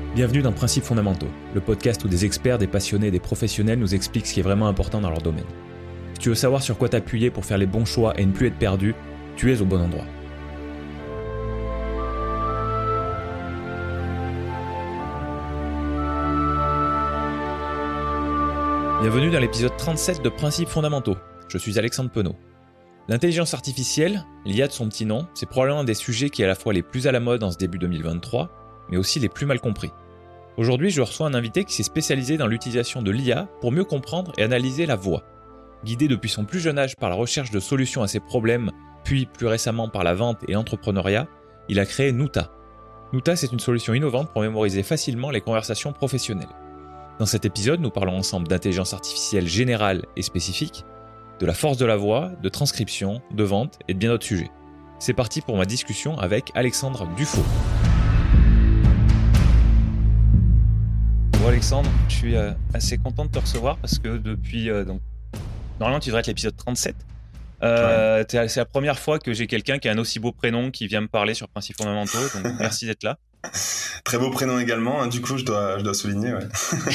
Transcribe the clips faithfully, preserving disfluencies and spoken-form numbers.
Bienvenue dans Principes fondamentaux, le podcast où des experts, des passionnés et des professionnels nous expliquent ce qui est vraiment important dans leur domaine. Si tu veux savoir sur quoi t'appuyer pour faire les bons choix et ne plus être perdu, tu es au bon endroit. Bienvenue dans l'épisode trente-sept de Principes fondamentaux. Je suis Alexandre Penaud. L'intelligence artificielle, l'I A de son petit nom, c'est probablement un des sujets qui est à la fois les plus à la mode en ce début deux mille vingt-trois, mais aussi les plus mal compris. Aujourd'hui, je reçois un invité qui s'est spécialisé dans l'utilisation de l'I A pour mieux comprendre et analyser la voix. Guidé depuis son plus jeune âge par la recherche de solutions à ses problèmes, puis plus récemment par la vente et l'entrepreneuriat, il a créé Nuta. Nuta, c'est une solution innovante pour mémoriser facilement les conversations professionnelles. Dans cet épisode, nous parlons ensemble d'intelligence artificielle générale et spécifique, de la force de la voix, de transcription, de vente et de bien d'autres sujets. C'est parti pour ma discussion avec Alexandre Dufaux. Bon Alexandre, je suis euh, assez content de te recevoir parce que depuis... Euh, donc, normalement, tu devrais être l'épisode trente-sept. Euh, ouais. C'est la première fois que j'ai quelqu'un qui a un aussi beau prénom qui vient me parler sur Principes fondamentaux, donc merci d'être là. Très beau prénom également, hein, du coup je dois, je dois souligner. Ouais.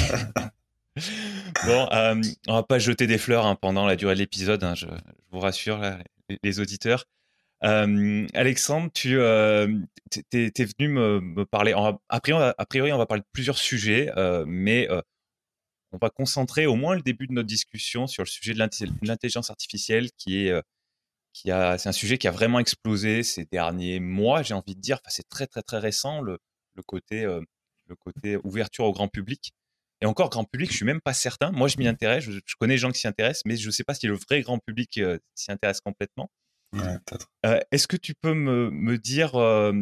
Bon, euh, on va pas jeter des fleurs hein, pendant la durée de l'épisode, hein, je, je vous rassure là, les, les auditeurs. Euh, Alexandre, tu euh, t'es, t'es venu me, me parler. En, a, priori, a priori, on va parler de plusieurs sujets, euh, mais euh, on va concentrer au moins le début de notre discussion sur le sujet de l'intelligence artificielle, qui est, euh, qui a, c'est un sujet qui a vraiment explosé ces derniers mois. J'ai envie de dire, enfin, c'est très très très récent le, le côté, euh, le côté ouverture au grand public. Et encore grand public, je suis même pas certain. Moi, je m'y intéresse. Je, je connais des gens qui s'y intéressent, mais je ne sais pas si le vrai grand public euh, s'y intéresse complètement. Ouais, peut-être. Euh, est-ce que tu peux me, me dire euh,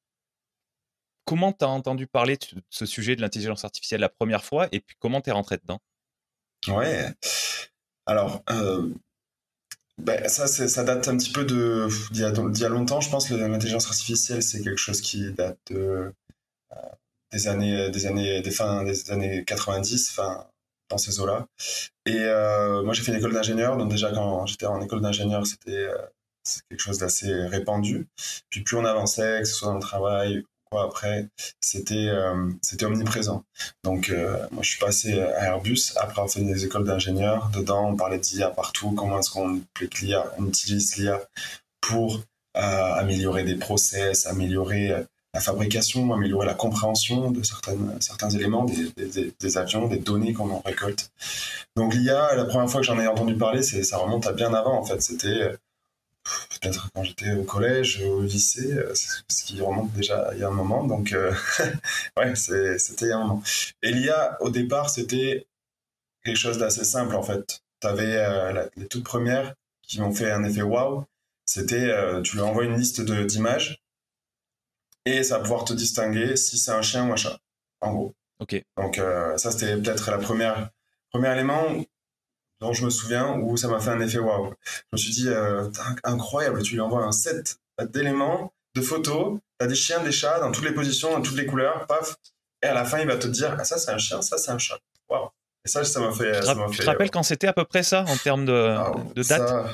comment tu as entendu parler de ce sujet de l'intelligence artificielle la première fois et puis comment tu es rentré dedans? Ouais. Alors, euh, ben, ça, c'est, ça date un petit peu de, d'il y a, d'il y a longtemps. Je pense que l'intelligence artificielle, c'est quelque chose qui date de, euh, des années, des années, des fins des années quatre-vingt-dix, enfin, dans ces eaux-là. Et euh, moi, j'ai fait une école d'ingénieur. Donc déjà, quand j'étais en école d'ingénieur, c'était euh, c'est quelque chose d'assez répandu. Puis plus on avançait, que ce soit dans le travail, quoi, après, c'était, euh, c'était omniprésent. Donc euh, moi, je suis passé à Airbus, après on fait des écoles d'ingénieurs. Dedans, on parlait d'I A partout, comment est-ce qu'on applique l'I A, on utilise l'I A pour euh, améliorer des process, améliorer euh, la fabrication, améliorer la compréhension de certaines, certains éléments, des, des, des avions, des données qu'on en récolte. Donc l'I A, la première fois que j'en ai entendu parler, c'est, ça remonte à bien avant en fait. C'était peut-être quand j'étais au collège, au lycée, ce qui remonte déjà il y a un moment. Donc euh, ouais, c'est, c'était il y a un moment. Et l'I A, au départ, c'était quelque chose d'assez simple en fait. Tu avais euh, la, les toutes premières qui m'ont fait un effet waouh. C'était, euh, tu lui envoies une liste de, d'images et ça va pouvoir te distinguer si c'est un chien ou un chat, en gros. Ok. Donc euh, ça, c'était peut-être la première premier élément dont je me souviens où ça m'a fait un effet waouh. Je me suis dit, euh, incroyable, tu lui envoies un set d'éléments, de photos, t'as des chiens, des chats dans toutes les positions, dans toutes les couleurs, paf, et à la fin, il va te dire, ah, ça c'est un chien, ça c'est un chat. Waouh. Et ça, ça m'a fait. Tu te, ça rapp- m'a tu fait te rappelles euh, quand c'était à peu près ça en termes de, ah, de date? Ça,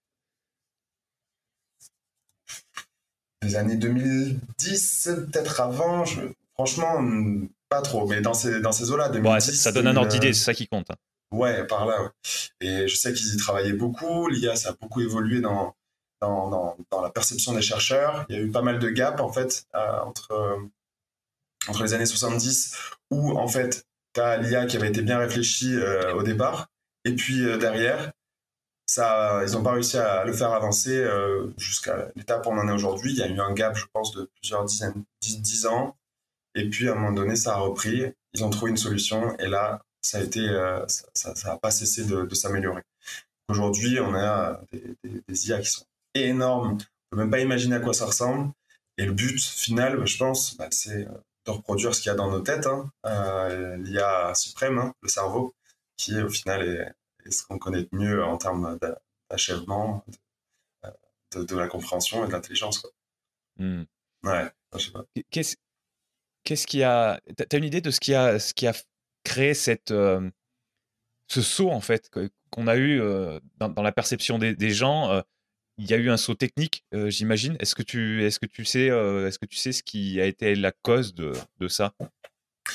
les années deux mille dix, peut-être avant, je, franchement, pas trop, mais dans ces, dans ces eaux-là, deux mille dix. Bon, ça, ça donne un ordre d'idée, c'est ça qui compte. Hein. Ouais, par là, ouais. Et je sais qu'ils y travaillaient beaucoup. L'I A, ça a beaucoup évolué dans, dans, dans, dans la perception des chercheurs. Il y a eu pas mal de gaps, en fait, euh, entre, euh, entre les années soixante-dix, où, en fait, tu as l'I A qui avait été bien réfléchie euh, au départ. Et puis, euh, derrière, ça, ils n'ont pas réussi à le faire avancer euh, jusqu'à l'étape où on en est aujourd'hui. Il y a eu un gap, je pense, de plusieurs dizaines, dix, dix ans. Et puis, à un moment donné, ça a repris. Ils ont trouvé une solution. Et là, ça a été, euh, ça, ça a pas cessé de, de s'améliorer. Aujourd'hui, on a des, des, des I A qui sont énormes. On peut même pas imaginer à quoi ça ressemble. Et le but final, je pense, bah, c'est de reproduire ce qu'il y a dans nos têtes, hein. euh, l'I A suprême, hein, le cerveau, qui au final est, est ce qu'on connaît de mieux en termes d'achèvement, de, de, de la compréhension et de l'intelligence, quoi. Mm. Ouais, je sais pas. Qu'est-ce, qu'est-ce qui a... T'as une idée de ce qui a, ce qui a créé cette, euh, ce saut, en fait, qu'on a eu euh, dans, dans la perception des, des gens euh, il y a eu un saut technique, euh, j'imagine. Est-ce que tu, est-ce que tu sais, euh, est-ce que tu sais ce qui a été la cause de, de ça?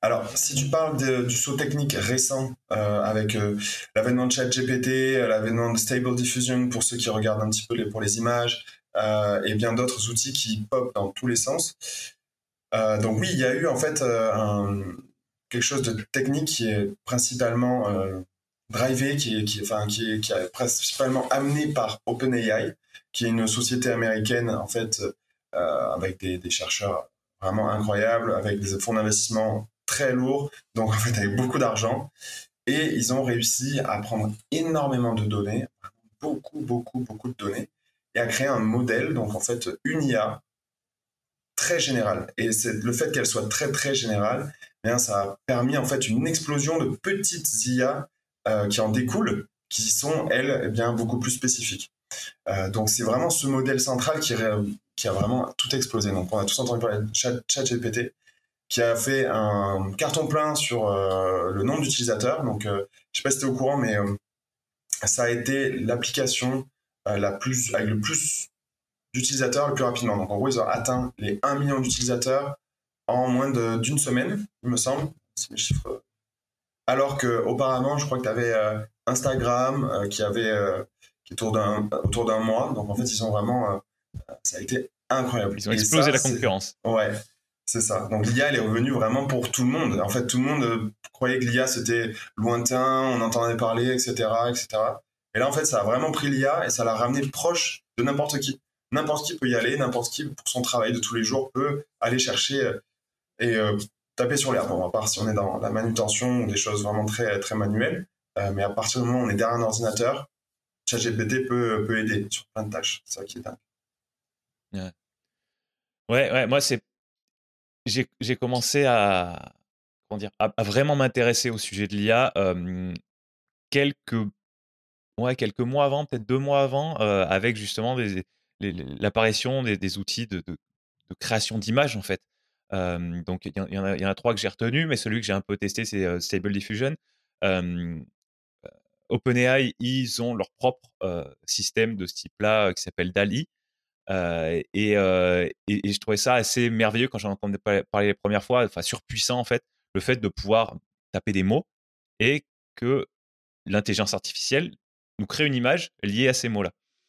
Alors, si tu parles de, du saut technique récent euh, avec euh, l'avènement de ChatGPT, l'avènement de Stable Diffusion pour ceux qui regardent un petit peu les, pour les images, euh, et bien d'autres outils qui pop dans tous les sens. Euh, donc oui, il y a eu en fait euh, un, quelque chose de technique qui est principalement euh, drivé, qui est, qui, enfin, qui, est, qui est principalement amené par OpenAI, qui est une société américaine en fait euh, avec des, des chercheurs vraiment incroyables, avec des fonds d'investissement très lourds, donc en fait avec beaucoup d'argent. Et ils ont réussi à prendre énormément de données, beaucoup, beaucoup, beaucoup de données, et à créer un modèle, donc en fait une I A très générale. Et c'est le fait qu'elle soit très, très générale, eh bien, ça a permis en fait une explosion de petites I A euh, qui en découlent, qui sont, elles, eh bien, beaucoup plus spécifiques. Euh, donc c'est vraiment ce modèle central qui, qui a vraiment tout explosé. Donc on a tous entendu parler de ChatGPT, qui a fait un carton plein sur euh, le nombre d'utilisateurs. Donc, euh, je ne sais pas si tu es au courant, mais euh, ça a été l'application euh, la plus, avec le plus d'utilisateurs le plus rapidement. Donc, en gros, ils ont atteint les un million d'utilisateurs en moins de, d'une semaine, il me semble. C'est mes chiffres. Alors qu'auparavant, je crois que tu avais euh, Instagram euh, qui avait euh, qui est autour d'un, autour d'un mois. Donc, en fait, ils ont vraiment... Euh, ça a été incroyable. Ils ont Et explosé ça, la c'est... concurrence. Ouais. C'est ça. Donc l'I A, elle est revenue vraiment pour tout le monde. En fait, tout le monde euh, croyait que l'I A, c'était lointain, on entendait parler, et cetera, et cetera. Et là, en fait, ça a vraiment pris l'I A et ça l'a ramené proche de n'importe qui. N'importe qui peut y aller, n'importe qui, pour son travail de tous les jours, peut aller chercher euh, et euh, taper sur l'herbe. Bon, à part si on est dans la manutention ou des choses vraiment très, très manuelles. Euh, mais à partir du moment où on est derrière un ordinateur, ChatGPT peut, peut aider sur plein de tâches. C'est ça qui est dingue. Ouais, ouais, ouais moi, c'est... J'ai, j'ai commencé à, comment dire, à, à vraiment m'intéresser au sujet de l'I A euh, quelques, ouais, quelques mois avant, peut-être deux mois avant, euh, avec justement des, les, les, l'apparition des, des outils de, de, de création d'images, en fait. Euh, donc, il y, y, en a, y en a trois que j'ai retenus, mais celui que j'ai un peu testé, c'est euh, Stable Diffusion. Euh, OpenAI, ils ont leur propre euh, système de ce type-là euh, qui s'appelle DALL-E. Euh, et, euh, et, et je trouvais ça assez merveilleux quand j'en entendais parler les premières fois, enfin surpuissant en fait, le fait de pouvoir taper des mots et que l'intelligence artificielle nous crée une image liée à ces mots-là.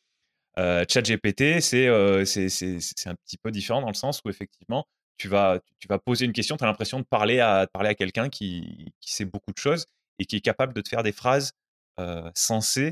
Euh, ChatGPT, c'est, euh, c'est, c'est, c'est un petit peu différent dans le sens où effectivement, tu vas, tu vas poser une question, tu as l'impression de parler à, parler à quelqu'un qui, qui sait beaucoup de choses et qui est capable de te faire des phrases euh, sensées.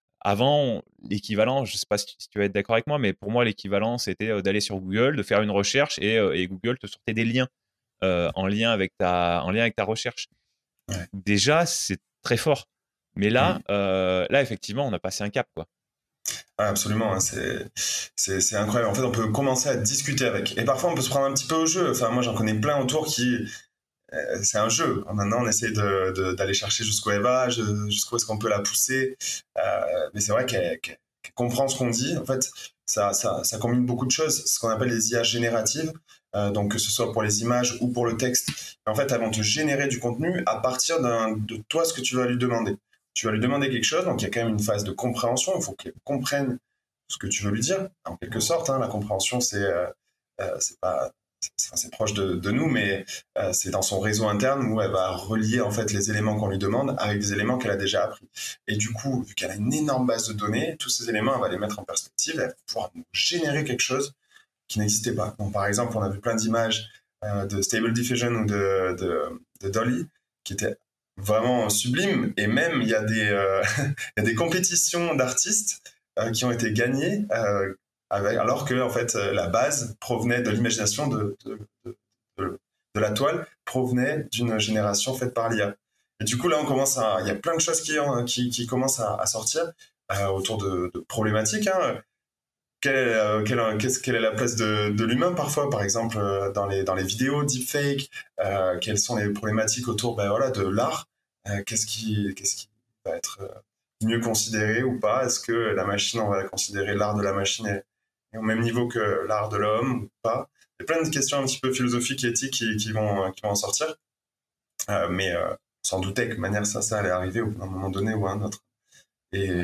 Avant, l'équivalent, je ne sais pas si tu vas être d'accord avec moi, mais pour moi, l'équivalent, c'était d'aller sur Google, de faire une recherche et, et Google te sortait des liens euh, en, lien avec ta, en lien avec ta recherche. Ouais. Déjà, c'est très fort. Mais là, Mmh. euh, là effectivement, on a passé un cap, quoi. Ah, absolument, hein, c'est, c'est, c'est incroyable. En fait, on peut commencer à discuter avec. Et parfois, on peut se prendre un petit peu au jeu. Enfin, moi, j'en connais plein autour qui. Euh, c'est un jeu. Maintenant, on essaie de, de, d'aller chercher jusqu'où elle va, jusqu'où est-ce qu'on peut la pousser. Euh, mais c'est vrai qu'elle, qu'elle, qu'elle comprend ce qu'on dit. En fait, ça, ça, ça combine beaucoup de choses. Ce qu'on appelle les I A génératives. Euh, donc, que ce soit pour les images ou pour le texte. En fait, elles vont te générer du contenu à partir d'un, de toi, ce que tu vas lui demander. Tu vas lui demander quelque chose, donc il y a quand même une phase de compréhension. Il faut qu'elle comprenne ce que tu veux lui dire, en quelque sorte. Hein. La compréhension, c'est, euh, euh, c'est pas, c'est, c'est proche de, de nous, mais euh, c'est dans son réseau interne où elle va relier en fait les éléments qu'on lui demande avec des éléments qu'elle a déjà appris. Et du coup, vu qu'elle a une énorme base de données, tous ces éléments, elle va les mettre en perspective, elle va pouvoir nous générer quelque chose qui n'existait pas. Donc, par exemple, on a vu plein d'images euh, de Stable Diffusion ou de, de, de DALL-E qui étaient vraiment sublimes. Et même, il y a des, euh, il y a des compétitions d'artistes euh, qui ont été gagnées euh, avec, alors que en fait, la base provenait de l'imagination de, de, de, de, de la toile, provenait d'une génération faite par l'I A. Et du coup, là, on commence à, il y a plein de choses qui, qui, qui commencent à, à sortir euh, autour de, de problématiques. Hein. Quelle est, euh, quelle, qu'est-ce, quelle est la place de, de l'humain parfois, par exemple, euh, dans, les, dans les vidéos deepfake, euh, quelles sont les problématiques autour ben, voilà, de l'art, euh, qu'est-ce, qui, qu'est-ce qui va être euh, mieux considéré ou pas, est-ce que la machine, on va considérer l'art de la machine est, est au même niveau que l'art de l'homme ou pas. Il y a plein de questions un petit peu philosophiques et éthiques qui, qui, vont, qui vont en sortir, euh, mais euh, sans douter que de manière ça, ça allait arriver à un moment donné ou à un autre. Et...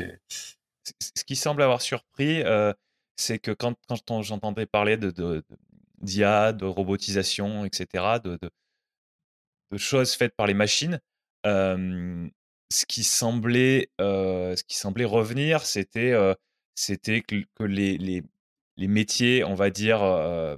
Ce qui semble avoir surpris, euh, c'est que quand, quand on, j'entendais parler de, de, de, d'I A, de robotisation, et cetera, de, de, de choses faites par les machines. Euh, ce qui semblait, euh, ce qui semblait revenir, c'était, euh, c'était que, que les, les, les métiers, on va dire, euh,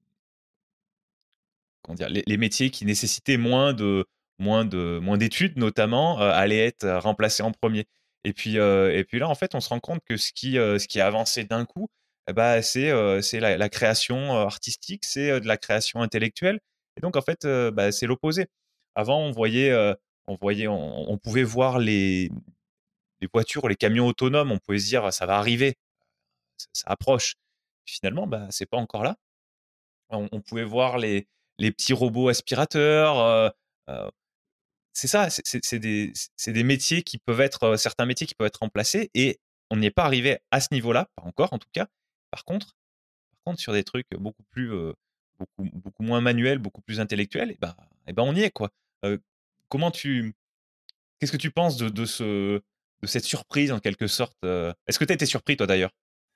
comment dire, les, les métiers qui nécessitaient moins de, moins de, moins d'études, notamment, euh, allaient être remplacés en premier. Et puis, euh, et puis là, en fait, on se rend compte que ce qui, euh, ce qui a avancé d'un coup, eh ben, c'est, euh, c'est la, la création euh, artistique, c'est euh, de la création intellectuelle. Et donc, en fait, euh, bah, c'est l'opposé. Avant, on voyait, euh, on voyait, on, on pouvait voir les, les voitures, les camions autonomes. On pouvait se dire, ça va arriver, ça, ça approche. Finalement, bah, c'est pas encore là. On, on pouvait voir les, les petits robots aspirateurs. euh, euh, c'est ça, c'est c'est- c'est des, c'est des métiers qui peuvent être, euh, certains métiers qui peuvent être remplacés et on n'y est pas arrivé à ce niveau-là, pas encore en tout cas. Par contre, par contre sur des trucs beaucoup plus, euh, beaucoup, beaucoup moins manuels, beaucoup plus intellectuels, et ben, et ben on y est quoi. Euh, comment tu, qu'est-ce que tu penses de, de ce, de cette surprise en quelque sorte euh Est-ce que tu as été surpris toi d'ailleurs?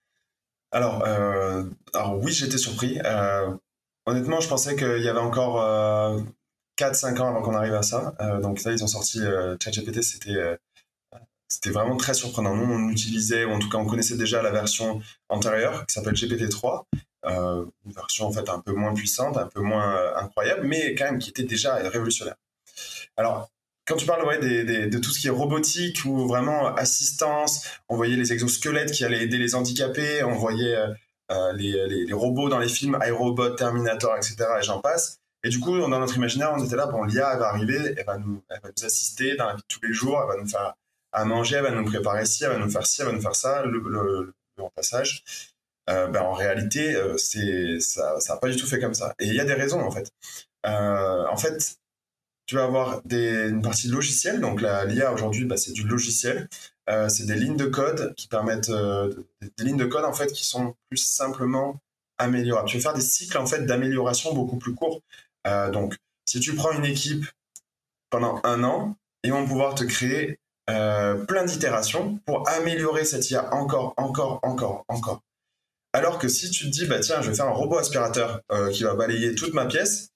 Alors, euh, alors oui, j'étais surpris. Euh, honnêtement, je pensais qu'il y avait encore euh, quatre cinq ans avant qu'on arrive à ça. Euh, donc là, ils ont sorti euh, ChatGPT, c'était euh, c'était vraiment très surprenant. Nous, on utilisait, ou en tout cas, on connaissait déjà la version antérieure qui s'appelle G P T trois, euh, une version en fait un peu moins puissante, un peu moins euh, incroyable, mais quand même qui était déjà révolutionnaire. Alors, quand tu parles ouais, des, des, de tout ce qui est robotique ou vraiment assistance, on voyait les exosquelettes qui allaient aider les handicapés, on voyait euh, euh, les, les, les robots dans les films, iRobot, Terminator, et cetera. Et j'en passe. Et du coup, dans notre imaginaire, on était là, bon, l'I A, elle va arriver, elle va, nous, elle va nous assister dans la vie de tous les jours, elle va nous faire à manger, elle va nous préparer ci, elle va nous faire ci, elle va nous faire ça, le, le, le remplaçage. Euh, ben, en réalité, euh, c'est, ça n'a pas du tout fait comme ça. Et il y a des raisons, en fait. Euh, en fait, tu vas avoir des, une partie logicielle. Donc, l'I A aujourd'hui, bah, c'est du logiciel. Euh, c'est des lignes de code qui permettent, euh, des, des lignes de code en fait qui sont plus simplement améliorables. Tu vas faire des cycles en fait d'amélioration beaucoup plus courts. Euh, donc, si tu prends une équipe pendant un an, ils vont pouvoir te créer euh, plein d'itérations pour améliorer cette I A encore, encore, encore, encore. Alors que si tu te dis, bah tiens, je vais faire un robot aspirateur euh, qui va balayer toute ma pièce,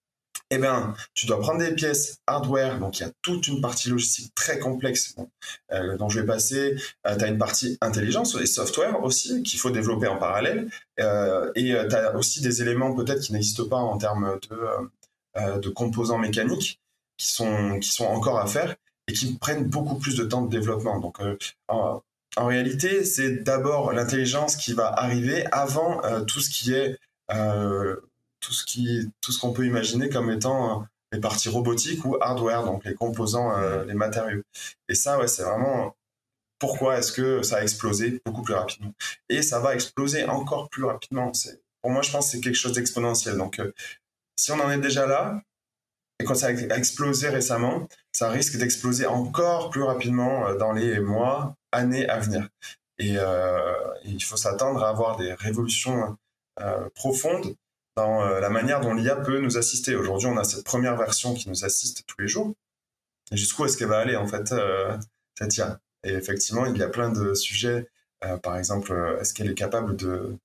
eh bien, tu dois prendre des pièces hardware, donc il y a toute une partie logistique très complexe bon, euh, dont je vais passer. Euh, tu as une partie intelligence et software aussi qu'il faut développer en parallèle. Euh, et euh, tu as aussi des éléments peut-être qui n'existent pas en termes de, euh, de composants mécaniques qui sont, qui sont encore à faire et qui prennent beaucoup plus de temps de développement. Donc, euh, en, en réalité, c'est d'abord l'intelligence qui va arriver avant euh, tout ce qui est... Euh, tout ce qui, tout ce qu'on peut imaginer comme étant euh, les parties robotiques ou hardware, donc les composants, euh, les matériaux. Et ça, ouais, c'est vraiment pourquoi est-ce que ça a explosé beaucoup plus rapidement. Et ça va exploser encore plus rapidement. C'est, pour moi, je pense que c'est quelque chose d'exponentiel. Donc, euh, si on en est déjà là, et quand ça a explosé récemment, ça risque d'exploser encore plus rapidement euh, dans les mois, années à venir. Et, euh, et il faut s'attendre à avoir des révolutions euh, profondes dans euh, la manière dont l'I A peut nous assister. Aujourd'hui, on a cette première version qui nous assiste tous les jours. Et jusqu'où est-ce qu'elle va aller, en fait, euh, cette I A? Et effectivement, il y a plein de sujets. Euh, par exemple, euh, est-ce qu'elle est capable de,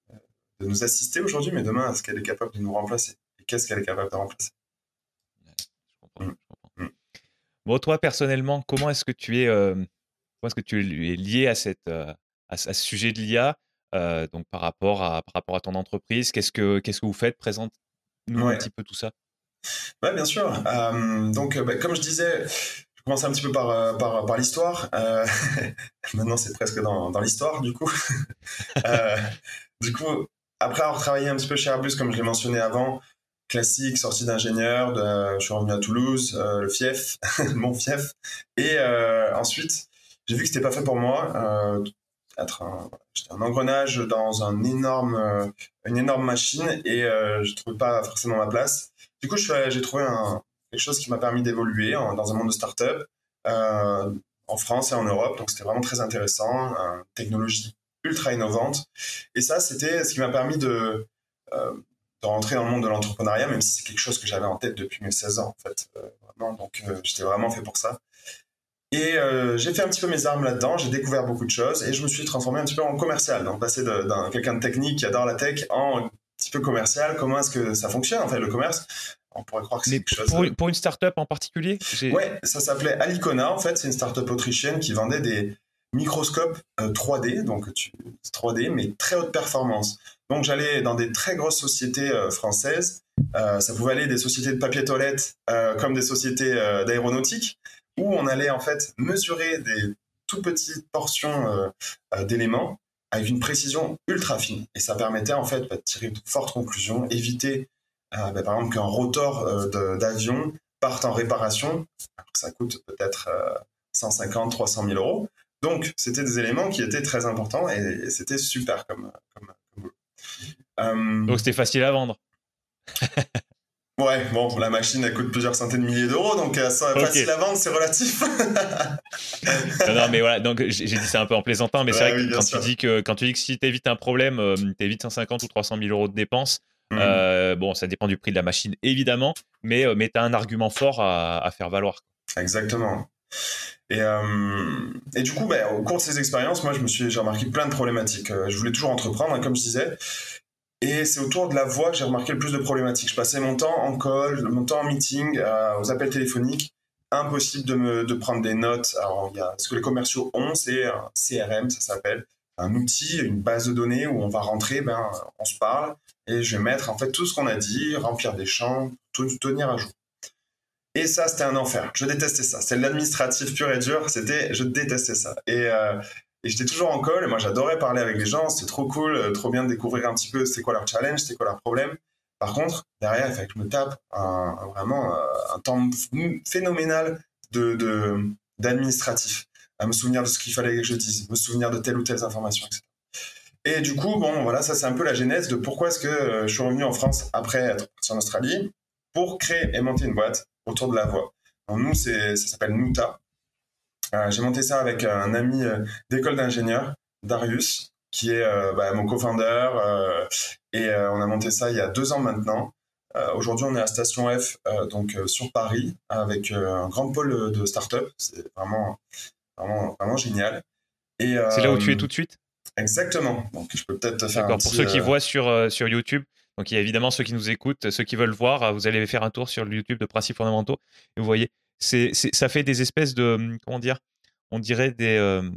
de nous assister aujourd'hui, mais demain, est-ce qu'elle est capable de nous remplacer? Et qu'est-ce qu'elle est capable de remplacer? Ouais, je comprends, Mm. je comprends. Mm. Bon, toi personnellement, comment est-ce que tu es, euh, comment est-ce que tu es lié à cette, euh, à, ce à ce sujet de l'I A, euh, donc par rapport à, par rapport à ton entreprise, qu'est-ce que, qu'est-ce que vous faites? Présente-nous un Ouais. petit peu tout ça. Ouais, bien sûr. Euh, donc, euh, bah, comme je disais, je commence un petit peu par, euh, par, par l'histoire. Euh, maintenant, c'est presque dans, dans l'histoire, du coup. euh, du coup, après avoir travaillé un petit peu chez Airbus, comme je l'ai mentionné avant, classique, sortie d'ingénieur, de, je suis revenu à Toulouse, euh, le fief, mon fief. Et euh, ensuite, j'ai vu que c'était pas fait pour moi. Euh, être un, j'étais un engrenage dans un énorme, euh, une énorme machine et euh, je trouvais pas forcément ma place. Du coup, je suis, j'ai trouvé un, quelque chose qui m'a permis d'évoluer en, dans un monde de start-up euh, en France et en Europe. Donc, c'était vraiment très intéressant, une technologie ultra innovante. Et ça, c'était ce qui m'a permis de, euh, de rentrer dans le monde de l'entrepreneuriat, même si c'est quelque chose que j'avais en tête depuis mes seize ans, en fait. Euh, vraiment, donc, euh, j'étais vraiment fait pour ça. Et euh, j'ai fait un petit peu mes armes là-dedans, j'ai découvert beaucoup de choses et je me suis transformé un petit peu en commercial. Donc, passer de, d'un quelqu'un de technique qui adore la tech en un petit peu commercial. Comment est-ce que ça fonctionne, en fait, le commerce? On pourrait croire que c'est Mais quelque chose... pour, une- pour une start-up en particulier j'ai... Ouais, ça s'appelait Alicona, en fait. C'est une start-up autrichienne qui vendait des microscopes euh, trois D, donc tu, trois D, mais très haute performance. Donc j'allais dans des très grosses sociétés euh, françaises. Euh, ça pouvait aller des sociétés de papier toilette euh, comme des sociétés euh, d'aéronautique, où on allait en fait mesurer des tout petites portions euh, euh, d'éléments avec une précision ultra fine. Et ça permettait en fait bah, de tirer de fortes conclusions, éviter euh, bah, par exemple qu'un rotor euh, de, d'avion parte en réparation, alors que ça coûte peut-être euh, cent cinquante à trois cent mille euros. Donc, c'était des éléments qui étaient très importants et, et c'était super comme, comme, comme boulot. Euh, Donc c'était facile à vendre. ouais, bon, la machine, elle coûte plusieurs centaines de milliers d'euros, donc euh, ça, Ok. facile à vendre, c'est relatif. Non, non, mais voilà, donc j'ai, j'ai dit ça un peu en plaisantant, mais c'est Ouais, vrai oui, que bien quand sûr. tu dis que quand tu dis que si tu évites un problème, euh, tu évites cent cinquante ou trois cent mille euros de dépenses, Mhm. euh, bon, ça dépend du prix de la machine, évidemment, mais, euh, mais tu as un argument fort à, à faire valoir. Exactement. Et, euh, et du coup, bah, au cours de ces expériences, moi, je me suis, j'ai remarqué plein de problématiques. Euh, je voulais toujours entreprendre, hein, comme je disais. Et c'est autour de la voix que j'ai remarqué le plus de problématiques. Je passais mon temps en call, mon temps en meeting, euh, aux appels téléphoniques. Impossible de, me, de prendre des notes. Alors, il y a, ce que les commerciaux ont, c'est un C R M, ça s'appelle. Un outil, une base de données où on va rentrer, ben, on se parle, et je vais mettre en fait tout ce qu'on a dit, remplir des champs, tout tenir à jour. Et ça, c'était un enfer. Je détestais ça. C'était l'administratif pur et dur. C'était, je détestais ça. Et, euh, et j'étais toujours en call. Et moi, j'adorais parler avec les gens. C'était trop cool, euh, trop bien de découvrir un petit peu c'est quoi leur challenge, c'est quoi leur problème. Par contre, derrière, il fallait que je me tape un, un- vraiment euh, un temps phénoménal de, de, d'administratif. À me souvenir de ce qu'il fallait que je dise, me souvenir de telle ou telle information, et cetera. Et du coup, bon, voilà, ça c'est un peu la genèse de pourquoi est-ce que euh, je suis revenu en France après être parti en Australie pour créer et monter une boîte autour de la voix. Donc nous, c'est, ça s'appelle Nuta. Euh, j'ai monté ça avec un ami euh, d'école d'ingénieur, Darius, qui est euh, bah, mon co-founder. Euh, et euh, on a monté ça il y a deux ans maintenant. Euh, aujourd'hui, on est à Station F, euh, donc euh, sur Paris, avec euh, un grand pôle de start-up. C'est vraiment, vraiment, vraiment génial. Et, C'est là où tu es euh, tout de suite? exactement. Donc, je peux peut-être te faire un D'accord. Pour petit... ceux qui euh, voient sur, euh, sur YouTube, donc il y a évidemment ceux qui nous écoutent, ceux qui veulent voir, euh, vous allez faire un tour sur le YouTube de Principes fondamentaux et vous voyez, c'est, c'est, ça fait des espèces de, hum, comment dire, on dirait des, euh,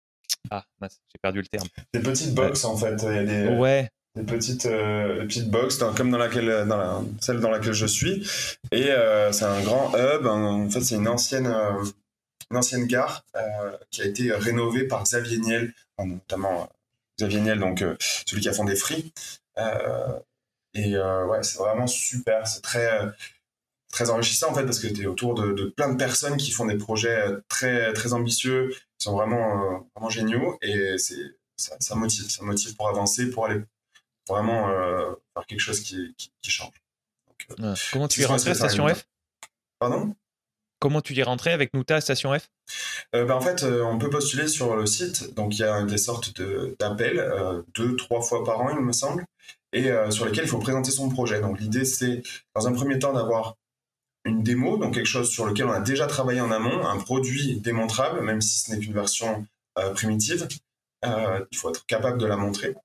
ah, mince, j'ai perdu le terme. des petites Euh, box, en fait. Il y a des, ouais, des petites, euh, des petites box, dans- comme dans, laquelle, dans la, celle dans laquelle je suis. Et euh, c'est un grand hub. Un- en fait, c'est une ancienne, euh, une ancienne gare euh, qui a été rénovée par Xavier Niel, enfin, notamment euh, Xavier Niel, donc euh, celui qui a fondé Free. Euh, et euh, ouais, c'est vraiment super. C'est très, euh, très enrichissant en fait parce que tu es autour de, de plein de personnes qui font des projets euh, très, très ambitieux, qui sont vraiment, euh, vraiment géniaux et c'est, ça, ça motive. Ça motive pour avancer, pour aller vraiment euh, faire quelque chose qui, qui, qui change. Donc, euh, ouais. Comment c'est tu es ce qu'on rentré essaie à de faire avec Station Nuta. F? Pardon. Comment tu y es rentré avec Nuta à Station F? Euh, ben, en fait, euh, on peut postuler sur le site. Donc, il y a des sortes de, d'appels, euh, deux, trois fois par an, il me semble, et euh, sur lesquels il faut présenter son projet. Donc, l'idée, c'est, dans un premier temps, d'avoir une démo, donc quelque chose sur lequel on a déjà travaillé en amont, un produit démontrable, même si ce n'est qu'une version euh, primitive. Euh, il faut être capable de la montrer.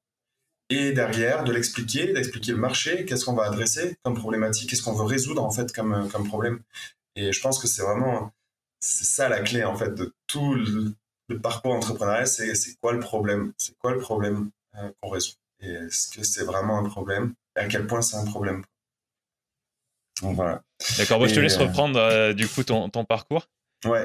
Et derrière, de l'expliquer, d'expliquer le marché, qu'est-ce qu'on va adresser comme problématique, qu'est-ce qu'on veut résoudre en fait comme, comme problème. Et je pense que c'est vraiment, c'est ça la clé en fait de tout le, le parcours entrepreneurial, c'est, c'est quoi le problème, c'est quoi le problème euh, qu'on résout. Et est-ce que c'est vraiment un problème, et à quel point c'est un problème. Donc voilà. D'accord, moi je te Et laisse reprendre euh, du coup ton, ton parcours. ouais.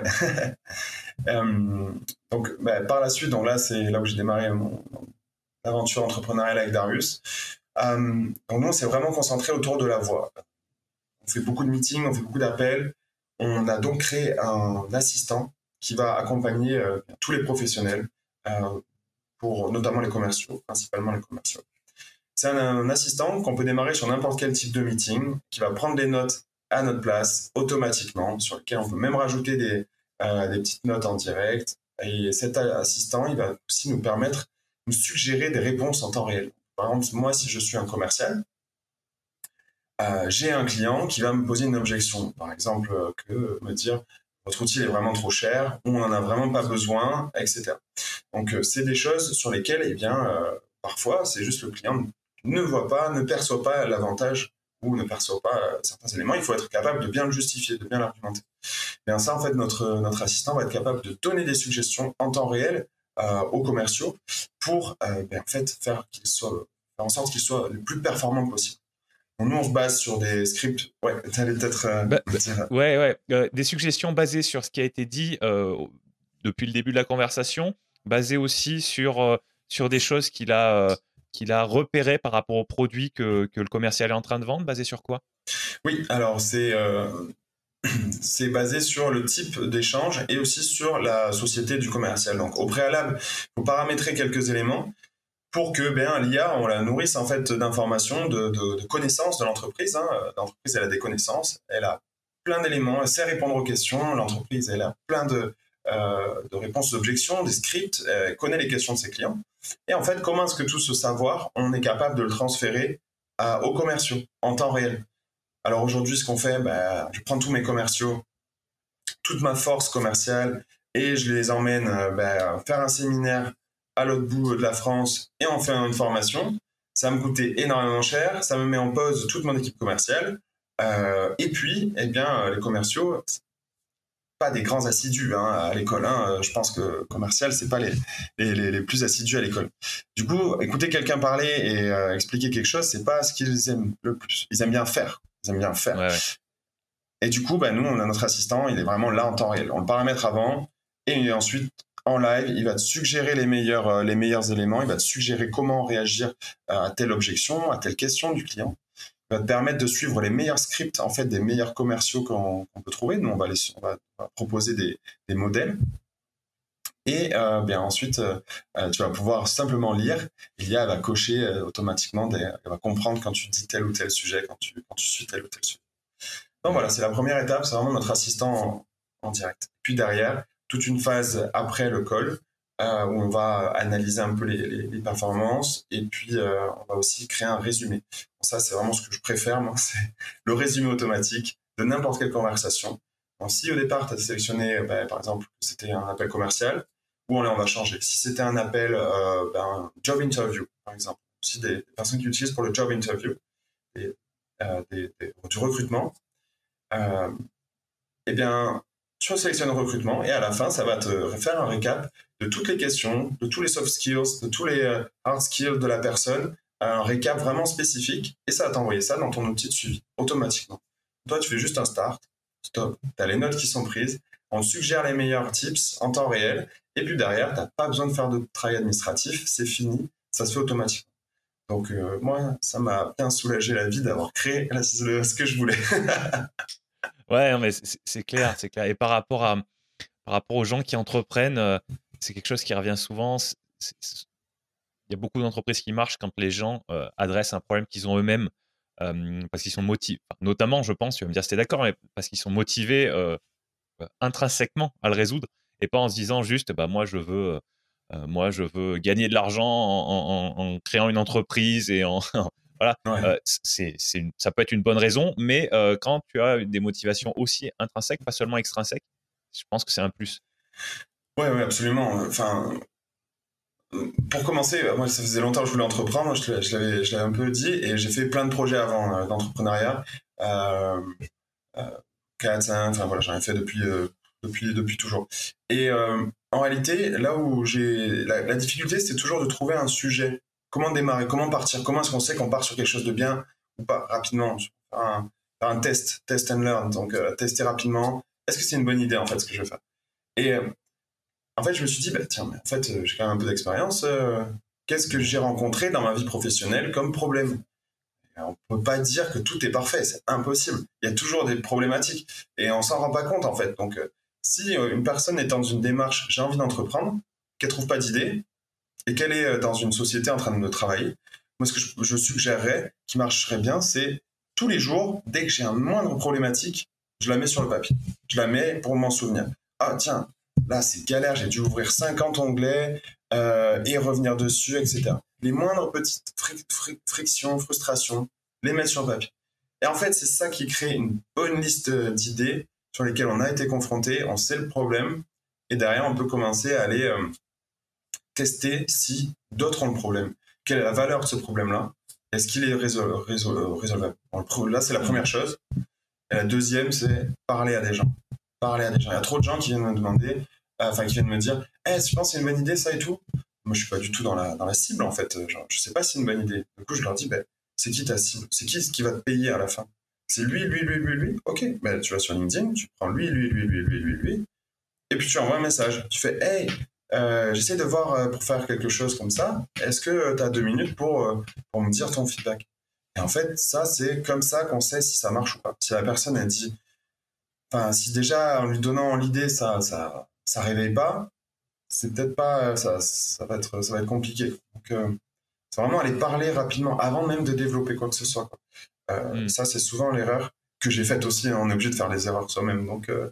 euh, donc bah, par la suite, donc là c'est là où j'ai démarré mon, mon aventure entrepreneuriale avec Darius. Euh, donc nous on s'est vraiment concentré autour de la voix. On fait beaucoup de meetings, on fait beaucoup d'appels. On a donc créé un assistant qui va accompagner euh, tous les professionnels, euh, pour notamment les commerciaux, principalement les commerciaux. C'est un, un assistant qu'on peut démarrer sur n'importe quel type de meeting, qui va prendre des notes à notre place automatiquement, sur lequel on peut même rajouter des, euh, des petites notes en direct. Et cet assistant, il va aussi nous permettre de nous suggérer des réponses en temps réel. Par exemple, moi, si je suis un commercial, euh, j'ai un client qui va me poser une objection. Par exemple, euh, que me dire votre outil est vraiment trop cher, ou on n'en a vraiment pas besoin, et cetera. Donc, euh, c'est des choses sur lesquelles, eh bien, euh, parfois, c'est juste le client ne voit pas, ne perçoit pas l'avantage ou ne perçoit pas euh, certains éléments, il faut être capable de bien le justifier, de bien l'argumenter. Bien ça, en fait, notre, notre assistant va être capable de donner des suggestions en temps réel euh, aux commerciaux pour euh, ben, en fait, faire, qu'ils soient, faire en sorte qu'ils soient le plus performants possible. Donc, nous, on se base sur des scripts. Ouais, tu allais peut-être euh, bah, dire... Ouais, ouais. Euh, des suggestions basées sur ce qui a été dit euh, depuis le début de la conversation, basées aussi sur, euh, sur des choses qu'il a, euh, qu'il a repérées par rapport aux produits que, que le commercial est en train de vendre, basées sur quoi? Oui, alors c'est... Euh... c'est basé sur le type d'échange et aussi sur la société du commercial. Donc, au préalable, il faut paramétrer quelques éléments pour que ben, l'I A, on la nourrisse en fait d'informations, de, de, de connaissances de l'entreprise. Hein. L'entreprise, elle a des connaissances, elle a plein d'éléments, elle sait répondre aux questions. L'entreprise, elle a plein de, euh, de réponses d'objections, des scripts, elle connaît les questions de ses clients. Et en fait, comment est-ce que tout ce savoir, on est capable de le transférer à, aux commerciaux en temps réel? Alors aujourd'hui, ce qu'on fait, bah, je prends tous mes commerciaux, toute ma force commerciale, et je les emmène euh, bah, faire un séminaire à l'autre bout de la France, et on fait une formation. Ça va me coûter énormément cher, ça me met en pause toute mon équipe commerciale. Euh, et puis, eh bien, les commerciaux, pas des grands assidus hein, à l'école. Hein. Je pense que commercial, c'est pas les, les, les, les plus assidus à l'école. Du coup, écouter quelqu'un parler et euh, expliquer quelque chose, c'est pas ce qu'ils aiment le plus. Ils aiment bien faire. Ils aiment bien faire. Ouais, ouais. Et du coup, bah, nous, on a notre assistant, il est vraiment là en temps réel. On le paramètre avant, et ensuite, en live, il va te suggérer les meilleurs, euh, les meilleurs éléments, il va te suggérer comment réagir à telle objection, à telle question du client. Il va te permettre de suivre les meilleurs scripts, en fait, des meilleurs commerciaux qu'on, qu'on peut trouver. Nous, on va, les, on va, on va proposer des, des modèles. Et euh, bien ensuite, euh, tu vas pouvoir simplement lire. L'I A va cocher euh, automatiquement, des, elle va comprendre quand tu dis tel ou tel sujet, quand tu, quand tu suis tel ou tel sujet. Donc voilà, c'est la première étape, c'est vraiment notre assistant en, en direct. Puis derrière, toute une phase après le call, euh, où on va analyser un peu les, les, les performances, et puis euh, on va aussi créer un résumé. Bon, ça, c'est vraiment ce que je préfère, moi, c'est le résumé automatique de n'importe quelle conversation. Donc, si au départ, tu as sélectionné, ben, par exemple, c'était un appel commercial, bon, là, on va changer. Si c'était un appel, euh, ben, job interview, par exemple, aussi des, des personnes qui utilisent pour le job interview, et, euh, des, des, du recrutement, euh, eh bien, tu sélectionnes le recrutement et à la fin, ça va te faire un récap de toutes les questions, de tous les soft skills, de tous les euh, hard skills de la personne, un récap vraiment spécifique et ça va t'envoyer ça dans ton outil de suivi automatiquement. Toi, tu fais juste un start, stop, tu as les notes qui sont prises, on te suggère les meilleurs tips en temps réel et puis derrière, tu n'as pas besoin de faire de travail administratif, c'est fini, ça se fait automatiquement. Donc, euh, moi, ça m'a bien soulagé la vie d'avoir créé la, le, ce que je voulais. Ouais, non, mais c'est, c'est clair, c'est clair. Et par rapport à, par rapport aux gens qui entreprennent, euh, c'est quelque chose qui revient souvent. C'est, c'est, il y a beaucoup d'entreprises qui marchent quand les gens euh, adressent un problème qu'ils ont eux-mêmes euh, parce qu'ils sont motivés. Enfin, notamment, je pense, tu vas me dire si t'es d'accord, mais parce qu'ils sont motivés euh, intrinsèquement à le résoudre et pas en se disant juste, bah moi je veux, euh, moi je veux gagner de l'argent en, en, en créant une entreprise et en voilà. Ouais. Euh, c'est, c'est une, ça peut être une bonne raison, mais euh, quand tu as des motivations aussi intrinsèques, pas seulement extrinsèques, je pense que c'est un plus. Ouais, ouais, absolument. Enfin, pour commencer, moi, ça faisait longtemps que je voulais entreprendre. Je, je, l'avais, je l'avais un peu dit, et j'ai fait plein de projets avant euh, d'entrepreneuriat. Euh, euh, quatre, cinq, enfin voilà, j'en ai fait depuis, euh, depuis, depuis toujours. Et euh, en réalité, là où j'ai la, la difficulté, c'est toujours de trouver un sujet. Comment démarrer, comment partir, comment est-ce qu'on sait qu'on part sur quelque chose de bien ou pas rapidement. Faire un, faire un test, test and learn, donc euh, tester rapidement. Est-ce que c'est une bonne idée en fait ce que je vais faire? Et euh, en fait, je me suis dit, bah, tiens, mais en fait, euh, j'ai quand même un peu d'expérience. Euh, qu'est-ce que j'ai rencontré dans ma vie professionnelle comme problème? Et on ne peut pas dire que tout est parfait, c'est impossible. Il y a toujours des problématiques et on s'en rend pas compte en fait. Donc, euh, si euh, une personne est dans une démarche, j'ai envie d'entreprendre, qu'elle trouve pas d'idée et qu'elle est euh, dans une société en train de travailler, moi, ce que je, je suggérerais, qui marcherait bien, c'est tous les jours, dès que j'ai un moindre problématique, je la mets sur le papier. Je la mets pour m'en souvenir. Ah tiens, là, c'est galère, j'ai dû ouvrir cinquante onglets euh, et revenir dessus, et cetera. Les moindres petites fri- fri- frictions, frustrations, les mettre sur le papier. Et en fait, c'est ça qui crée une bonne liste d'idées sur lesquelles on a été confronté, on sait le problème, et derrière, on peut commencer à aller euh, tester si d'autres ont le problème. Quelle est la valeur de ce problème-là? Est-ce qu'il est résol- résol- résolvable? Bon, là, c'est la première chose. Et la deuxième, c'est parler à des gens. Parler à des gens. Il y a trop de gens qui viennent me demander, euh, enfin, qui viennent me dire, hey, tu penses que c'est une bonne idée, ça et tout? Moi, je suis pas du tout dans la, dans la cible, en fait. Genre, je sais pas si c'est une bonne idée. Du coup, je leur dis, ben, c'est qui ta cible? C'est qui ce qui va te payer à la fin? C'est lui, lui, lui, lui, lui. Ok, ben, tu vas sur LinkedIn, tu prends lui, lui, lui, lui, lui, lui, lui, et puis tu envoies un message. Tu fais, hey, euh, j'essaie de voir euh, pour faire quelque chose comme ça. Est-ce que tu as deux minutes pour, euh, pour me dire ton feedback? Et en fait, ça, c'est comme ça qu'on sait si ça marche ou pas. Si la personne a dit, enfin, si déjà en lui donnant l'idée, ça, ça, ça réveille pas, c'est peut-être pas, ça, ça va être, ça va être compliqué. Donc, euh, c'est vraiment aller parler rapidement avant même de développer quoi que ce soit, quoi. Euh, Mm. Ça, c'est souvent l'erreur que j'ai faite aussi. Hein, on est obligé de faire des erreurs soi-même. Donc, euh...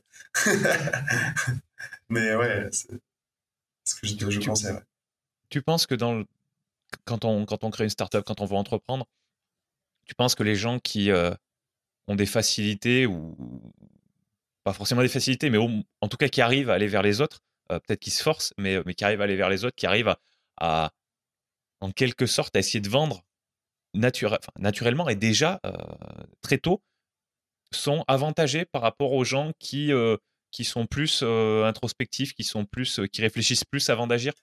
mais ouais, c'est ce que je, je Tu, conseille. Ouais. tu penses que dans le, quand, on, quand on crée une startup, quand on veut entreprendre, tu penses que les gens qui euh, ont des facilités, ou pas forcément des facilités, mais au, en tout cas qui arrivent à aller vers les autres, euh, peut-être qui se forcent, mais, mais qui arrivent à aller vers les autres, qui arrivent à, à en quelque sorte, à essayer de vendre nature, enfin, naturellement et déjà euh, très tôt, sont avantagés par rapport aux gens qui, euh, qui sont plus euh, introspectifs, qui, sont plus, euh, qui réfléchissent plus avant d'agir?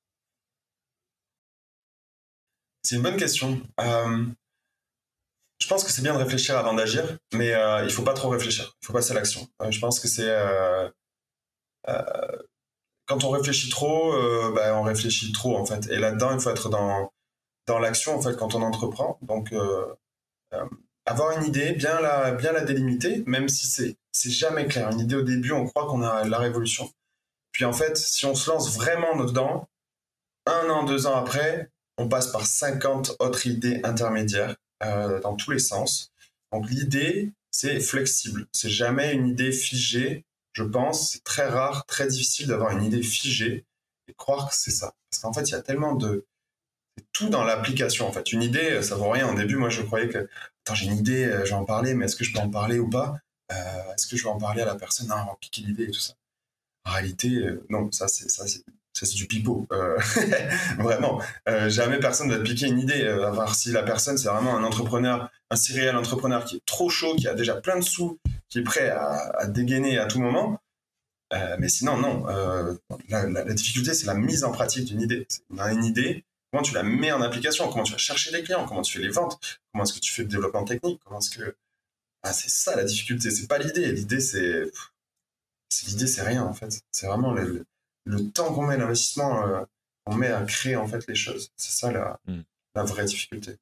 C'est une bonne question. Euh, je pense que c'est bien de réfléchir avant d'agir, mais euh, il faut pas trop réfléchir. Il faut passer à l'action. Euh, je pense que c'est euh, euh, quand on réfléchit trop, euh, bah, on réfléchit trop en fait. Et là-dedans, il faut être dans dans l'action en fait quand on entreprend. Donc euh, euh, avoir une idée, bien la bien la délimiter, même si c'est c'est jamais clair. Une idée au début, on croit qu'on a la révolution. Puis en fait, si on se lance vraiment dedans, un an, deux ans après, on passe par cinquante autres idées intermédiaires euh, dans tous les sens. Donc l'idée, c'est flexible. C'est jamais une idée figée. Je pense, c'est très rare, très difficile d'avoir une idée figée et croire que c'est ça. Parce qu'en fait, il y a tellement de tout dans l'application. En fait, une idée, ça vaut rien. Au début, moi, je croyais que, attends, j'ai une idée, je vais en parler, mais est-ce que je peux en parler ou pas? euh, Est-ce que je vais en parler à la personne? Non, on va piquer l'idée et tout ça. En réalité, euh, non, ça c'est ça c'est ça c'est du pipeau. Euh, vraiment, euh, jamais personne va te piquer une idée. Euh, à voir si la personne c'est vraiment un entrepreneur, un serial entrepreneur qui est trop chaud, qui a déjà plein de sous, qui est prêt à, à dégainer à tout moment. Euh, mais sinon, non. Euh, la, la, la difficulté, c'est la mise en pratique d'une idée. On a une idée, comment tu la mets en application, comment tu vas chercher des clients, comment tu fais les ventes, comment est-ce que tu fais le développement technique, comment est-ce que ah, c'est ça la difficulté. C'est pas l'idée. L'idée c'est l'idée, c'est rien en fait. C'est vraiment le, le temps qu'on met, l'investissement euh, qu'on met à créer en fait les choses. C'est ça la, mm. la vraie difficulté.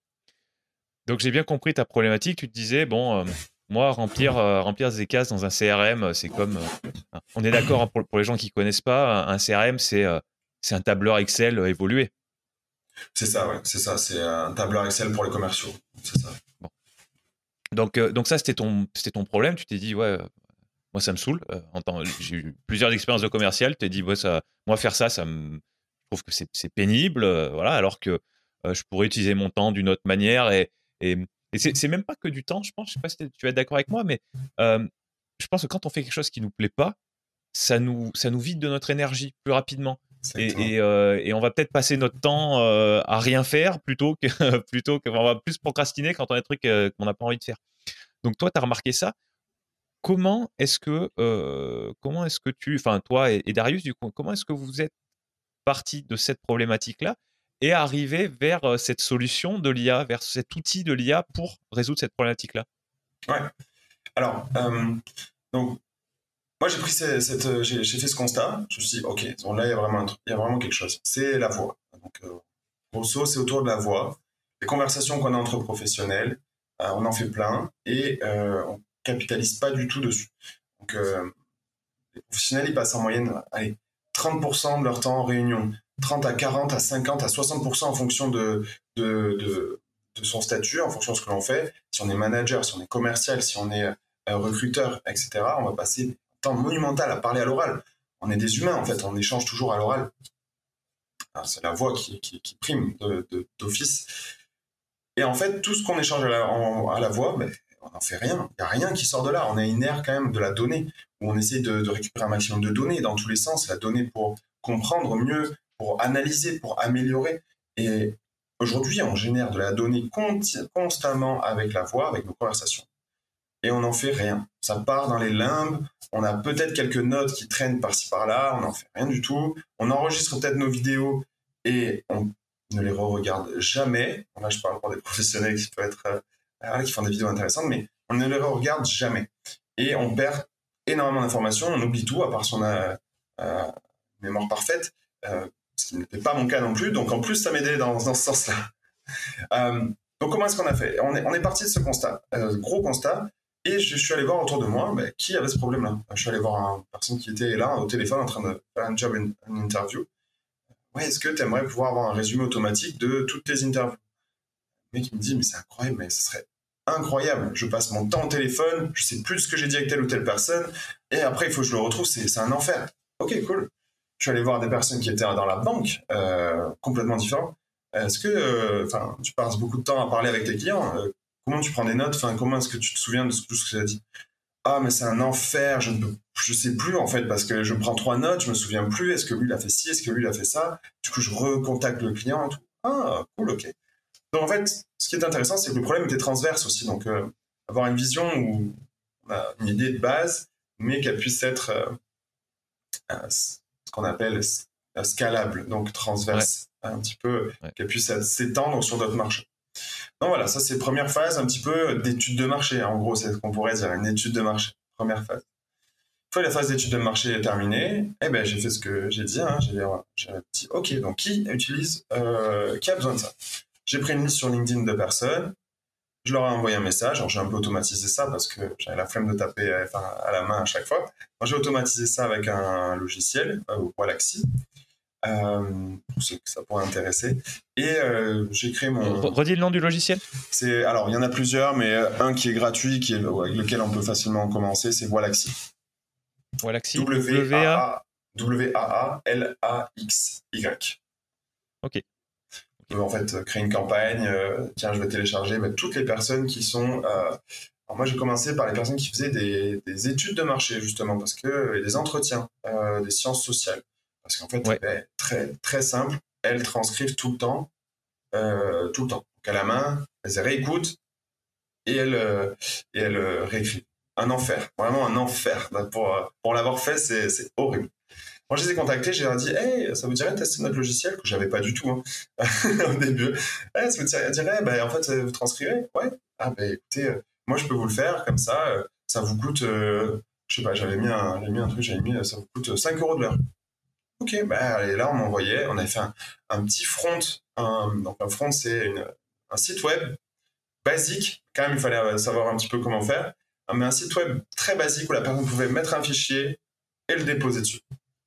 Donc j'ai bien compris ta problématique. Tu te disais, bon, euh, moi, remplir, euh, remplir des cases dans un C R M, c'est comme... Euh, on est d'accord, hein, pour, pour les gens qui ne connaissent pas, un C R M, c'est euh, c'est un tableur Excel euh, évolué. C'est ça, ouais. C'est ça. C'est un tableur Excel pour les commerciaux. C'est ça. Bon. Donc, euh, donc ça, c'était ton, c'était ton problème. Tu t'es dit, ouais... Moi, ça me saoule. Euh, en temps, j'ai eu plusieurs expériences de commercial. Tu t'es dit, ouais, ça, moi, faire ça, ça me, je trouve que c'est, c'est pénible. Euh, voilà, alors que euh, je pourrais utiliser mon temps d'une autre manière. Et, et, et c'est, c'est même pas que du temps, je pense. Je sais pas si tu vas être d'accord avec moi, mais euh, je pense que quand on fait quelque chose qui nous plaît pas, ça nous, ça nous vide de notre énergie plus rapidement. Et, et, euh, et on va peut-être passer notre temps euh, à rien faire plutôt que, plutôt que, on va plus procrastiner quand on a des trucs euh, qu'on n'a pas envie de faire. Donc, toi, tu as remarqué ça. Comment est-ce que, euh, comment est-ce que tu, enfin toi et, et Darius, du coup, comment est-ce que vous êtes partis de cette problématique-là et arrivé vers euh, cette solution de l'I A, vers cet outil de l'I A pour résoudre cette problématique-là? Ouais. Alors, euh, donc, moi j'ai pris cette, cette j'ai, j'ai fait ce constat. Je me suis dit, ok, bon, là il y a vraiment un truc, il y a vraiment quelque chose. C'est la voix. Donc, euh, grosso, c'est autour de la voix. Les conversations qu'on a entre professionnels, euh, on en fait plein et euh, on capitalise pas du tout dessus. Donc, euh, les professionnels, ils passent en moyenne, allez, trente pour cent de leur temps en réunion, trente à quarante, à cinquante, à soixante pour cent en fonction de, de, de, de son statut, en fonction de ce que l'on fait. Si on est manager, si on est commercial, si on est euh, recruteur, et cetera, on va passer un temps monumental à parler à l'oral. On est des humains, en fait, on échange toujours à l'oral. Alors, c'est la voix qui, qui, qui prime de, de, d'office. Et en fait, tout ce qu'on échange à la, en, à la voix, ben, on n'en fait rien. Il n'y a rien qui sort de là. On a une ère quand même de la donnée, où on essaie de, de récupérer un maximum de données dans tous les sens, la donnée pour comprendre mieux, pour analyser, pour améliorer. Et aujourd'hui, on génère de la donnée conti- constamment avec la voix, avec nos conversations. Et on n'en fait rien. Ça part dans les limbes, on a peut-être quelques notes qui traînent par-ci par-là, on n'en fait rien du tout. On enregistre peut-être nos vidéos et on ne les re-regarde jamais. Là, je parle pour des professionnels qui peuvent être, euh, qui font des vidéos intéressantes, mais on ne les re-regarde jamais. Et on perd énormément d'informations, on oublie tout, à part son euh, euh, mémoire parfaite, euh, ce qui n'était pas mon cas non plus. Donc en plus, ça m'aidait dans, dans ce sens-là. Euh, donc comment est-ce qu'on a fait? On est, on est parti de ce constat, euh, gros constat. Et je suis allé voir autour de moi bah, qui avait ce problème-là. Je suis allé voir une personne qui était là au téléphone en train de faire un job, une, une interview. Ouais, est-ce que tu aimerais pouvoir avoir un résumé automatique de toutes tes interviews? Le mec il me dit, mais c'est incroyable, mais ce serait incroyable. Je passe mon temps au téléphone, je sais plus ce que j'ai dit avec telle ou telle personne, et après il faut que je le retrouve, c'est, c'est un enfer. Ok, cool. Je suis allé voir des personnes qui étaient dans la banque, euh, complètement différentes. Est-ce que enfin, euh, tu passes beaucoup de temps à parler avec tes clients euh, Comment tu prends des notes? Enfin, comment est-ce que tu te souviens de tout ce que tu as dit? Ah, mais c'est un enfer, je ne peux, je sais plus en fait, parce que je prends trois notes, je me souviens plus, est-ce que lui il a fait ci, est-ce que lui il a fait ça? Du coup, je recontacte le client et tout. Ah, cool, ok. Donc en fait, ce qui est intéressant, c'est que le problème était transverse aussi. Donc, euh, avoir une vision où on a une idée de base, mais qu'elle puisse être euh, euh, ce qu'on appelle euh, scalable, donc transverse, ouais. un petit peu, ouais. Qu'elle puisse s'étendre sur d'autres marchés. Donc voilà, ça c'est première phase, un petit peu d'étude de marché. En gros, c'est ce qu'on pourrait dire, une étude de marché. Première phase. Une fois la phase d'étude de marché est terminée, eh ben, j'ai fait ce que j'ai dit. Hein, j'ai, j'ai dit, ok, donc qui utilise, euh, qui a besoin de ça? J'ai pris une liste sur LinkedIn de personnes, je leur ai envoyé un message. Alors j'ai un peu automatisé ça parce que j'avais la flemme de taper enfin, à la main à chaque fois. Moi, j'ai automatisé ça avec un logiciel, euh, Wallaxy. Euh, pour ceux que ça pourrait intéresser. Et euh, j'ai créé mon... Redis le nom du logiciel. C'est, alors, il y en a plusieurs, mais un qui est gratuit, qui est, avec lequel on peut facilement commencer, c'est Wallaxy. Wallaxy. W A A L A X Y. Ok. On peut en fait créer une campagne. Euh, tiens, je vais télécharger bah, toutes les personnes qui sont... Euh... Alors moi, j'ai commencé par les personnes qui faisaient des, des études de marché, justement, parce que et des entretiens, euh, des sciences sociales. Parce qu'en fait, ouais. ben, très, très simple, elles transcrivent tout le temps, euh, tout le temps. Donc à la main, elles réécoutent et elles, euh, et elles euh, réécrivent. Un enfer, vraiment un enfer. Pour, pour l'avoir fait, c'est, c'est horrible. Moi, je les ai contactés, je leur ai dit, hey, ça vous dirait de tester notre logiciel, que j'avais pas du tout hein, au début. Hey, ça vous dirait, ben, en fait, vous transcrivez? Ouais. Ah, ben écoutez, euh, moi, je peux vous le faire comme ça. Euh, ça vous coûte, euh, je sais pas, j'avais mis un, j'avais mis un truc, j'avais mis, ça vous coûte cinq euros de l'heure. Ok, bah, et là, on m'envoyait, on avait fait un, un petit front. Un, donc, un front, c'est une, un site web basique. Quand même, il fallait savoir un petit peu comment faire. Mais un site web très basique où la personne pouvait mettre un fichier et le déposer dessus.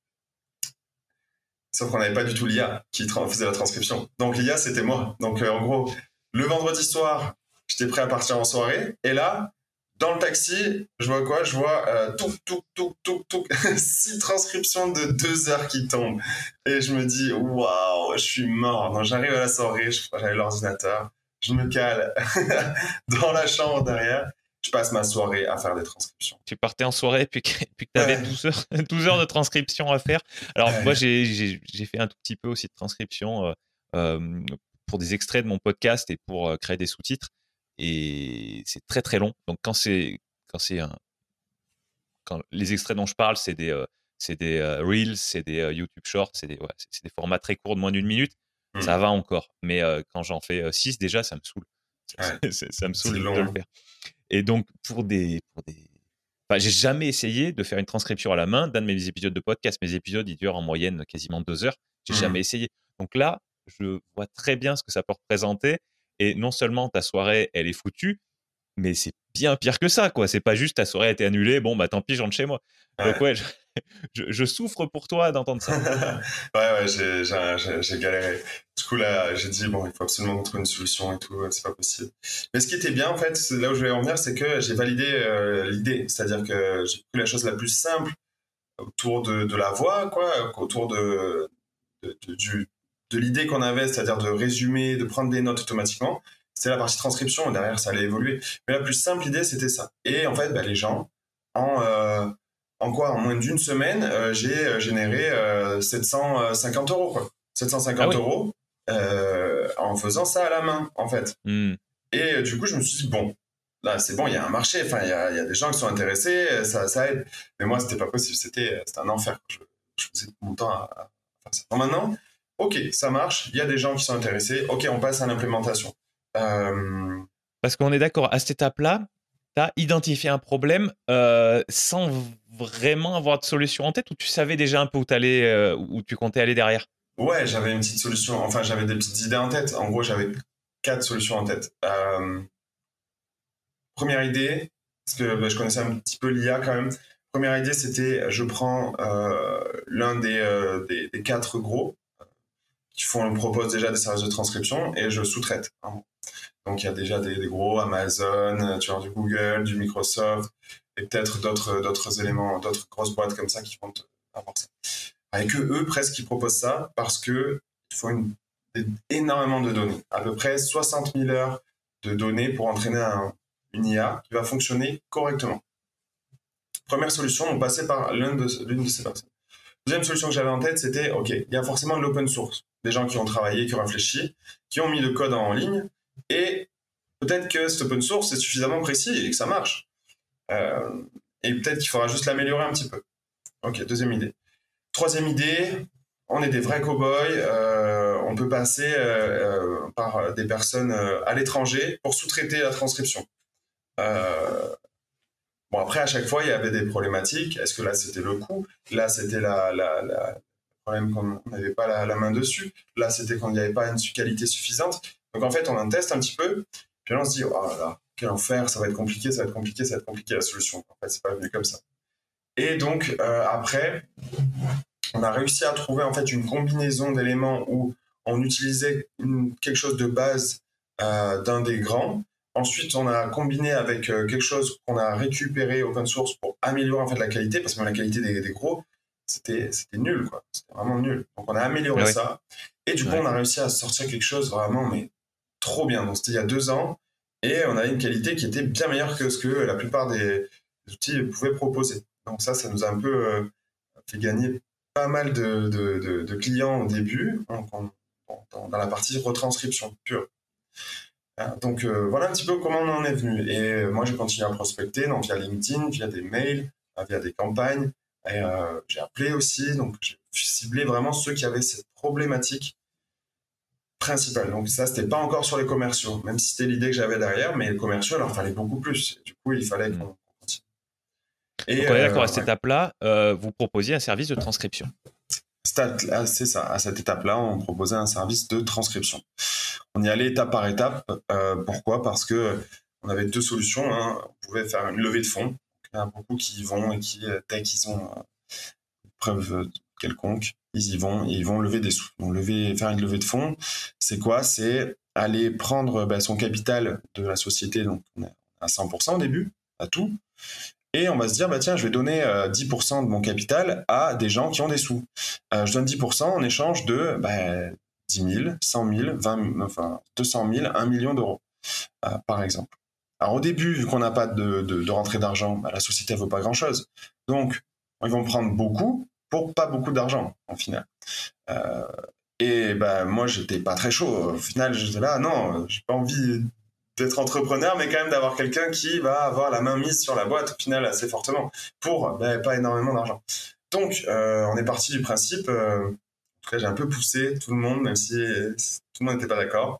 Sauf qu'on n'avait pas du tout l'I A qui tra- faisait la transcription. Donc, l'I A, c'était moi. Donc, euh, en gros, le vendredi soir, j'étais prêt à partir en soirée. Et là, dans le taxi, je vois quoi? Je vois euh, tout, tout, tout, tout, tout, six transcriptions de deux heures qui tombent. Et je me dis, waouh, je suis mort. Donc j'arrive à la soirée, j'avais l'ordinateur, je me cale dans la chambre derrière. Je passe ma soirée à faire des transcriptions. Tu partais en soirée puis que, puis que tu avais ouais. douze heures, douze heures de transcription à faire. Alors ouais. moi, j'ai, j'ai, j'ai fait un tout petit peu aussi de transcription euh, euh, pour des extraits de mon podcast et pour euh, créer des sous-titres. Et c'est très très long. Donc quand c'est quand c'est un quand les extraits dont je parle, c'est des euh, c'est des euh, reels, c'est des euh, YouTube Shorts, c'est des ouais, c'est, c'est des formats très courts de moins d'une minute. Mmh. Ça va encore. Mais euh, quand j'en fais six déjà, ça me saoule. Ça, ouais. ça, ça me saoule de le faire. Et donc pour des pour des enfin, j'ai jamais essayé de faire une transcription à la main d'un de mes épisodes de podcast. Mes épisodes, ils durent en moyenne quasiment deux heures. J'ai mmh. jamais essayé. Donc là, je vois très bien ce que ça peut représenter. Et non seulement ta soirée, elle est foutue, mais c'est bien pire que ça, quoi. C'est pas juste ta soirée a été annulée, bon, bah tant pis, je rentre chez moi. Ouais. Donc ouais, je, je, je souffre pour toi d'entendre ça. ouais, ouais, j'ai, j'ai, j'ai galéré. Du coup, là, j'ai dit, bon, il faut absolument trouver une solution et tout, c'est pas possible. Mais ce qui était bien, en fait, c'est là où je vais en venir, c'est que j'ai validé euh, l'idée. C'est-à-dire que j'ai pris la chose la plus simple autour de, de la voix, quoi, autour de, de, de, du, de l'idée qu'on avait, c'est-à-dire de résumer, de prendre des notes automatiquement. C'était la partie transcription, et derrière, ça allait évoluer. Mais la plus simple idée, c'était ça. Et en fait, bah, les gens, en, euh, en quoi, en moins d'une semaine, euh, j'ai généré euh, sept cent cinquante euros, quoi. sept cent cinquante ah oui. euros. Euh, euh, en faisant ça à la main, en fait. Mm. Et euh, du coup, je me suis dit, bon, là, c'est bon, il y a un marché, enfin, il y a, il y a des gens qui sont intéressés, ça, ça aide. Mais moi, c'était pas possible, c'était, c'était un enfer. Je, je faisais mon temps à, à faire ça. Donc maintenant, ok, ça marche, il y a des gens qui sont intéressés, ok, on passe à l'implémentation. Euh... Parce qu'on est d'accord, à cette étape-là, tu as identifié un problème euh, sans vraiment avoir de solution en tête, ou tu savais déjà un peu où, t'allais, euh, où tu comptais aller derrière? Ouais, j'avais une petite solution, enfin, j'avais des petites idées en tête. En gros, j'avais quatre solutions en tête. Euh... Première idée, parce que bah, je connaissais un petit peu l'I A quand même. Première idée, c'était je prends euh, l'un des, euh, des, des quatre gros qui font, proposent déjà des services de transcription et je sous-traite. Hein. Donc il y a déjà des, des gros Amazon, tu vois, du Google, du Microsoft et peut-être d'autres, d'autres éléments, d'autres grosses boîtes comme ça qui vont avoir ça. Avec eux, eux presque, ils proposent ça parce qu'il faut une, énormément de données. À peu près soixante mille heures de données pour entraîner un, une I A qui va fonctionner correctement. Première solution, on passait par l'une de, l'une de ces personnes. Deuxième solution que j'avais en tête, c'était, OK, il y a forcément de l'open source. Des gens qui ont travaillé, qui ont réfléchi, qui ont mis le code en ligne, et peut-être que cet open source est suffisamment précis et que ça marche. Euh, et peut-être qu'il faudra juste l'améliorer un petit peu. OK, deuxième idée. Troisième idée, on est des vrais cow-boys, euh, on peut passer euh, euh, par des personnes euh, à l'étranger pour sous-traiter la transcription. Euh, bon, après, à chaque fois, il y avait des problématiques. Est-ce que là, c'était le coût? Là, c'était la, la, la... le problème qu'on n'avait pas la, la main dessus. Là, c'était quand il n'y avait pas une qualité suffisante. Donc, en fait, on en teste un petit peu. Puis là, on se dit, oh là là, quel enfer, ça va être compliqué, ça va être compliqué, ça va être compliqué la solution. En fait, c'est pas venu comme ça. Et donc, euh, après, on a réussi à trouver en fait une combinaison d'éléments où on utilisait une, quelque chose de base euh, d'un des grands. Ensuite, on a combiné avec euh, quelque chose qu'on a récupéré open source pour améliorer en fait la qualité, parce que la qualité des, des gros, c'était, c'était nul, quoi. C'était vraiment nul. Donc, on a amélioré Ouais. ça. Et du coup, Ouais. on a réussi à sortir quelque chose vraiment, mais trop bien. Donc, c'était il y a deux ans. Et on avait une qualité qui était bien meilleure que ce que la plupart des outils pouvaient proposer. Donc, ça, ça nous a un peu euh, fait gagner pas mal de, de, de, de clients au début, en, en, en, dans la partie retranscription pure. Donc euh, voilà un petit peu comment on en est venu. Et euh, moi, j'ai continué à prospecter donc, via LinkedIn, via des mails, via des campagnes. Et euh, j'ai appelé aussi, donc j'ai ciblé vraiment ceux qui avaient cette problématique principale. Donc ça, c'était pas encore sur les commerciaux, même si c'était l'idée que j'avais derrière, mais les commerciaux, il leur fallait beaucoup plus. Et du coup, il fallait qu'on continue. Et donc on est d'accord, euh, à cette ouais. étape-là, euh, vous proposiez un service de transcription. C'est ça, à cette étape-là, on proposait un service de transcription. On y allait étape par étape. Euh, pourquoi? Parce que on avait deux solutions. Hein. On pouvait faire une levée de fonds. Il y en a beaucoup qui y vont et qui, dès qu'ils ont euh, une preuve quelconque, ils y vont et ils vont lever des sous. Donc, lever, faire une levée de fonds, c'est quoi? C'est aller prendre bah, son capital de la société, donc on est à cent pour cent au début, à tout. Et on va se dire, bah tiens, je vais donner euh, dix pour cent de mon capital à des gens qui ont des sous. Euh, je donne dix pour cent en échange de bah, dix mille, cent mille, vingt, enfin, deux cent mille, un million d'euros, euh, par exemple. Alors au début, vu qu'on n'a pas de, de, de rentrée d'argent, bah, la société ne vaut pas grand-chose. Donc, ils vont prendre beaucoup pour pas beaucoup d'argent, en final. Euh, et bah, moi, j'étais pas très chaud. Au final, j'étais là, non, j'ai pas envie d'être entrepreneur, mais quand même d'avoir quelqu'un qui va avoir la main mise sur la boîte au final assez fortement pour bah, pas énormément d'argent. Donc, euh, on est parti du principe, euh, en tout cas j'ai un peu poussé tout le monde, même si tout le monde n'était pas d'accord,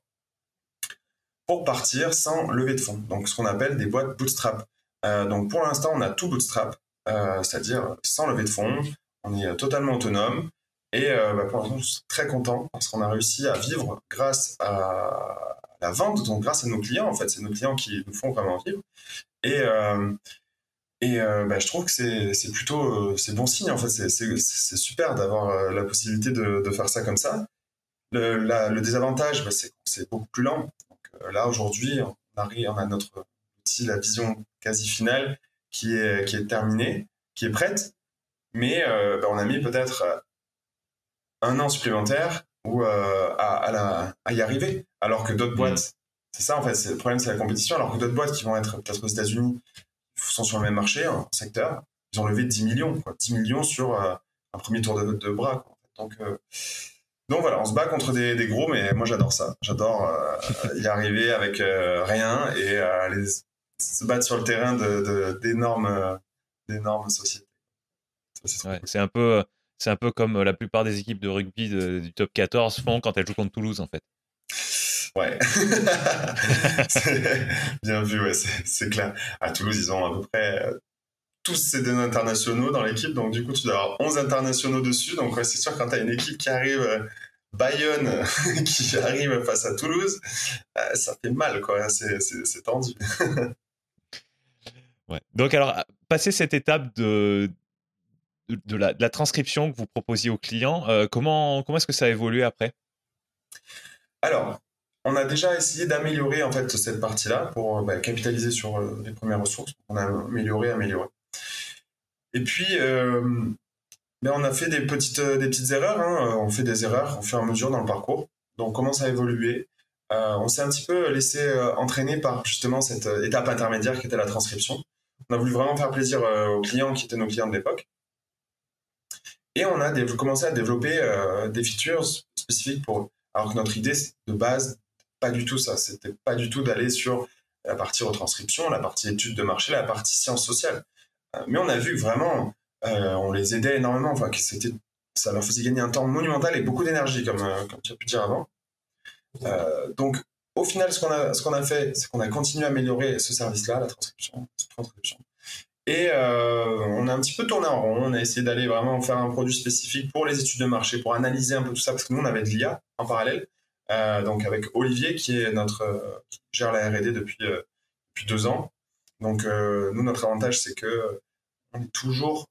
pour partir sans levée de fonds. Donc, ce qu'on appelle des boîtes bootstrap. Euh, donc, pour l'instant, on a tout bootstrap, euh, c'est-à-dire sans levée de fonds, on est totalement autonome. Et euh, bah, pour l'instant, je suis très content parce qu'on a réussi à vivre grâce à la vente, donc grâce à nos clients, en fait, c'est nos clients qui nous font vraiment vivre. Et, euh, et euh, bah, je trouve que c'est, c'est plutôt euh, c'est bon signe, en fait, c'est, c'est, c'est super d'avoir euh, la possibilité de, de faire ça comme ça. Le, la, le désavantage, bah, c'est que c'est beaucoup plus lent. Donc, euh, là, aujourd'hui, on, arrive, on a notre outil, la vision quasi finale, qui est, qui est terminée, qui est prête, mais euh, bah, on a mis peut-être un an supplémentaire ou euh, à, à, la, à y arriver, alors que d'autres boîtes, mmh. c'est ça en fait, c'est, le problème c'est la compétition, alors que d'autres boîtes qui vont être peut-être aux États-Unis sont sur le même marché, un secteur, ils ont levé dix millions, quoi, dix millions sur euh, un premier tour de, de bras. Quoi. Donc, euh, Donc voilà, on se bat contre des, des gros, mais moi j'adore ça. J'adore euh, y arriver avec euh, rien et euh, aller se battre sur le terrain de, de, d'énormes, euh, d'énormes sociétés. Ça, c'est, ouais, c'est un peu, c'est un peu comme la plupart des équipes de rugby de, du top quatorze font quand elles jouent contre Toulouse, en fait. Ouais, c'est bien vu, ouais, c'est, c'est clair. À Toulouse, ils ont à peu près euh, tous ces deux internationaux dans l'équipe, donc du coup, tu dois avoir onze internationaux dessus. Donc ouais, c'est sûr, quand tu as une équipe qui arrive, euh, Bayonne, qui arrive face à Toulouse, euh, ça fait mal, quoi. C'est, c'est, c'est tendu. Ouais. Donc alors, passer cette étape de, de, de, la, de la transcription que vous proposiez aux clients, euh, comment, comment est-ce que ça a évolué après? Alors, on a déjà essayé d'améliorer en fait cette partie-là pour bah, capitaliser sur euh, les premières ressources. On a amélioré, amélioré. Et puis, euh, ben, on a fait des petites, euh, des petites erreurs. Hein. On fait des erreurs au fur et à mesure dans le parcours. Donc, on commence à évoluer. Euh, on s'est un petit peu laissé euh, entraîner par justement cette euh, étape intermédiaire qui était la transcription. On a voulu vraiment faire plaisir euh, aux clients qui étaient nos clients de l'époque. Et on a dé- commencé à développer euh, des features spécifiques pour eux. Alors que notre idée, de base, pas du tout ça. C'était pas du tout d'aller sur la partie retranscription, la partie études de marché, la partie sciences sociales. Euh, mais on a vu que vraiment, euh, on les aidait énormément. Enfin, que c'était, ça leur faisait gagner un temps monumental et beaucoup d'énergie, comme, euh, comme tu as pu dire avant. Euh, donc, au final, ce qu'on a, ce qu'on a fait, c'est qu'on a continué à améliorer ce service-là, la transcription, cette transcription. Et euh, on a un petit peu tourné en rond. On a essayé d'aller vraiment faire un produit spécifique pour les études de marché, pour analyser un peu tout ça, parce que nous, on avait de l'I A en parallèle. Euh, donc, avec Olivier, qui est notre, euh, qui gère la R et D depuis, euh, depuis deux ans. Donc, euh, nous, notre avantage, c'est que on est toujours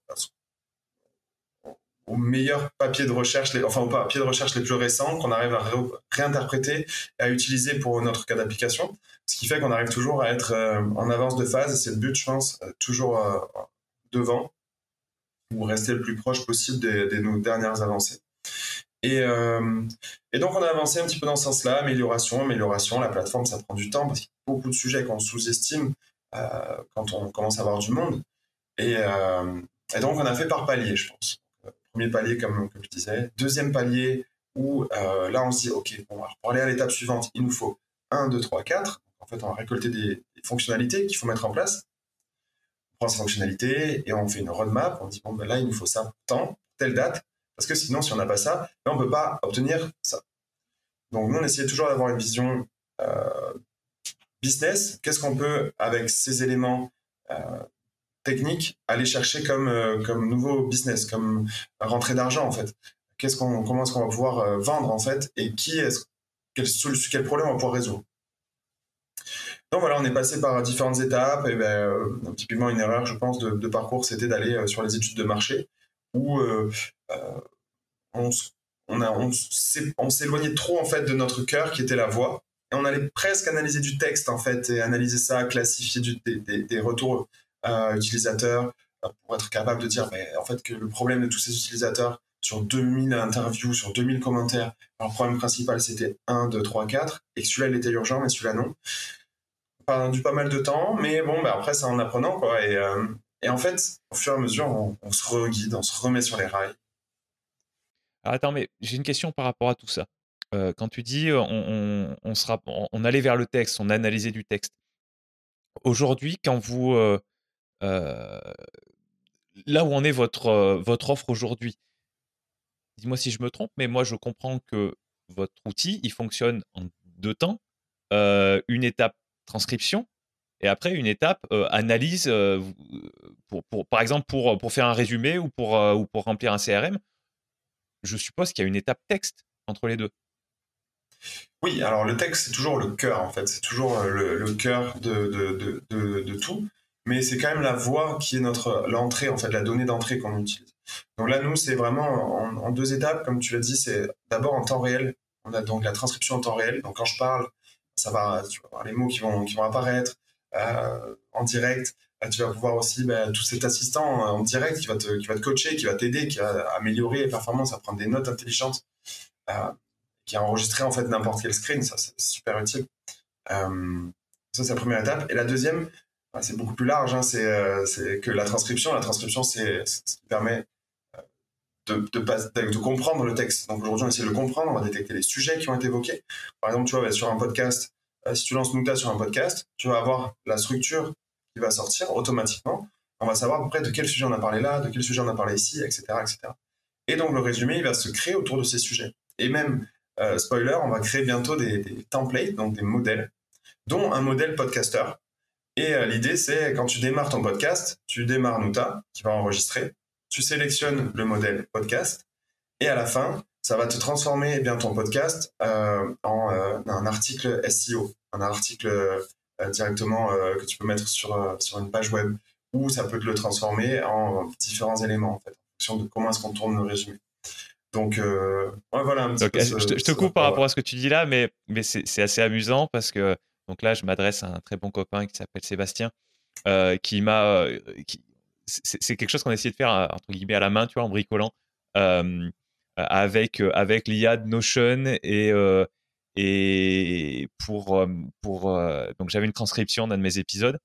aux meilleurs papiers de recherche, les, enfin aux papiers de recherche les plus récents qu'on arrive à ré réinterpréter et à utiliser pour notre cas d'application. Ce qui fait qu'on arrive toujours à être euh, en avance de phase, et c'est le but, je pense, euh, toujours euh, devant, ou rester le plus proche possible de, de nos dernières avancées. Et, euh, et donc on a avancé un petit peu dans ce sens-là, amélioration, amélioration, la plateforme ça prend du temps parce qu'il y a beaucoup de sujets qu'on sous-estime euh, quand on commence à avoir du monde. Et, euh, et donc on a fait par palier, je pense. Premier palier, comme, comme je disais. Deuxième palier, où euh, là, on se dit, OK, bon, alors pour aller à l'étape suivante, il nous faut un, deux, trois, quatre. En fait, on va récolter des, des fonctionnalités qu'il faut mettre en place. On prend ces fonctionnalités et on fait une roadmap. On dit, bon, ben là, il nous faut ça, tant, telle date. Parce que sinon, si on n'a pas ça, ben, on ne peut pas obtenir ça. Donc, nous, on essayait toujours d'avoir une vision euh, business. Qu'est-ce qu'on peut, avec ces éléments euh, technique aller chercher comme, euh, comme nouveau business, comme rentrée d'argent en fait. Qu'est-ce qu'on, comment est-ce qu'on va pouvoir euh, vendre en fait et qui est-ce, quel, quel problème on va pouvoir résoudre. Donc voilà, on est passé par différentes étapes et ben, euh, typiquement une erreur je pense de, de parcours c'était d'aller euh, sur les études de marché où euh, euh, on, on, a, on, on s'éloignait trop en fait de notre cœur qui était la voix et on allait presque analyser du texte en fait et analyser ça, classifier du, des, des, des retours euh, utilisateurs euh, pour être capable de dire ben, en fait que le problème de tous ces utilisateurs sur deux mille interviews, sur deux mille commentaires, leur problème principal c'était un, deux, trois, quatre et que celui-là il était urgent mais celui-là non. Ça a perdu pas mal de temps mais bon ben, après c'est en apprenant quoi et, euh, et en fait au fur et à mesure on, on se reguide, on se remet sur les rails. Alors, attends, mais j'ai une question par rapport à tout ça. Euh, quand tu dis on, on, on, sera, on, on allait vers le texte, on analysait du texte. Aujourd'hui, quand vous... Euh, euh, là où en est votre, euh, votre offre aujourd'hui, dis-moi si je me trompe, mais moi je comprends que votre outil, il fonctionne en deux temps. Euh, une étape transcription et après une étape euh, analyse, euh, pour, pour, par exemple pour, pour faire un résumé ou pour, euh, ou pour remplir un C R M. Je suppose qu'il y a une étape texte entre les deux. Oui, alors le texte, c'est toujours le cœur, en fait. C'est toujours euh, le, le cœur de, de, de, de, de tout. Mais c'est quand même la voix qui est notre l'entrée, en fait, la donnée d'entrée qu'on utilise. Donc là, nous, c'est vraiment en, en deux étapes, comme tu l'as dit, c'est d'abord en temps réel. On a donc la transcription en temps réel. Donc quand je parle, ça va, tu vas voir les mots qui vont, qui vont apparaître euh, en direct. Là, tu vas pouvoir aussi bah, tout cet assistant en direct qui va te, qui va te coacher, qui va t'aider, qui va améliorer les performances, à prendre des notes intelligentes. Euh, qui a enregistré en fait n'importe quel screen, ça c'est super utile. Euh, ça c'est la première étape. Et la deuxième, c'est beaucoup plus large, hein, c'est, euh, c'est que la transcription. La transcription, c'est, c'est ce qui permet de, de, de, de comprendre le texte. Donc aujourd'hui, on essaie de le comprendre, on va détecter les sujets qui ont été évoqués. Par exemple, tu vois, sur un podcast, euh, si tu lances Nuta sur un podcast, tu vas avoir la structure qui va sortir automatiquement. On va savoir à peu près de quel sujet on a parlé là, de quel sujet on a parlé ici, et cetera, et cetera. Et donc, le résumé, il va se créer autour de ces sujets. Et même, euh, spoiler, on va créer bientôt des, des templates, donc des modèles, dont un modèle podcaster. Et euh, l'idée, c'est quand tu démarres ton podcast, tu démarres Nuta, qui va enregistrer, tu sélectionnes le modèle podcast, et à la fin, ça va te transformer eh bien, ton podcast euh, en euh, un article S E O, un article euh, directement euh, que tu peux mettre sur, euh, sur une page web, ou ça peut te le transformer en différents éléments, en fait, en fonction de comment est-ce qu'on tourne le résumé. Donc, euh, ouais, voilà un petit donc, peu ce, je te, je te coupe ce par rapport à ce que tu dis là, mais, mais c'est, c'est assez amusant parce que donc là, je m'adresse à un très bon copain qui s'appelle Sébastien, euh, qui m'a... Euh, qui, c'est, c'est quelque chose qu'on a essayé de faire, entre guillemets, à la main, tu vois, en bricolant, euh, avec, avec l'I A de Notion et... Euh, et pour, pour euh, donc j'avais une transcription d'un de mes épisodes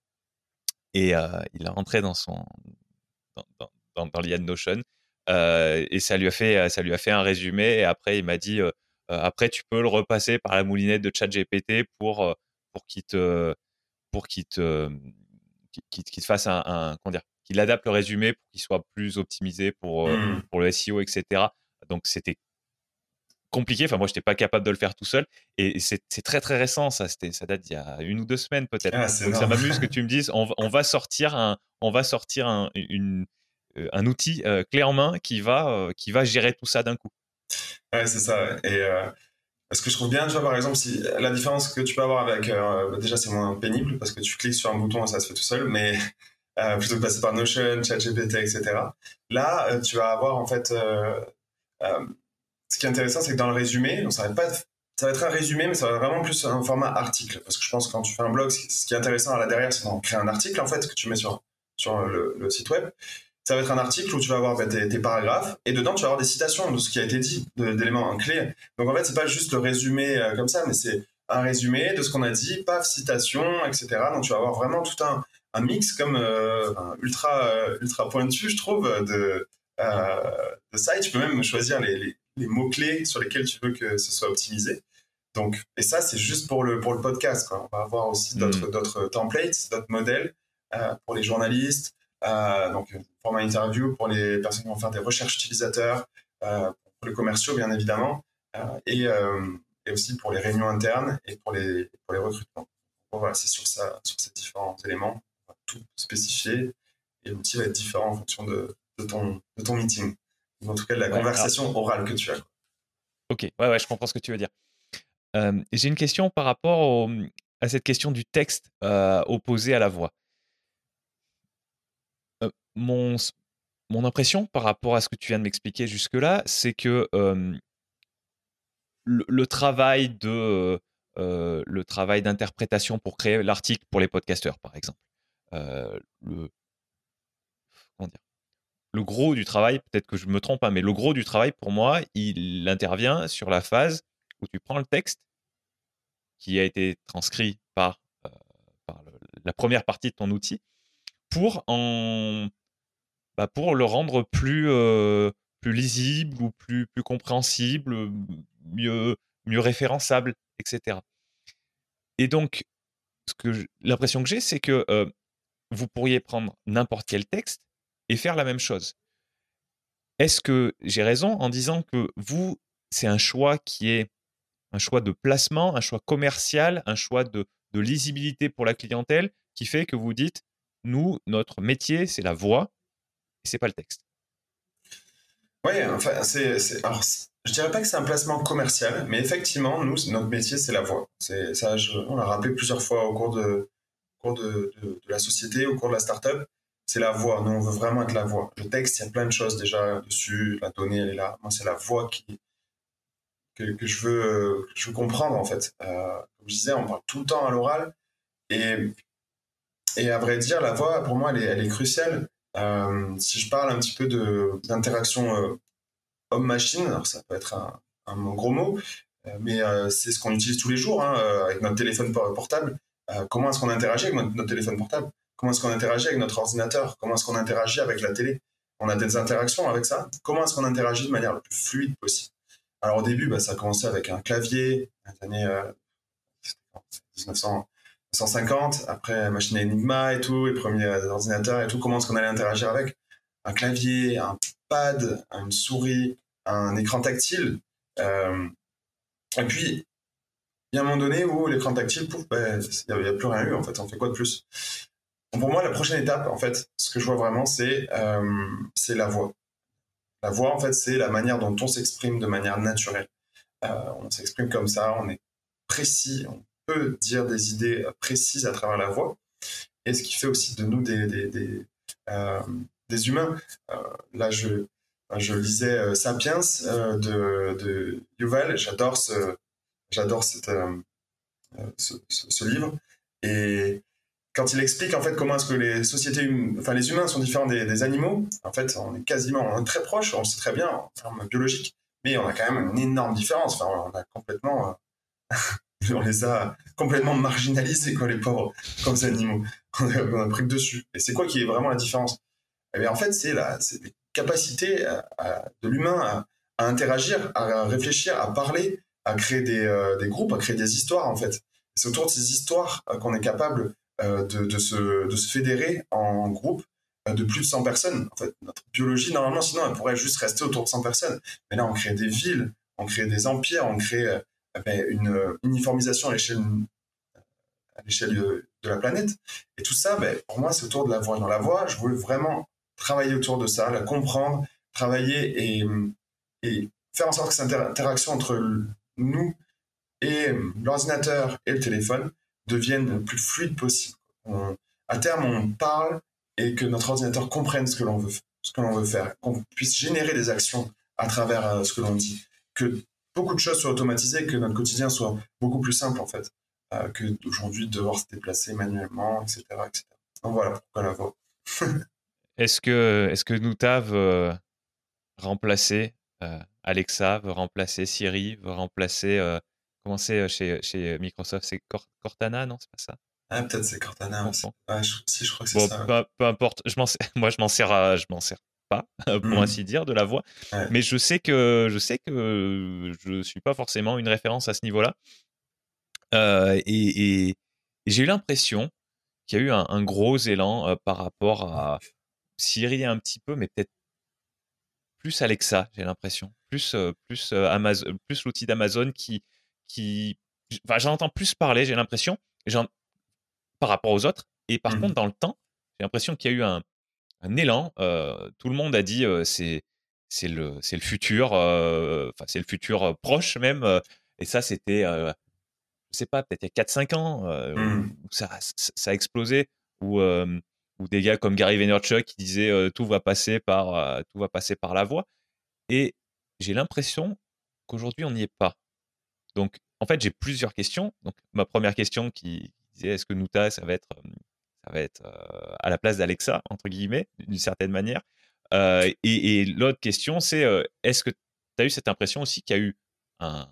et euh, il l'a rentré dans son dans, dans, dans, dans l'I A de Notion euh, et ça lui a fait ça lui a fait un résumé et après il m'a dit euh, après tu peux le repasser par la moulinette de ChatGPT pour pour qu'il te pour qu'il te qu'il, qu'il te fasse un, un comment dire qu'il adapte le résumé pour qu'il soit plus optimisé pour mmh. pour le S E O, et cetera. Donc c'était compliqué. Enfin, moi, je n'étais pas capable de le faire tout seul. Et c'est, c'est très, très récent, ça. C'était, ça date d'il y a une ou deux semaines, peut-être. Ah, c'est Donc, énorme. ça m'amuse que tu me dises, on, on va sortir un, on va sortir un, une, euh, un outil euh, clé en main qui va, euh, qui va gérer tout ça d'un coup. Ouais, c'est ça. Ouais. Et euh, ce que je trouve bien, tu vois, par exemple, si la différence que tu peux avoir avec, euh, déjà, c'est moins pénible parce que tu cliques sur un bouton et ça se fait tout seul, mais euh, plutôt que de passer par Notion, ChatGPT, et cetera. Là, euh, tu vas avoir en fait. Euh, euh, ce qui est intéressant, c'est que dans le résumé, donc ça va, pas, ça va être un résumé, mais ça va vraiment plus un format article. Parce que je pense que quand tu fais un blog, ce qui est intéressant à la derrière, c'est d'en créer un article en fait que tu mets sur, sur le, le site web. Ça va être un article où tu vas avoir bah, tes, tes paragraphes et dedans tu vas avoir des citations de ce qui a été dit, de, d'éléments clés. Donc en fait, c'est pas juste le résumé euh, comme ça, mais c'est un résumé de ce qu'on a dit, paf, citation, et cetera. Donc tu vas avoir vraiment tout un, un mix comme euh, ultra, euh, ultra pointu, je trouve, de, euh, de ça. Et tu peux même choisir les, les les mots-clés sur lesquels tu veux que ce soit optimisé. Donc, et ça, c'est juste pour le, pour le podcast, quoi. On va avoir aussi d'autres, mmh. d'autres templates, d'autres modèles euh, pour les journalistes, euh, donc format interview pour les personnes qui vont faire des recherches utilisateurs, euh, pour les commerciaux, bien évidemment, euh, et, euh, et aussi pour les réunions internes et pour les, pour les recrutements. Donc, voilà, c'est sur, ça, sur ces différents éléments, on va tout spécifier et l'outil va être différent en fonction de, de, ton, de ton meeting. En tout cas, de la ouais, conversation alors... orale que tu as. Ok, ouais, ouais, je comprends ce que tu veux dire. Euh, j'ai une question par rapport au, à cette question du texte euh, opposé à la voix. Euh, mon, mon impression par rapport à ce que tu viens de m'expliquer jusque-là, c'est que euh, le, le travail de euh, le travail d'interprétation pour créer l'article pour les podcasteurs, par exemple, euh, le comment dire, le gros du travail, peut-être que je me trompe, hein, mais le gros du travail, pour moi, il intervient sur la phase où tu prends le texte qui a été transcrit par, euh, par le, la première partie de ton outil pour, en, bah, pour le rendre plus, euh, plus lisible ou plus, plus compréhensible, mieux, mieux référençable, et cetera. Et donc, ce que je, l'impression que j'ai, c'est que euh, vous pourriez prendre n'importe quel texte et faire la même chose. Est-ce que j'ai raison en disant que vous, c'est un choix qui est un choix de placement, un choix commercial, un choix de, de lisibilité pour la clientèle qui fait que vous dites, nous, notre métier, c'est la voix et c'est pas le texte? Oui, enfin, c'est, c'est, alors, je dirais pas que c'est un placement commercial, mais effectivement, nous, notre métier, c'est la voix. C'est, ça, je, on l'a rappelé plusieurs fois au cours de, au cours de, de, de la société, au cours de la startup. C'est la voix. Nous, on veut vraiment être la voix. Le texte, il y a plein de choses déjà dessus. La donnée, elle est là. Moi, c'est la voix qui, que, que, je veux, que je veux comprendre, en fait. Euh, comme je disais, on parle tout le temps à l'oral. Et, et à vrai dire, la voix, pour moi, elle est, elle est cruciale. Euh, si je parle un petit peu de, d'interaction euh, homme-machine, alors ça peut être un, un gros mot, euh, mais euh, c'est ce qu'on utilise tous les jours hein, euh, avec notre téléphone portable. Euh, comment est-ce qu'on interagit avec notre, notre téléphone portable? Comment est-ce qu'on interagit avec notre ordinateur? Comment est-ce qu'on interagit avec la télé? on a des interactions avec ça. Comment est-ce qu'on interagit de manière la plus fluide possible? Alors au début, bah, ça a commencé avec un clavier, dans les années euh, dix-neuf cent cinquante, après machine à Enigma et tout, les premiers ordinateurs et tout. Comment est-ce qu'on allait interagir avec un clavier, un pad, une souris, un écran tactile. Euh, et puis, il y a un moment donné où l'écran tactile, pouf, ben, il n'y a, a plus rien eu, en fait. On fait quoi de plus? Donc, pour moi, la prochaine étape, en fait, ce que je vois vraiment, c'est euh, c'est la voix. La voix, en fait, c'est la manière dont on s'exprime de manière naturelle. Euh, on s'exprime comme ça, on est précis, on peut dire des idées précises à travers la voix. Et ce qui fait aussi de nous des, des, des, euh, des humains. Euh, là, je, je lisais euh, Sapiens euh, de, de Yuval. J'adore ce, j'adore cette, euh, ce, ce, ce livre. Et quand il explique en fait comment est-ce que les sociétés, hum... enfin les humains sont différents des, des animaux, en fait, on est quasiment, on est très proches, on le sait très bien en termes biologiques, mais on a quand même une énorme différence. Enfin, on a complètement, euh... on les a complètement marginalisés, quoi, les pauvres, comme ces animaux. On a, on a pris que dessus. Et c'est quoi qui est vraiment la différence? Eh bien, en fait, c'est la, c'est les capacités à, à, de l'humain à, à interagir, à réfléchir, à parler, à créer des, euh, des groupes, à créer des histoires, en fait. C'est autour de ces histoires euh, qu'on est capable euh, de, de, se, de se fédérer en groupe euh, de plus de cent personnes. En fait, notre biologie, normalement, sinon, elle pourrait juste rester autour de cent personnes. Mais là, on crée des villes, on crée des empires, on crée euh, ben, une uniformisation à l'échelle, à l'échelle de, de la planète. Et tout ça, ben, pour moi, c'est autour de la voix. Dans la voix, je veux vraiment travailler autour de ça, la comprendre, travailler et, et faire en sorte que cette interaction entre nous et l'ordinateur et le téléphone devienne le plus fluide possible. On, à terme, on parle et que notre ordinateur comprenne ce que l'on veut, ce que l'on veut faire, qu'on puisse générer des actions à travers euh, ce que l'on dit, que beaucoup de choses soient automatisées, que notre quotidien soit beaucoup plus simple en fait, euh, que d'aujourd'hui devoir se déplacer manuellement, et cetera, et cetera. Donc voilà pourquoi la voix. Est-ce que, est-ce que Nuta veut remplacer euh, Alexa, veut remplacer Siri, veut remplacer euh, comment c'est chez, chez Microsoft, c'est Cortana, non, c'est pas ça? Ah, peut-être c'est Cortana aussi. Ouais, je, si, je crois que c'est bon, ça. Peu, peu importe, je m'en sais, moi je m'en sers, à, je m'en sers pas, pour mmh. ainsi dire, de la voix, ouais. Mais je sais que je sais que je suis pas forcément une référence à ce niveau-là, euh, et, et, et j'ai eu l'impression qu'il y a eu un, un gros élan euh, par rapport à Siri un petit peu, mais peut-être plus Alexa, j'ai l'impression, plus euh, plus euh, Amazon, plus l'outil d'Amazon qui qui, enfin, j'en entends plus parler, j'ai l'impression, j'en, par rapport aux autres. Et par mmh. contre, dans le temps, j'ai l'impression qu'il y a eu un, un élan. Euh, tout le monde a dit euh, c'est c'est le c'est le futur, enfin euh, c'est le futur euh, proche même. Euh, et ça, c'était, euh, je sais pas, peut-être il y a quatre cinq ans euh, mmh. où ça, ça ça a explosé. Où euh, ou des gars comme Gary Vaynerchuk qui disaient euh, tout va passer par euh, tout va passer par la voix. Et j'ai l'impression qu'aujourd'hui on n'y est pas. Donc en fait j'ai plusieurs questions. Donc ma première question qui disait est-ce que Nuta ça va être ça va être euh, à la place d'Alexa entre guillemets d'une certaine manière. Euh, et, et l'autre question c'est euh, est-ce que tu as eu cette impression aussi qu'il y a eu un,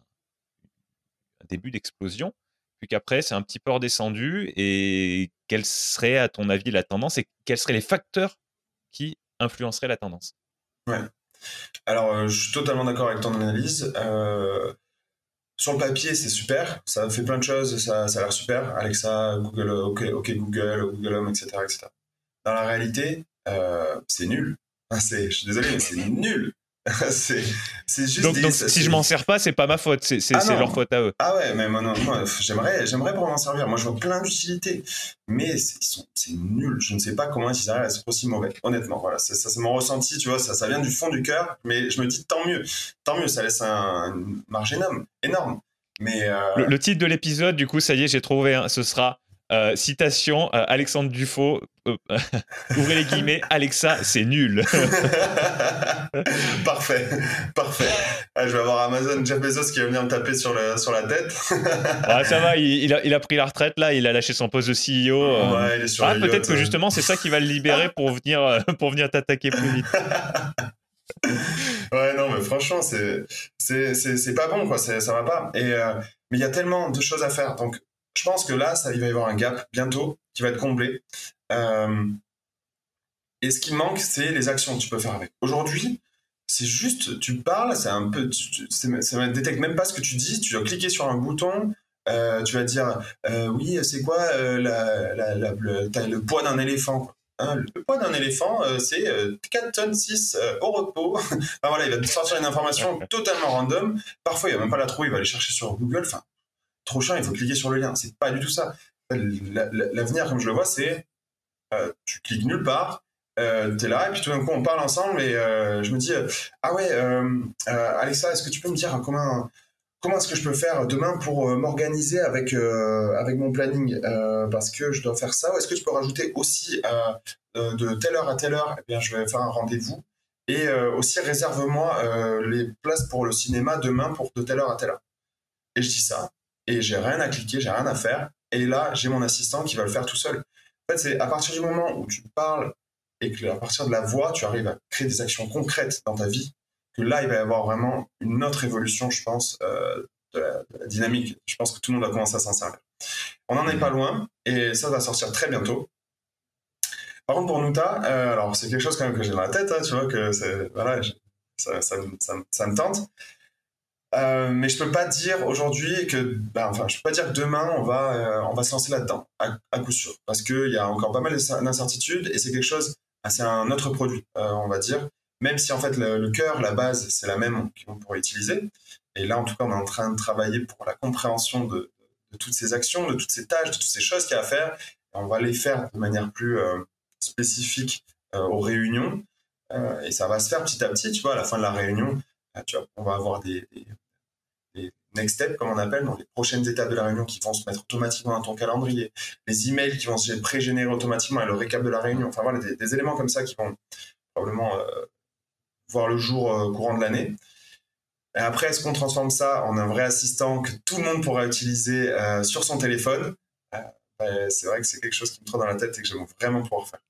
un début d'explosion puis qu'après c'est un petit peu redescendu, et quelle serait à ton avis la tendance et quels seraient les facteurs qui influenceraient la tendance? Ouais. Alors euh, je suis totalement d'accord avec ton analyse. Euh, sur le papier c'est super, ça fait plein de choses, ça, ça a l'air super, Alexa, Google, OK, OK Google, Google Home, et cetera, et cetera. Dans la réalité, euh, c'est nul. C'est, je suis désolé, mais c'est nul. c'est, c'est juste donc, des, donc ça, si c'est... je m'en sers pas, c'est pas ma faute, c'est, c'est, ah c'est leur faute à eux. Ah ouais, mais moi, non, moi j'aimerais, j'aimerais pouvoir m'en servir. Moi, je vois plein d'utilités, mais c'est, ils sont, c'est nul. Je ne sais pas comment ils arrivent à être aussi mauvais. Honnêtement, voilà, c'est, ça, c'est mon ressenti, tu vois, ça, ça vient du fond du cœur, mais je me dis tant mieux, tant mieux, ça laisse un, une marge énorme, énorme. Mais euh... le, le titre de l'épisode, du coup, ça y est, j'ai trouvé, hein, ce sera euh, citation euh, Alexandre Dufaux, euh, ouvrez les guillemets, Alexa, c'est nul. Parfait, parfait. Ah, je vais avoir Amazon, Jeff Bezos qui va venir me taper sur, le, sur la tête. Ouais, ça va, il, il, a, il a pris la retraite là, il a lâché son poste de C E O. Euh... Ouais, il est sur ah, le peut-être yacht, que justement c'est ça qui va le libérer pour venir, euh, pour venir t'attaquer plus vite. Ouais, non, mais franchement, c'est, c'est, c'est, c'est pas bon, quoi, c'est, ça va pas. Et, euh, mais il y a tellement de choses à faire. Donc, je pense que là, ça, il va y avoir un gap bientôt qui va être comblé. Euh, Et ce qui manque, c'est les actions que tu peux faire avec. Aujourd'hui, c'est juste, tu parles, c'est un peu, tu, ça ne détecte même pas ce que tu dis, tu vas cliquer sur un bouton, euh, tu vas dire, euh, oui, c'est quoi euh, la, la, la, le, le poids d'un éléphant, hein, le poids d'un éléphant, euh, c'est euh, quatre tonnes six euh, au repos. Enfin, voilà, il va te sortir une information totalement random. Parfois, il va même pas la trouver, il va aller chercher sur Google. Enfin, trop chiant, il faut cliquer sur le lien. C'est pas du tout ça. L'avenir, comme je le vois, c'est euh, tu cliques nulle part, euh, t'es là, et puis tout d'un coup, on parle ensemble, et euh, je me dis, euh, ah ouais, euh, euh, Alexa, est-ce que tu peux me dire comment, comment est-ce que je peux faire demain pour euh, m'organiser avec, euh, avec mon planning, euh, parce que je dois faire ça, ou est-ce que tu peux rajouter aussi euh, de telle heure à telle heure, eh bien, je vais faire un rendez-vous, et euh, aussi réserve-moi euh, les places pour le cinéma demain pour de telle heure à telle heure. Et je dis ça, et j'ai rien à cliquer, j'ai rien à faire, et là, j'ai mon assistant qui va le faire tout seul. En fait, c'est à partir du moment où tu parles et que à partir de la voix, tu arrives à créer des actions concrètes dans ta vie, que là, il va y avoir vraiment une autre évolution, je pense, euh, de, la, de la dynamique. Je pense que tout le monde va commencer à s'en servir. On n'en est pas loin, et ça va sortir très bientôt. Par contre, pour Nuta, euh, alors c'est quelque chose quand même que j'ai dans la tête, hein, tu vois, que c'est, voilà, je, ça, ça, ça, ça me tente. Euh, mais je peux pas dire aujourd'hui que, bah, enfin, je peux pas dire que demain on va, euh, on va se lancer là-dedans, à, à coup sûr, parce qu'il y a encore pas mal d'incertitudes et c'est quelque chose, c'est un autre produit, euh, on va dire, même si en fait le, le cœur, la base, c'est la même qu'on pourrait utiliser. Et là, en tout cas, on est en train de travailler pour la compréhension de, de toutes ces actions, de toutes ces tâches, de toutes ces choses qu'il y a à faire. Et on va les faire de manière plus euh, spécifique euh, aux réunions. Euh, et ça va se faire petit à petit, tu vois, à la fin de la réunion, tu vois, on va avoir des, des, des next steps, comme on appelle, donc les prochaines étapes de la réunion qui vont se mettre automatiquement dans ton calendrier, les emails qui vont se pré-générer automatiquement et le récap de la réunion, enfin voilà, des, des éléments comme ça qui vont probablement euh, voir le jour euh, courant de l'année. Et après, est-ce qu'on transforme ça en un vrai assistant que tout le monde pourra utiliser euh, sur son téléphone? euh, ben, C'est vrai que c'est quelque chose qui me trotte dans la tête et que j'aimerais vraiment pouvoir faire.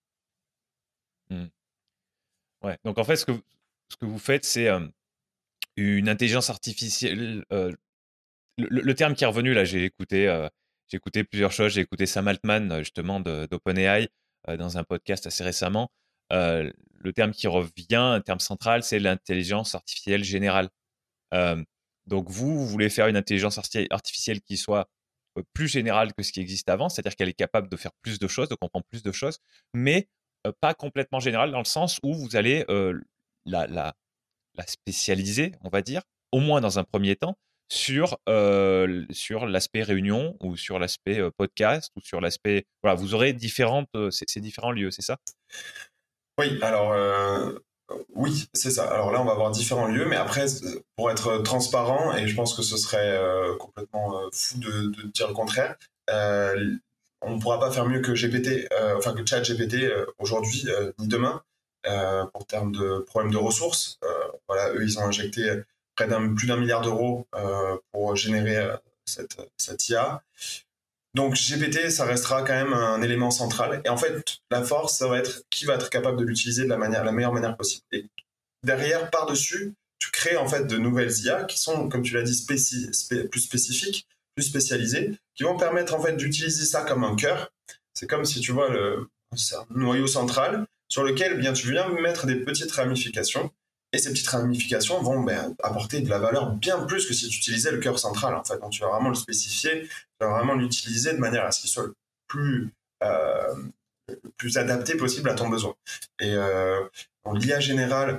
Mmh. Ouais. Donc en fait, ce que, ce que vous faites, c'est euh, une intelligence artificielle. Euh, le, le, terme qui est revenu, là, j'ai écouté, euh, j'ai écouté plusieurs choses. J'ai écouté Sam Altman, justement, d'OpenAI, euh, dans un podcast assez récemment. Euh, le terme qui revient, un terme central, c'est l'intelligence artificielle générale. Euh, donc vous, vous voulez faire une intelligence artificielle qui soit euh, plus générale que ce qui existe avant, c'est-à-dire qu'elle est capable de faire plus de choses, de comprendre plus de choses, mais euh, pas complètement générale dans le sens où vous allez euh, la, la, la spécialiser, on va dire, au moins dans un premier temps, sur, euh, sur l'aspect réunion ou sur l'aspect euh, podcast ou sur l'aspect... Voilà, vous aurez différentes, euh, ces, ces différents lieux, c'est ça? Oui, alors... Euh... Oui, c'est ça. Alors là, on va avoir différents lieux, mais après, pour être transparent, et je pense que ce serait euh, complètement euh, fou de, de dire le contraire, euh, on ne pourra pas faire mieux que G P T, euh, enfin que ChatGPT euh, aujourd'hui euh, ni demain, euh, pour termes de problèmes de ressources. Euh, voilà, eux, ils ont injecté près d'un plus d'un milliard d'euros euh, pour générer euh, cette, cette I A. Donc G P T, ça restera quand même un élément central. Et en fait, la force, ça va être qui va être capable de l'utiliser de la, manière, la meilleure manière possible. Et derrière, par-dessus, tu crées en fait de nouvelles I A qui sont, comme tu l'as dit, spéci- spé- plus spécifiques, plus spécialisées, qui vont permettre en fait d'utiliser ça comme un cœur. C'est comme si tu vois le, un noyau central sur lequel eh bien, tu viens mettre des petites ramifications. Et ces petites ramifications vont ben, apporter de la valeur bien plus que si tu utilisais le cœur central. En fait. Donc tu vas vraiment le spécifier, tu vas vraiment l'utiliser de manière à ce qu'il soit le plus, euh, le plus adapté possible à ton besoin. Et euh, l'I A générale,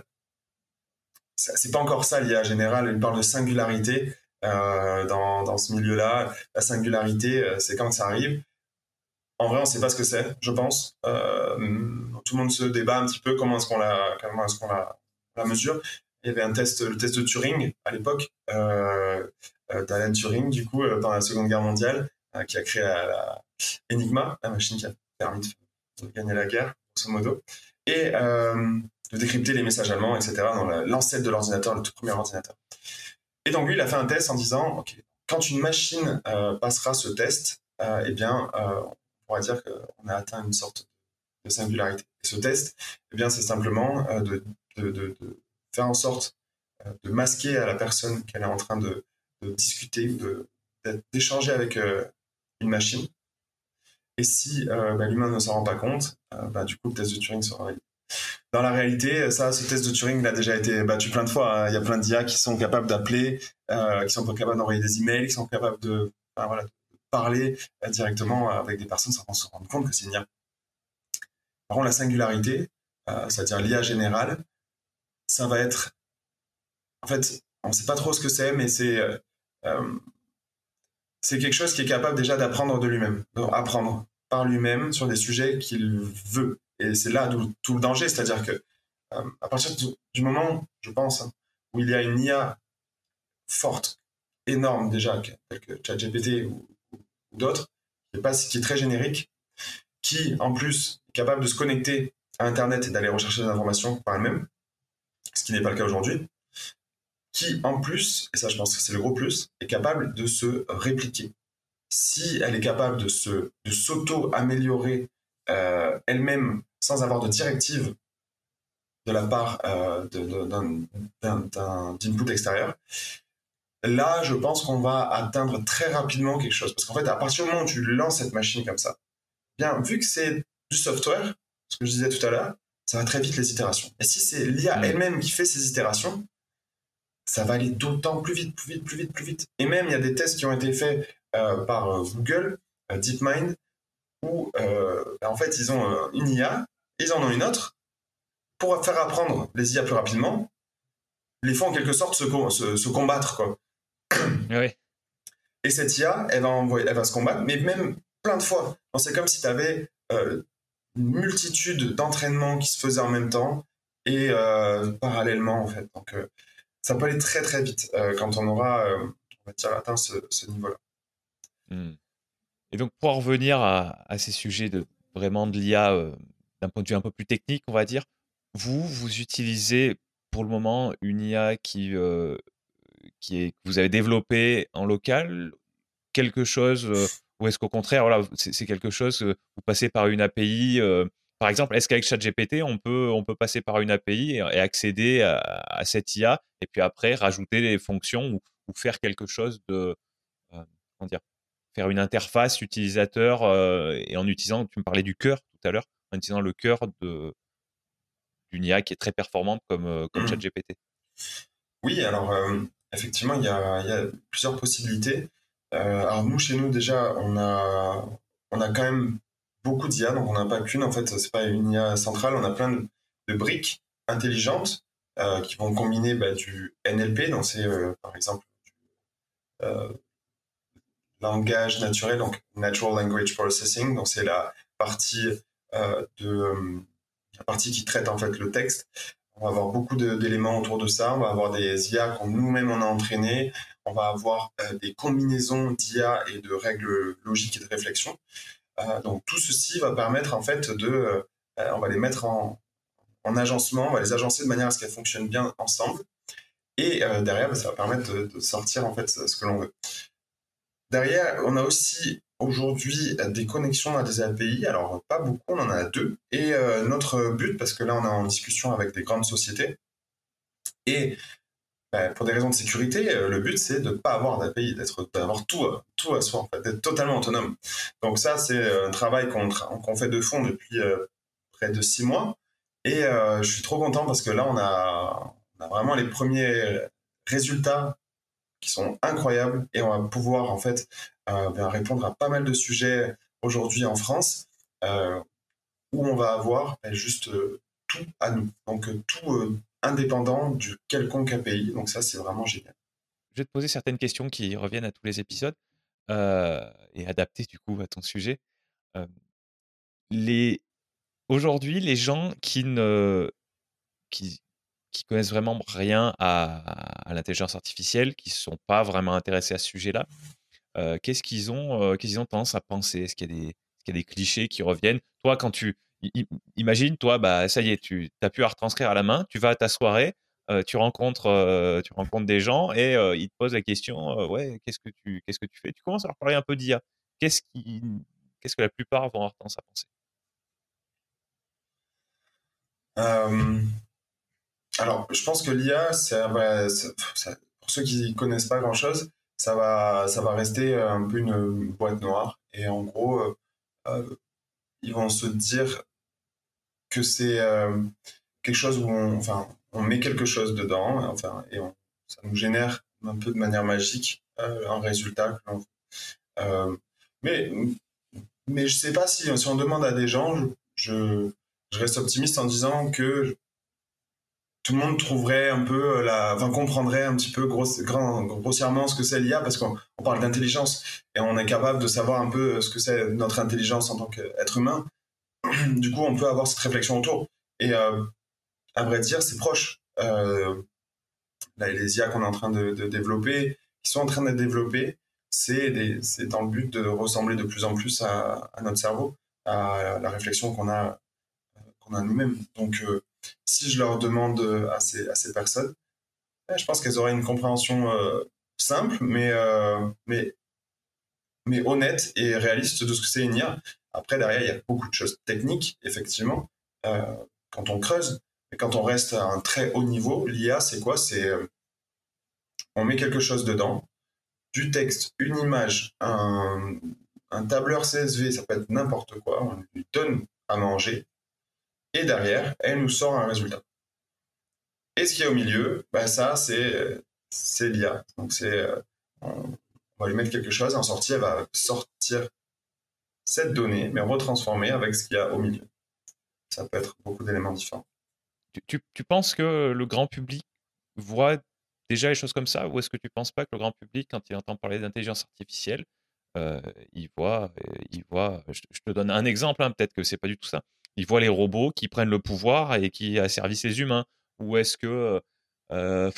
c'est pas encore ça l'I A générale, elle parle de singularité euh, dans, dans ce milieu-là. La singularité, c'est quand ça arrive. En vrai, on ne sait pas ce que c'est, je pense. Euh, tout le monde se débat un petit peu comment est-ce qu'on la, comment est-ce qu'on la, la mesure. Il y avait un test, le test de Turing à l'époque, euh, euh, d'Alan Turing, du coup, euh, pendant la Seconde Guerre mondiale, euh, qui a créé la, la Enigma, la machine qui a permis de, de gagner la guerre, grosso modo, et euh, de décrypter les messages allemands, et cetera, dans l'ancêtre de l'ordinateur, le tout premier ordinateur. Et donc lui, il a fait un test en disant, ok, quand une machine euh, passera ce test, euh, eh bien, euh, on pourra dire qu'on a atteint une sorte de singularité. Et ce test, eh bien, c'est simplement euh, de, de, de, de faire en sorte euh, de masquer à la personne qu'elle est en train de, de discuter ou de, d'échanger avec euh, une machine. Et si euh, bah, l'humain ne s'en rend pas compte, euh, bah, du coup, le test de Turing sera valide. dans la réalité, ça, ce test de Turing il a déjà été battu plein de fois. Hein. Il y a plein d'I A qui sont capables d'appeler, euh, qui sont capables d'envoyer des emails, qui sont capables de, enfin, voilà, de parler euh, directement avec des personnes sans qu'on se rende compte que c'est une I A. Par contre, la singularité, euh, c'est-à-dire l'I A générale, ça va être... En fait, on ne sait pas trop ce que c'est, mais c'est... Euh, c'est quelque chose qui est capable déjà d'apprendre de lui-même, d'apprendre par lui-même sur des sujets qu'il veut. Et c'est là d'où tout le danger, c'est-à-dire que euh, à partir du moment, je pense, hein, où il y a une I A forte, énorme déjà, telle que ChatGPT ou, ou, ou d'autres, qui est, pas, qui est très générique, qui en plus est capable de se connecter à Internet et d'aller rechercher des informations par elle-même, ce qui n'est pas le cas aujourd'hui, qui en plus, et ça je pense que c'est le gros plus, est capable de se répliquer. Si elle est capable de, se, de s'auto-améliorer euh, elle-même sans avoir de directive de la part euh, de, de, d'un, d'un, d'un, d'input extérieur, là, je pense qu'on va atteindre très rapidement quelque chose. Parce qu'en fait, à partir du moment où tu lances cette machine comme ça, bien, vu que c'est du software, ce que je disais tout à l'heure, ça va très vite les itérations. Et si c'est l'I A mmh. elle-même qui fait ces itérations, ça va aller d'autant plus vite, plus vite, plus vite, plus vite. Et même, il y a des tests qui ont été faits euh, par euh, Google, euh, DeepMind, où euh, en fait, ils ont euh, une I A, ils en ont une autre, pour faire apprendre les I A plus rapidement, les font en quelque sorte se, se, se combattre, quoi. Oui. Et cette I A, elle va, envoyer, elle va se combattre, mais même plein de fois. Donc, c'est comme si tu avais euh, une multitude d'entraînements qui se faisaient en même temps et euh, parallèlement, en fait. Donc, euh, ça peut aller très, très vite euh, quand on aura euh, on va dire, atteint ce, ce niveau-là. Mmh. Et donc, pour en revenir à, à ces sujets de vraiment de l'I A euh, d'un point de vue un peu plus technique, on va dire, vous, vous utilisez pour le moment une I A qui, euh, qui est, que vous avez développée en local, quelque chose, euh, ou est-ce qu'au contraire, voilà, c'est, c'est quelque chose, euh, vous passez par une A P I, euh, par exemple, est-ce qu'avec ChatGPT, on peut, on peut passer par une A P I et, et accéder à, à cette I A, et puis après rajouter des fonctions ou, ou faire quelque chose de, euh, comment dire, faire une interface utilisateur euh, et en utilisant, tu me parlais du cœur tout à l'heure, en utilisant le cœur de, d'une I A qui est très performante comme, euh, comme ChatGPT. Oui, alors euh, effectivement, il y a, il y a plusieurs possibilités. Euh, alors nous, chez nous, déjà, on a, on a quand même beaucoup d'I A, donc on n'a pas qu'une, en fait, c'est pas une I A centrale, on a plein de, de briques intelligentes euh, qui vont combiner bah, du N L P, donc c'est euh, par exemple du euh, langage naturel, donc Natural Language Processing, donc c'est la partie euh, de la partie qui traite en fait le texte. On va avoir beaucoup de, d'éléments autour de ça. On va avoir des I A qu'on nous-mêmes on a entraînés. On va avoir euh, des combinaisons d'I A et de règles logiques et de réflexion. Euh, donc tout ceci va permettre en fait de, euh, on va les mettre en, en agencement, on va les agencer de manière à ce qu'elles fonctionnent bien ensemble. Et euh, derrière, ça va permettre de, de sortir en fait ce que l'on veut. Derrière, on a aussi aujourd'hui des connexions à des A P I. Alors, pas beaucoup, on en a deux. Et euh, notre but, parce que là, on est en discussion avec des grandes sociétés, et ben, pour des raisons de sécurité, euh, le but, c'est de ne pas avoir d'A P I, d'être, d'avoir tout, tout à soi, en fait, d'être totalement autonome. Donc ça, c'est un travail qu'on, qu'on fait de fond depuis euh, près de six mois. Et euh, je suis trop content parce que là, on a, on a vraiment les premiers résultats qui sont incroyables et on va pouvoir en fait euh, bien répondre à pas mal de sujets aujourd'hui en France euh, où on va avoir ben, juste euh, tout à nous. Donc euh, tout euh, indépendant du quelconque A P I. Donc ça, c'est vraiment génial. Je vais te poser certaines questions qui reviennent à tous les épisodes euh, et adaptées du coup à ton sujet. Euh, les... Aujourd'hui, les gens qui ne qui, qui connaissent vraiment rien à, à l'intelligence artificielle, qui ne sont pas vraiment intéressés à ce sujet-là, euh, qu'est-ce qu'ils ont, euh, qu'est-ce qu'ils ont tendance à penser? Est-ce qu'il y a des, est-ce qu'il y a des clichés qui reviennent? Toi, quand tu i- imagines, toi, bah ça y est, tu as pu retranscrire à la main, tu vas à ta soirée, euh, tu rencontres, euh, tu rencontres des gens et euh, ils te posent la question, euh, ouais, qu'est-ce que tu, qu'est-ce que tu fais? Tu commences à leur parler un peu d'I A. Qu'est-ce qui, qu'est-ce que la plupart vont avoir tendance à penser? Euh, alors, je pense que l'I A, ça va, ça- ça- pour ceux qui ne connaissent pas grand-chose, ça va, ça va rester un peu une boîte noire. Et en gros, euh, euh, ils vont se dire que c'est euh, quelque chose où on, enfin, on met quelque chose dedans, enfin, et on, ça nous génère un peu de manière magique euh, un résultat. Euh, mais, mais je sais pas si, si on demande à des gens, je, je reste optimiste en disant que tout le monde trouverait un peu la, enfin comprendrait un petit peu gross, grand, grossièrement ce que c'est l'I A, parce qu'on on parle d'intelligence et on est capable de savoir un peu ce que c'est notre intelligence en tant qu'être humain. Du coup, on peut avoir cette réflexion autour. Et euh, à vrai dire, c'est proche. Euh, là, les I A qu'on est en train de, de développer, qui sont en train d'être développées, c'est, des, c'est dans le but de ressembler de plus en plus à, à notre cerveau, à la réflexion qu'on a, qu'on a nous-mêmes. Donc, euh, si je leur demande à ces, à ces personnes, je pense qu'elles auraient une compréhension euh, simple, mais, euh, mais, mais honnête et réaliste de ce que c'est une I A. Après, derrière, il y a beaucoup de choses techniques, effectivement, euh, quand on creuse. Mais quand on reste à un très haut niveau, l'I A, c'est quoi? C'est euh, on met quelque chose dedans, du texte, une image, un, un tableur C S V, ça peut être n'importe quoi, on lui donne à manger, et derrière, elle nous sort un résultat. Et ce qu'il y a au milieu, bah ça, c'est, c'est l'I A. Donc, c'est, on, on va lui mettre quelque chose, et en sortie, elle va sortir cette donnée, mais retransformée avec ce qu'il y a au milieu. Ça peut être beaucoup d'éléments différents. Tu, tu, tu penses que le grand public voit déjà les choses comme ça, ou est-ce que tu ne penses pas que le grand public, quand il entend parler d'intelligence artificielle, euh, il voit, il voit je, je te donne un exemple, hein, peut-être que c'est pas du tout ça, il voit les robots qui prennent le pouvoir et qui asservissent les humains, ou est-ce que euh,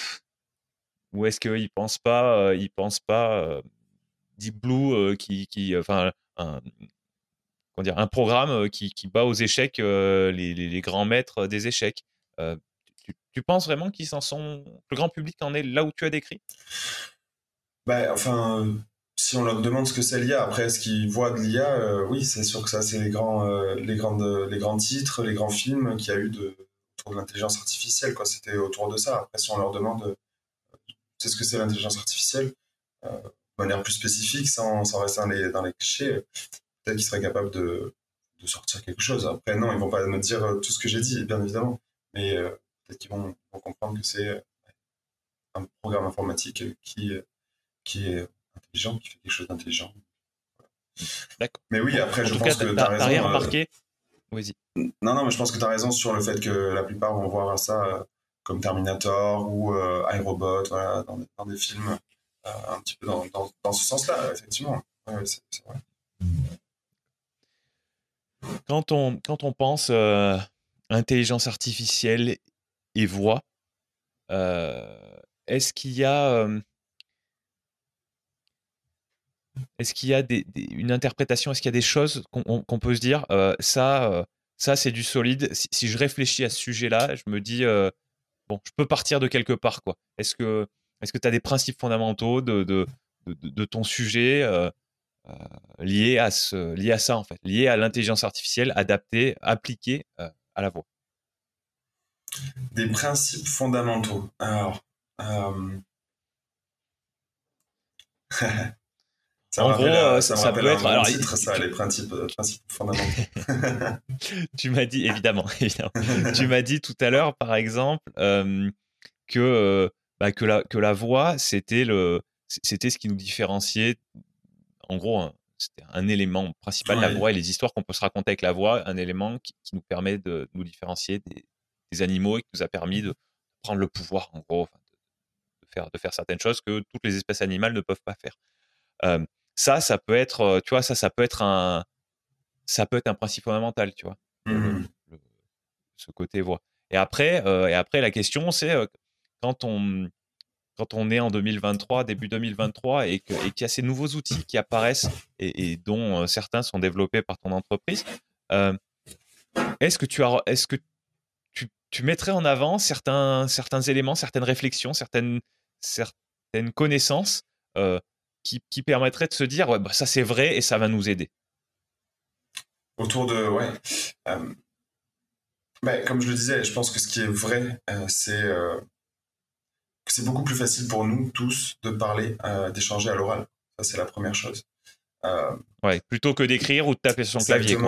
ou est-ce qu'ils pensent pas, euh, ils pensent pas euh, Deep Blue euh, qui, qui, enfin, un, comment dire, un programme euh, qui, qui bat aux échecs euh, les, les, les grands maîtres des échecs. Euh, tu, tu penses vraiment qu'ils en sont, que le grand public en est là où tu as décrit? Bah, enfin, euh, si on leur demande ce que c'est l'I A, après, ce qu'ils voient de l'I A, euh, oui, c'est sûr que ça, c'est les grands, euh, les grandes, les grands titres, les grands films qu'il y a eu de, autour de l'intelligence artificielle, quoi. C'était autour de ça. Après, si on leur demande, euh, c'est ce que c'est l'intelligence artificielle, euh, de manière plus spécifique, sans, sans rester dans les, dans les clichés, euh, peut-être qu'ils seraient capables de, de sortir quelque chose. Après, non, ils vont pas me dire euh, tout ce que j'ai dit, bien évidemment, mais euh, peut-être qu'ils vont, vont comprendre que c'est euh, un programme informatique qui, qui est intelligent, qui fait quelque chose d'intelligent. D'accord. Mais oui, après, En je tout pense cas, que tu t'as, as t'as rien raison. euh, remarqué? Vas-y. Non, non, mais je pense que tu as raison sur le fait que la plupart vont voir ça euh, comme Terminator ou euh, iRobot, voilà, dans, des- dans des films euh, un petit peu dans, dans, dans ce sens-là, effectivement. Ouais, c'est, c'est vrai. Quand on, quand on pense euh, intelligence artificielle et voix, euh, est-ce qu'il y a, euh, est-ce qu'il y a des, des- une interprétation, est-ce qu'il y a des choses qu'on, on- qu'on peut se dire, euh, ça, euh, ça c'est du solide. Si, si je réfléchis à ce sujet-là, je me dis, euh, bon, je peux partir de quelque part, quoi. Est-ce que, est-ce que tu as des principes fondamentaux de, de, de, de- de ton sujet euh, euh, liés à ce, liés à ça, en fait, liés à l'intelligence artificielle adaptée, appliquée euh, à la voix? Des principes fondamentaux. Alors, euh, ça me En rappelle, gros, euh, euh, ça, ça me ça rappelle peut un être. bon Alors, titre, ça, tu, les principes, euh, principes fondamentaux. tu m'as dit, évidemment, évidemment, tu m'as dit tout à l'heure, par exemple, euh, que, euh, bah, que, la, que la voix, c'était le, c'était ce qui nous différenciait. En gros, un, c'était un élément principal, la Oui, voix et les histoires qu'on peut se raconter avec la voix, un élément qui, qui nous permet de nous différencier des, des animaux et qui nous a permis de prendre le pouvoir, en gros, enfin, de, de faire, de faire certaines choses que toutes les espèces animales ne peuvent pas faire. Euh, ça, ça peut être, euh, tu vois, ça, ça peut être un, ça peut être un principe fondamental, tu vois, le, le- Mhm. le- ce côté voix. Et après, euh, et après, la question, c'est euh, quand on, quand on est en deux mille vingt-trois, début deux mille vingt-trois, et que- et qu'il y a ces nouveaux outils qui apparaissent et, et dont euh, certains sont développés par ton entreprise, euh, est-ce que tu as, est-ce que tu, tu mettrais en avant certains, certains éléments, certaines réflexions, certaines, certaines connaissances euh, qui, qui permettraient de se dire, ouais, bah, ça c'est vrai et ça va nous aider. Autour de, ouais. Euh, bah, comme je le disais, je pense que ce qui est vrai, euh, c'est euh, que c'est beaucoup plus facile pour nous tous de parler, euh, d'échanger à l'oral. Ça, c'est la première chose. Euh, Ouais, plutôt que d'écrire ou de taper sur son clavier, quoi, en exactement. gros.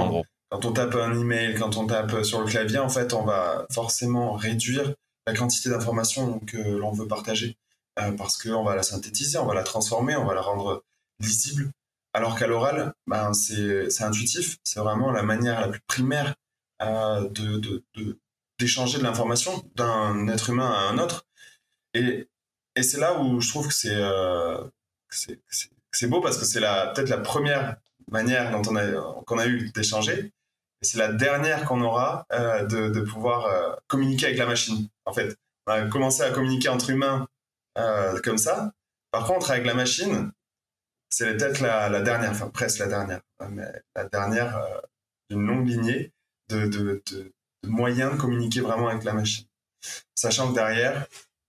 quand on tape un email, quand on tape sur le clavier, en fait, on va forcément réduire la quantité d'informations que l'on veut partager euh, parce qu'on va la synthétiser, on va la transformer, on va la rendre lisible. Alors qu'à l'oral, ben, c'est, c'est intuitif, c'est vraiment la manière la plus primaire euh, de, de, de, d'échanger de l'information d'un être humain à un autre. Et, et c'est là où je trouve que c'est, euh, que c'est, que c'est, que c'est beau parce que c'est la, peut-être la première manière dont on a, qu'on a eu d'échanger. Et c'est la dernière qu'on aura euh, de, de pouvoir euh, communiquer avec la machine. En fait, on a commencé à communiquer entre humains euh, comme ça. Par contre, avec la machine, c'est peut-être la, la dernière, enfin presque la dernière, mais la dernière euh, d'une longue lignée de, de, de, de moyens de communiquer vraiment avec la machine. Sachant que derrière,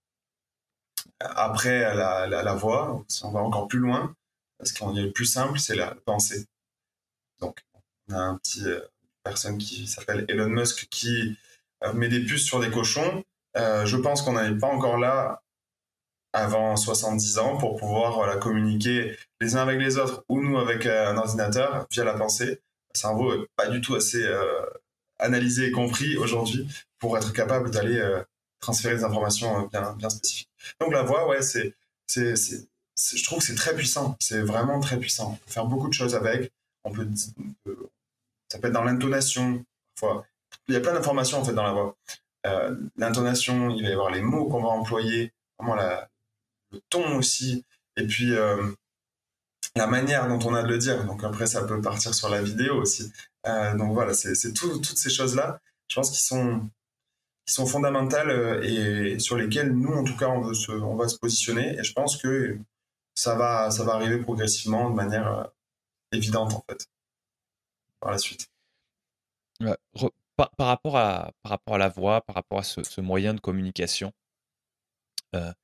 après la, la, la voix, si on va encore plus loin, ce qui est le plus simple, c'est la pensée. Donc, on a un petit euh, personne qui s'appelle Elon Musk qui euh, met des puces sur des cochons. Euh, je pense qu'on n'en est pas encore là avant soixante-dix ans pour pouvoir voilà, communiquer les uns avec les autres ou nous avec euh, un ordinateur via la pensée. Le cerveau n'est pas du tout assez euh, analysé et compris aujourd'hui pour être capable d'aller euh, transférer des informations euh, bien, bien spécifiques. Donc la voix, ouais, c'est, c'est, c'est, c'est, je trouve que c'est très puissant. C'est vraiment très puissant. On peut faire beaucoup de choses avec. On peut, on peut, ça peut être dans l'intonation. Parfois. Il y a plein d'informations en fait dans la voix. Euh, l'intonation, il va y avoir les mots qu'on va employer, vraiment la, le ton aussi, et puis euh, la manière dont on a de le dire. Donc après, ça peut partir sur la vidéo aussi. Euh, donc voilà, c'est, c'est tout, toutes ces choses-là, je pense, qui sont, qui sont fondamentales euh, et sur lesquelles nous, en tout cas, on, veut se, on va se positionner. Et je pense que ça va, ça va arriver progressivement de manière euh, évidente, en fait, par la suite. Ouais, re- par, par rapport à, par rapport à la voix, par rapport à ce, ce moyen de communication, euh,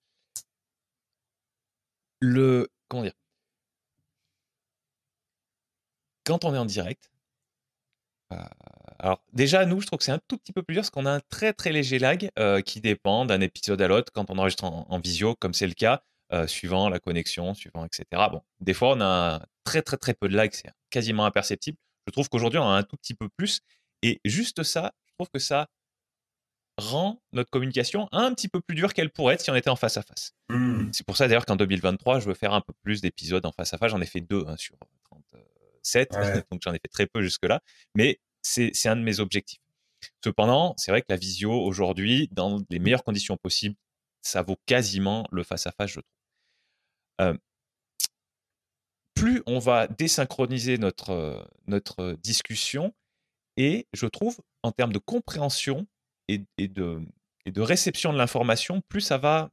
le, comment dire, quand on est en direct, euh, alors déjà, nous, je trouve que c'est un tout petit peu plus dur parce qu'on a un très très léger lag euh, qui dépend d'un épisode à l'autre quand on enregistre en, en visio, comme c'est le cas, euh, suivant la connexion, suivant, et cetera. Bon, des fois, on a très très très peu de lag, c'est quasiment imperceptible. Je trouve qu'aujourd'hui, on a un tout petit peu plus. Et juste ça, je trouve que ça rend notre communication un petit peu plus dure qu'elle pourrait être si on était en face à face. Mmh. C'est pour ça d'ailleurs qu'en deux mille vingt-trois, je veux faire un peu plus d'épisodes en face à face. J'en ai fait deux hein, sur trente-sept, Ouais. donc j'en ai fait très peu jusque-là, mais c'est, c'est un de mes objectifs. Cependant, c'est vrai que la visio aujourd'hui, dans les meilleures conditions possibles, ça vaut quasiment le face à face, je trouve. Euh, plus on va désynchroniser notre, notre discussion, et je trouve, en termes de compréhension et, et, de, et de réception de l'information, plus ça va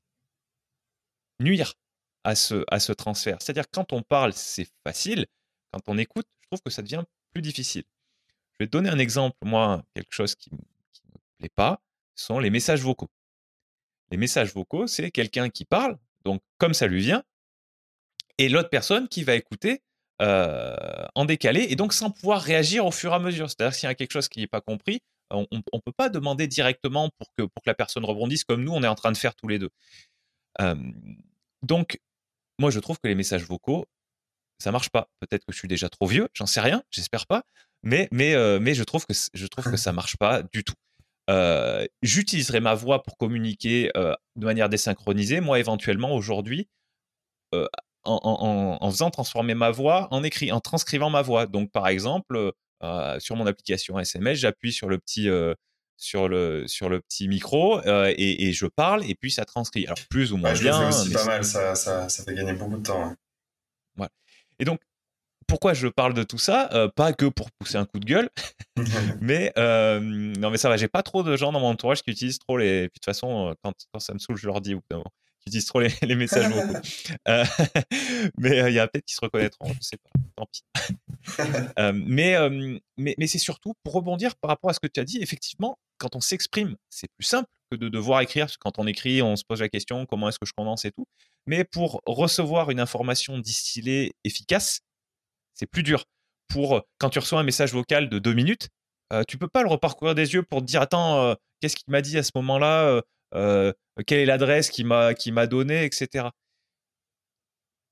nuire à ce, à ce transfert. C'est-à-dire que quand on parle, c'est facile. Quand on écoute, je trouve que ça devient plus difficile. Je vais te donner un exemple, moi, quelque chose qui ne me plaît pas, ce sont les messages vocaux. Les messages vocaux, c'est quelqu'un qui parle, donc comme ça lui vient, et l'autre personne qui va écouter euh, en décalé, et donc sans pouvoir réagir au fur et à mesure. C'est-à-dire s'il y a quelque chose qui n'est pas compris, on ne peut pas demander directement pour que, pour que la personne rebondisse comme nous, on est en train de faire tous les deux. Euh, donc, moi, je trouve que les messages vocaux, ça marche pas. Peut-être que je suis déjà trop vieux, j'en sais rien, j'espère pas, mais, mais, euh, mais je, trouve que, je trouve que ça marche pas du tout. Euh, j'utiliserai ma voix pour communiquer euh, de manière désynchronisée, moi éventuellement aujourd'hui, euh, en, en, en, faisant transformer ma voix en écrit, en transcrivant ma voix. Donc par exemple, euh, sur mon application S M S, j'appuie sur le petit, euh, sur le, sur le petit micro euh, et, et je parle et puis ça transcrit. Alors plus ou moins Ouais, je le fais bien. aussi Mais pas c'est... mal, ça, ça, ça fait gagner beaucoup de temps. Hein. Voilà. Et donc, pourquoi je parle de tout ça euh, Pas que pour pousser un coup de gueule, mais euh, non, mais ça va. J'ai pas trop de gens dans mon entourage qui utilisent trop les. Puis de toute façon, quand, quand ça me saoule, je leur dis au bout d'un moment, qui utilisent trop les, les messages vocaux. Euh, mais il euh, y a peut-être qui se reconnaîtront, je sais pas. Tant pis. euh, mais, euh, mais mais c'est surtout pour rebondir par rapport à ce que tu as dit. Effectivement, quand on s'exprime, c'est plus simple que de devoir écrire. Parce que quand on écrit, on se pose la question comment est-ce que je condense et tout. Mais pour recevoir une information distillée efficace, c'est plus dur. Pour quand tu reçois un message vocal de deux minutes, euh, tu peux pas le reparcourir des yeux pour te dire attends, euh, qu'est-ce qu'il m'a dit à ce moment-là, euh, euh, quelle est l'adresse qu'il m'a qui m'a donnée, et cetera.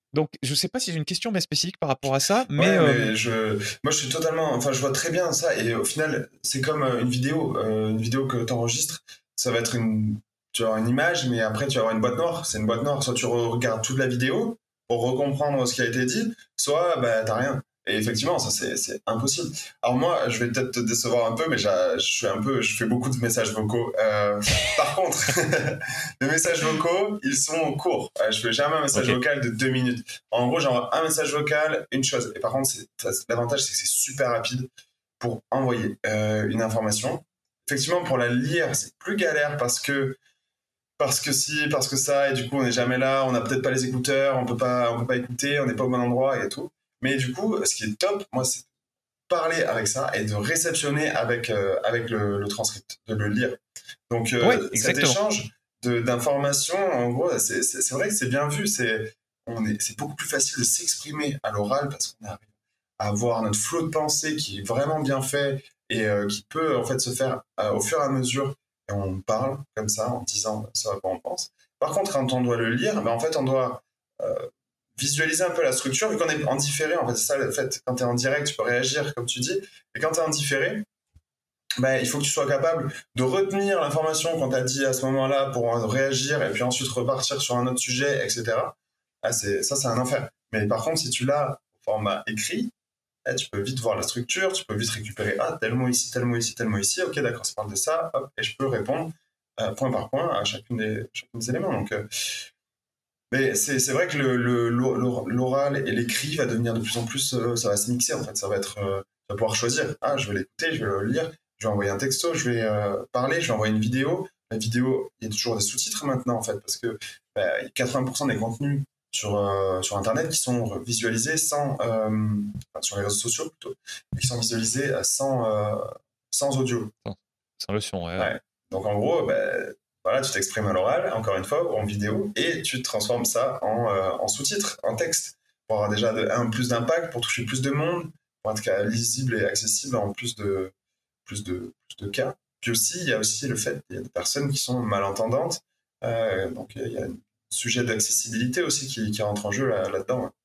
Donc, je sais pas si j'ai une question bien spécifique par rapport à ça, mais, Ouais, euh, mais je, moi je suis totalement, enfin je vois très bien ça et au final c'est comme euh, une vidéo, euh, une vidéo que tu enregistres, ça va être une, tu vas avoir une image, mais après tu vas avoir une boîte noire. C'est une boîte noire, soit tu re- regardes toute la vidéo pour recomprendre ce qui a été dit, soit bah t'as rien. Et effectivement, ça c'est c'est impossible. Alors moi, je vais peut-être te décevoir un peu, mais j'a- je suis un peu, je fais beaucoup de messages vocaux. Euh, par contre, les messages vocaux, ils sont courts. Euh, je fais jamais un message ok, vocal de deux minutes. En gros, j'envoie un message vocal, une chose. Et par contre, c'est, ça- l'avantage, c'est que c'est super rapide pour envoyer euh, une information. Effectivement, pour la lire, c'est plus galère parce que parce que si, parce que ça, et du coup, on n'est jamais là, on n'a peut-être pas les écouteurs, on peut pas, on peut pas écouter, on n'est pas au bon endroit et tout. Mais du coup, ce qui est top, moi, c'est de parler avec ça et de réceptionner avec euh, avec le, le transcript, de le lire. Donc ouais, euh, cet exactement. échange de, d'informations, en gros, c'est, c'est, c'est vrai que c'est bien vu. C'est, on est, c'est beaucoup plus facile de s'exprimer à l'oral parce qu'on arrive à avoir notre flot de pensée qui est vraiment bien fait et euh, qui peut en fait se faire euh, au fur et à mesure. Et on parle comme ça en disant ça à quoi on pense. Par contre, quand on doit le lire, ben, en fait, on doit euh, visualiser un peu la structure vu qu'on est en différé. En fait, c'est ça le fait. Quand tu es en direct, tu peux réagir comme tu dis. Et quand tu es en différé, bah, il faut que tu sois capable de retenir l'information qu'on t'a dit à ce moment-là pour réagir et puis ensuite repartir sur un autre sujet, et cetera. Ah, c'est, ça, c'est un enfer. Mais par contre, si tu l'as au format écrit, eh, tu peux vite voir la structure, tu peux vite récupérer ah, tel mot ici, tel mot ici, tel mot ici. Ok, d'accord, ça parle de ça, hop, et je peux répondre euh, point par point à chacune des, chacune des éléments. Donc, euh, mais c'est, c'est vrai que le, le, l'oral et l'écrit va devenir de plus en plus, euh, ça va se mixer en fait. Ça va être, euh, tu vas pouvoir choisir. Ah, je vais l'écouter, je vais le lire, je vais envoyer un texto, je vais euh, parler, je vais envoyer une vidéo. La vidéo, il y a toujours des sous-titres maintenant en fait, parce que bah, quatre-vingts pour cent des contenus sur, euh, sur Internet qui sont visualisés sans, euh, enfin, sur les réseaux sociaux plutôt, qui sont visualisés euh, sans, euh, sans audio. Sans, sans le son, ouais, ouais. Ouais. Donc en gros, ben, voilà, tu t'exprimes à l'oral, encore une fois, ou en vidéo, et tu transformes ça en, euh, en sous-titres, en texte, pour avoir déjà de, un plus d'impact, pour toucher plus de monde, pour être lisible et accessible en plus de, plus de, plus de cas. Puis aussi, il y a aussi le fait qu'il y a des personnes qui sont malentendantes, euh, donc il y a un sujet d'accessibilité aussi qui, qui rentre en jeu là, là-dedans. Ouais.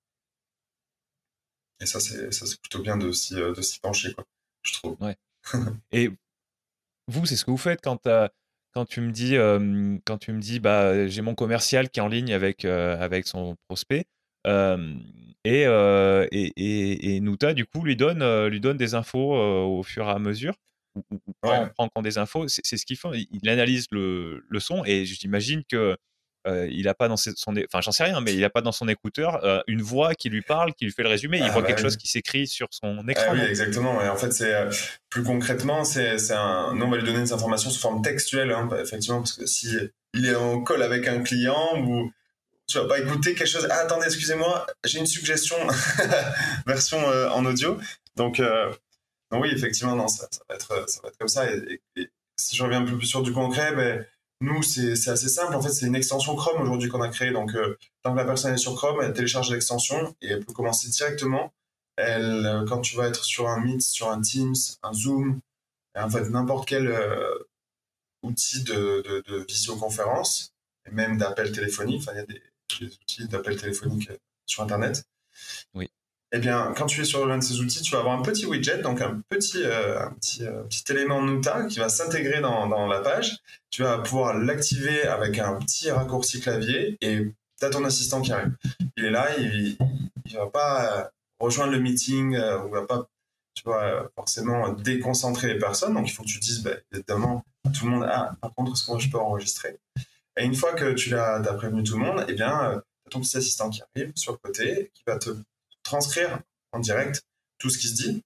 Et ça, c'est, ça, c'est plutôt bien de s'y, de s'y pencher, quoi, je trouve. Ouais. Et vous, c'est ce que vous faites quand, euh, quand tu me dis, euh, quand tu me dis bah, j'ai mon commercial qui est en ligne avec, euh, avec son prospect. euh, et, euh, et, et, et Nuta, du coup, lui donne, euh, lui donne des infos euh, au fur et à mesure, ou, ou- ou prend, Ouais. prend compte des infos. C'est c'est ce qu'il fait. Il, il analyse le, le son et j'imagine que euh, il a pas dans ses- son, é- enfin, j'en sais rien, mais il a pas dans son écouteur euh, une voix qui lui parle, qui lui fait le résumé. Il Ah voit bah quelque chose oui. qui s'écrit sur son Ah écran, oui, non? exactement. Et en fait, c'est euh, plus concrètement, c'est c'est un. Nous, on va lui donner des informations sous forme textuelle, hein, bah, effectivement, parce que si il est en call avec un client ou tu vas pas écouter quelque chose. Ah, attendez, excusez-moi, j'ai une suggestion version euh, en audio. Donc, euh, donc oui, effectivement, non, ça, ça va être ça va être comme ça. Et, et- et si je reviens un peu plus sur du concret, ben nous, c'est c'est assez simple. En fait, c'est une extension Chrome aujourd'hui qu'on a créée. Donc, euh, tant que la personne est sur Chrome, elle télécharge l'extension et elle peut commencer directement. Elle, euh, quand tu vas être sur un Meet, sur un Teams, un Zoom, et en fait, n'importe quel euh, outil de, de, de visioconférence, et même d'appel téléphonique, enfin, il y a des, des outils d'appel téléphonique euh, sur Internet. Oui. Eh bien, quand tu es sur l'un de ces outils, tu vas avoir un petit widget, donc un petit, euh, un petit, euh, petit élément Nuta qui va s'intégrer dans, dans la page. Tu vas pouvoir l'activer avec un petit raccourci clavier et tu as ton assistant qui arrive. Il est là, il ne va pas euh, rejoindre le meeting, euh, ou il va pas, tu vois, euh, forcément déconcentrer les personnes. Donc, il faut que tu dises, bah, évidemment, à tout le monde, ah, par contre, est-ce que je peux enregistrer? Et une fois que tu l'as, t'as prévenu tout le monde, eh bien, euh, t'as ton petit assistant qui arrive sur le côté, qui va te transcrire en direct tout ce qui se dit,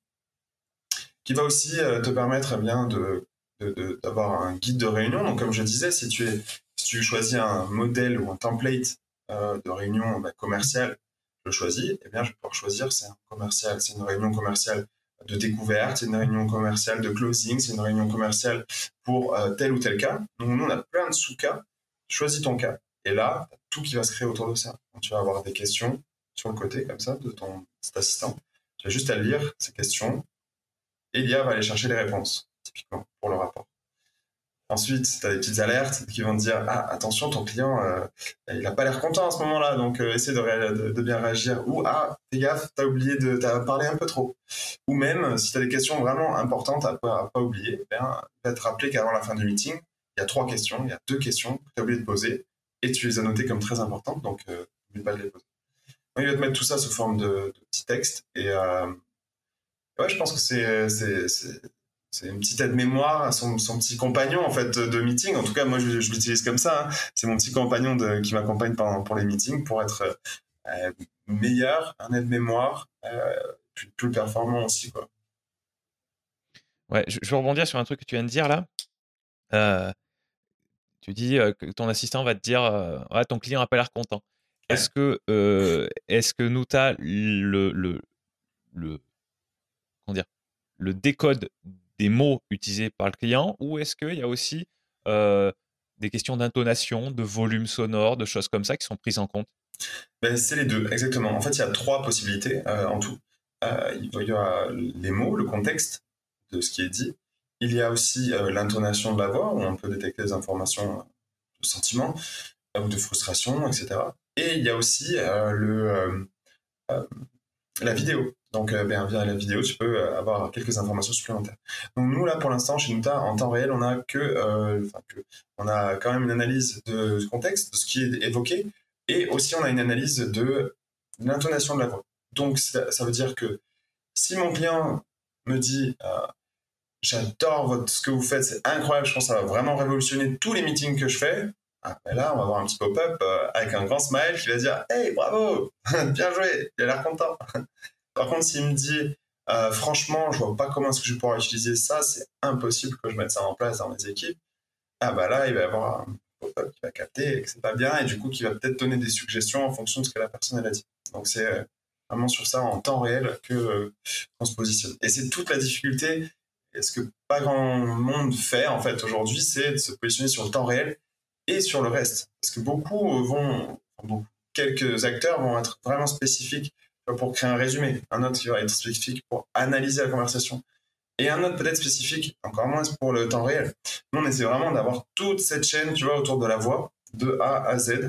qui va aussi euh, te permettre eh bien de, de, de, d'avoir un guide de réunion. Donc, comme je disais, si tu, es, si tu choisis un modèle ou un template euh, de réunion bah, commerciale, je le choisis, eh bien, je vais pouvoir choisir c'est un commercial, c'est une réunion commerciale de découverte, c'est une réunion commerciale de closing, c'est une réunion commerciale pour euh, tel ou tel cas. Donc, nous, on a plein de sous-cas. Choisis ton cas. Et là, tout qui va se créer autour de ça. Donc, tu vas avoir des questions sur le côté, comme ça, de ton cet assistant. Tu as juste à lire ces questions et l'I A va aller chercher les réponses, typiquement, pour le rapport. Ensuite, tu as des petites alertes qui vont te dire « Ah, attention, ton client, euh, il n'a pas l'air content à ce moment-là, donc euh, essaie de, ré- de, de bien réagir. » Ou « Ah, fais gaffe, tu as oublié de t'as parlé un peu trop. » Ou même, si tu as des questions vraiment importantes à ne pas, à pas oublier, ben, il va te rappeler qu'avant la fin du meeting, il y a trois questions, il y a deux questions que tu as oublié de poser, et tu les as notées comme très importantes, donc euh, n'oublie pas de les poser. Donc, il va te mettre tout ça sous forme de, de petits textes, et euh, ouais, je pense que c'est... c'est, c'est c'est une petite aide-mémoire, son, son petit compagnon en fait de meeting. En tout cas, moi je, je l'utilise comme ça. Hein. C'est mon petit compagnon de, qui m'accompagne pendant, pour les meetings pour être euh, meilleur, un aide-mémoire, euh, plus, plus performant aussi, quoi. Ouais, je, je veux rebondir sur un truc que tu viens de dire là. Euh, tu dis euh, que ton assistant va te dire euh, ouais, ton client n'a pas l'air content. Ouais. Est-ce que, euh, est-ce que nous, tu as le, le, le, comment dire, le décode des mots utilisés par le client ou est-ce qu'il y a aussi euh, des questions d'intonation, de volume sonore, de choses comme ça qui sont prises en compte? Ben, c'est les deux, exactement. En fait, il y a trois possibilités euh, en tout. Euh, il y a les mots, le contexte de ce qui est dit. Il y a aussi euh, l'intonation de la voix, où on peut détecter des informations de sentiments euh, ou de frustration, et cetera. Et il y a aussi euh, le, euh, euh, la vidéo. Donc, euh, ben, via la vidéo, tu peux euh, avoir quelques informations supplémentaires. Donc, nous, là, pour l'instant, chez Nuta, en temps réel, on a que, euh, que, on a quand même une analyse de contexte, de ce qui est évoqué, et aussi on a une analyse de l'intonation de la voix. Donc, ça, ça veut dire que si mon client me dit euh, j'adore votre, ce que vous faites, c'est incroyable, je pense que ça va vraiment révolutionner tous les meetings que je fais. Ah, ben là, on va avoir un petit pop-up euh, avec un grand smile qui va dire hey, bravo, bien joué, il a l'air content. Par contre, s'il me dit euh, franchement, je vois pas comment est-ce que je vais pouvoir utiliser ça, c'est impossible que je mette ça en place dans mes équipes. Ah bah là, il va y avoir un pop-up qui va capter que c'est pas bien et du coup qui va peut-être donner des suggestions en fonction de ce que la personne elle a dit. Donc c'est euh, vraiment sur ça en temps réel que euh, qu'on se positionne. Et c'est toute la difficulté. Et ce que pas grand monde fait en fait aujourd'hui, c'est de se positionner sur le temps réel et sur le reste. Parce que beaucoup vont, beaucoup, quelques acteurs vont être vraiment spécifiques pour créer un résumé. Un autre qui va être spécifique pour analyser la conversation. Et un autre peut-être spécifique, encore moins pour le temps réel. Nous, on essaie vraiment d'avoir toute cette chaîne, tu vois, autour de la voix, de A à Z,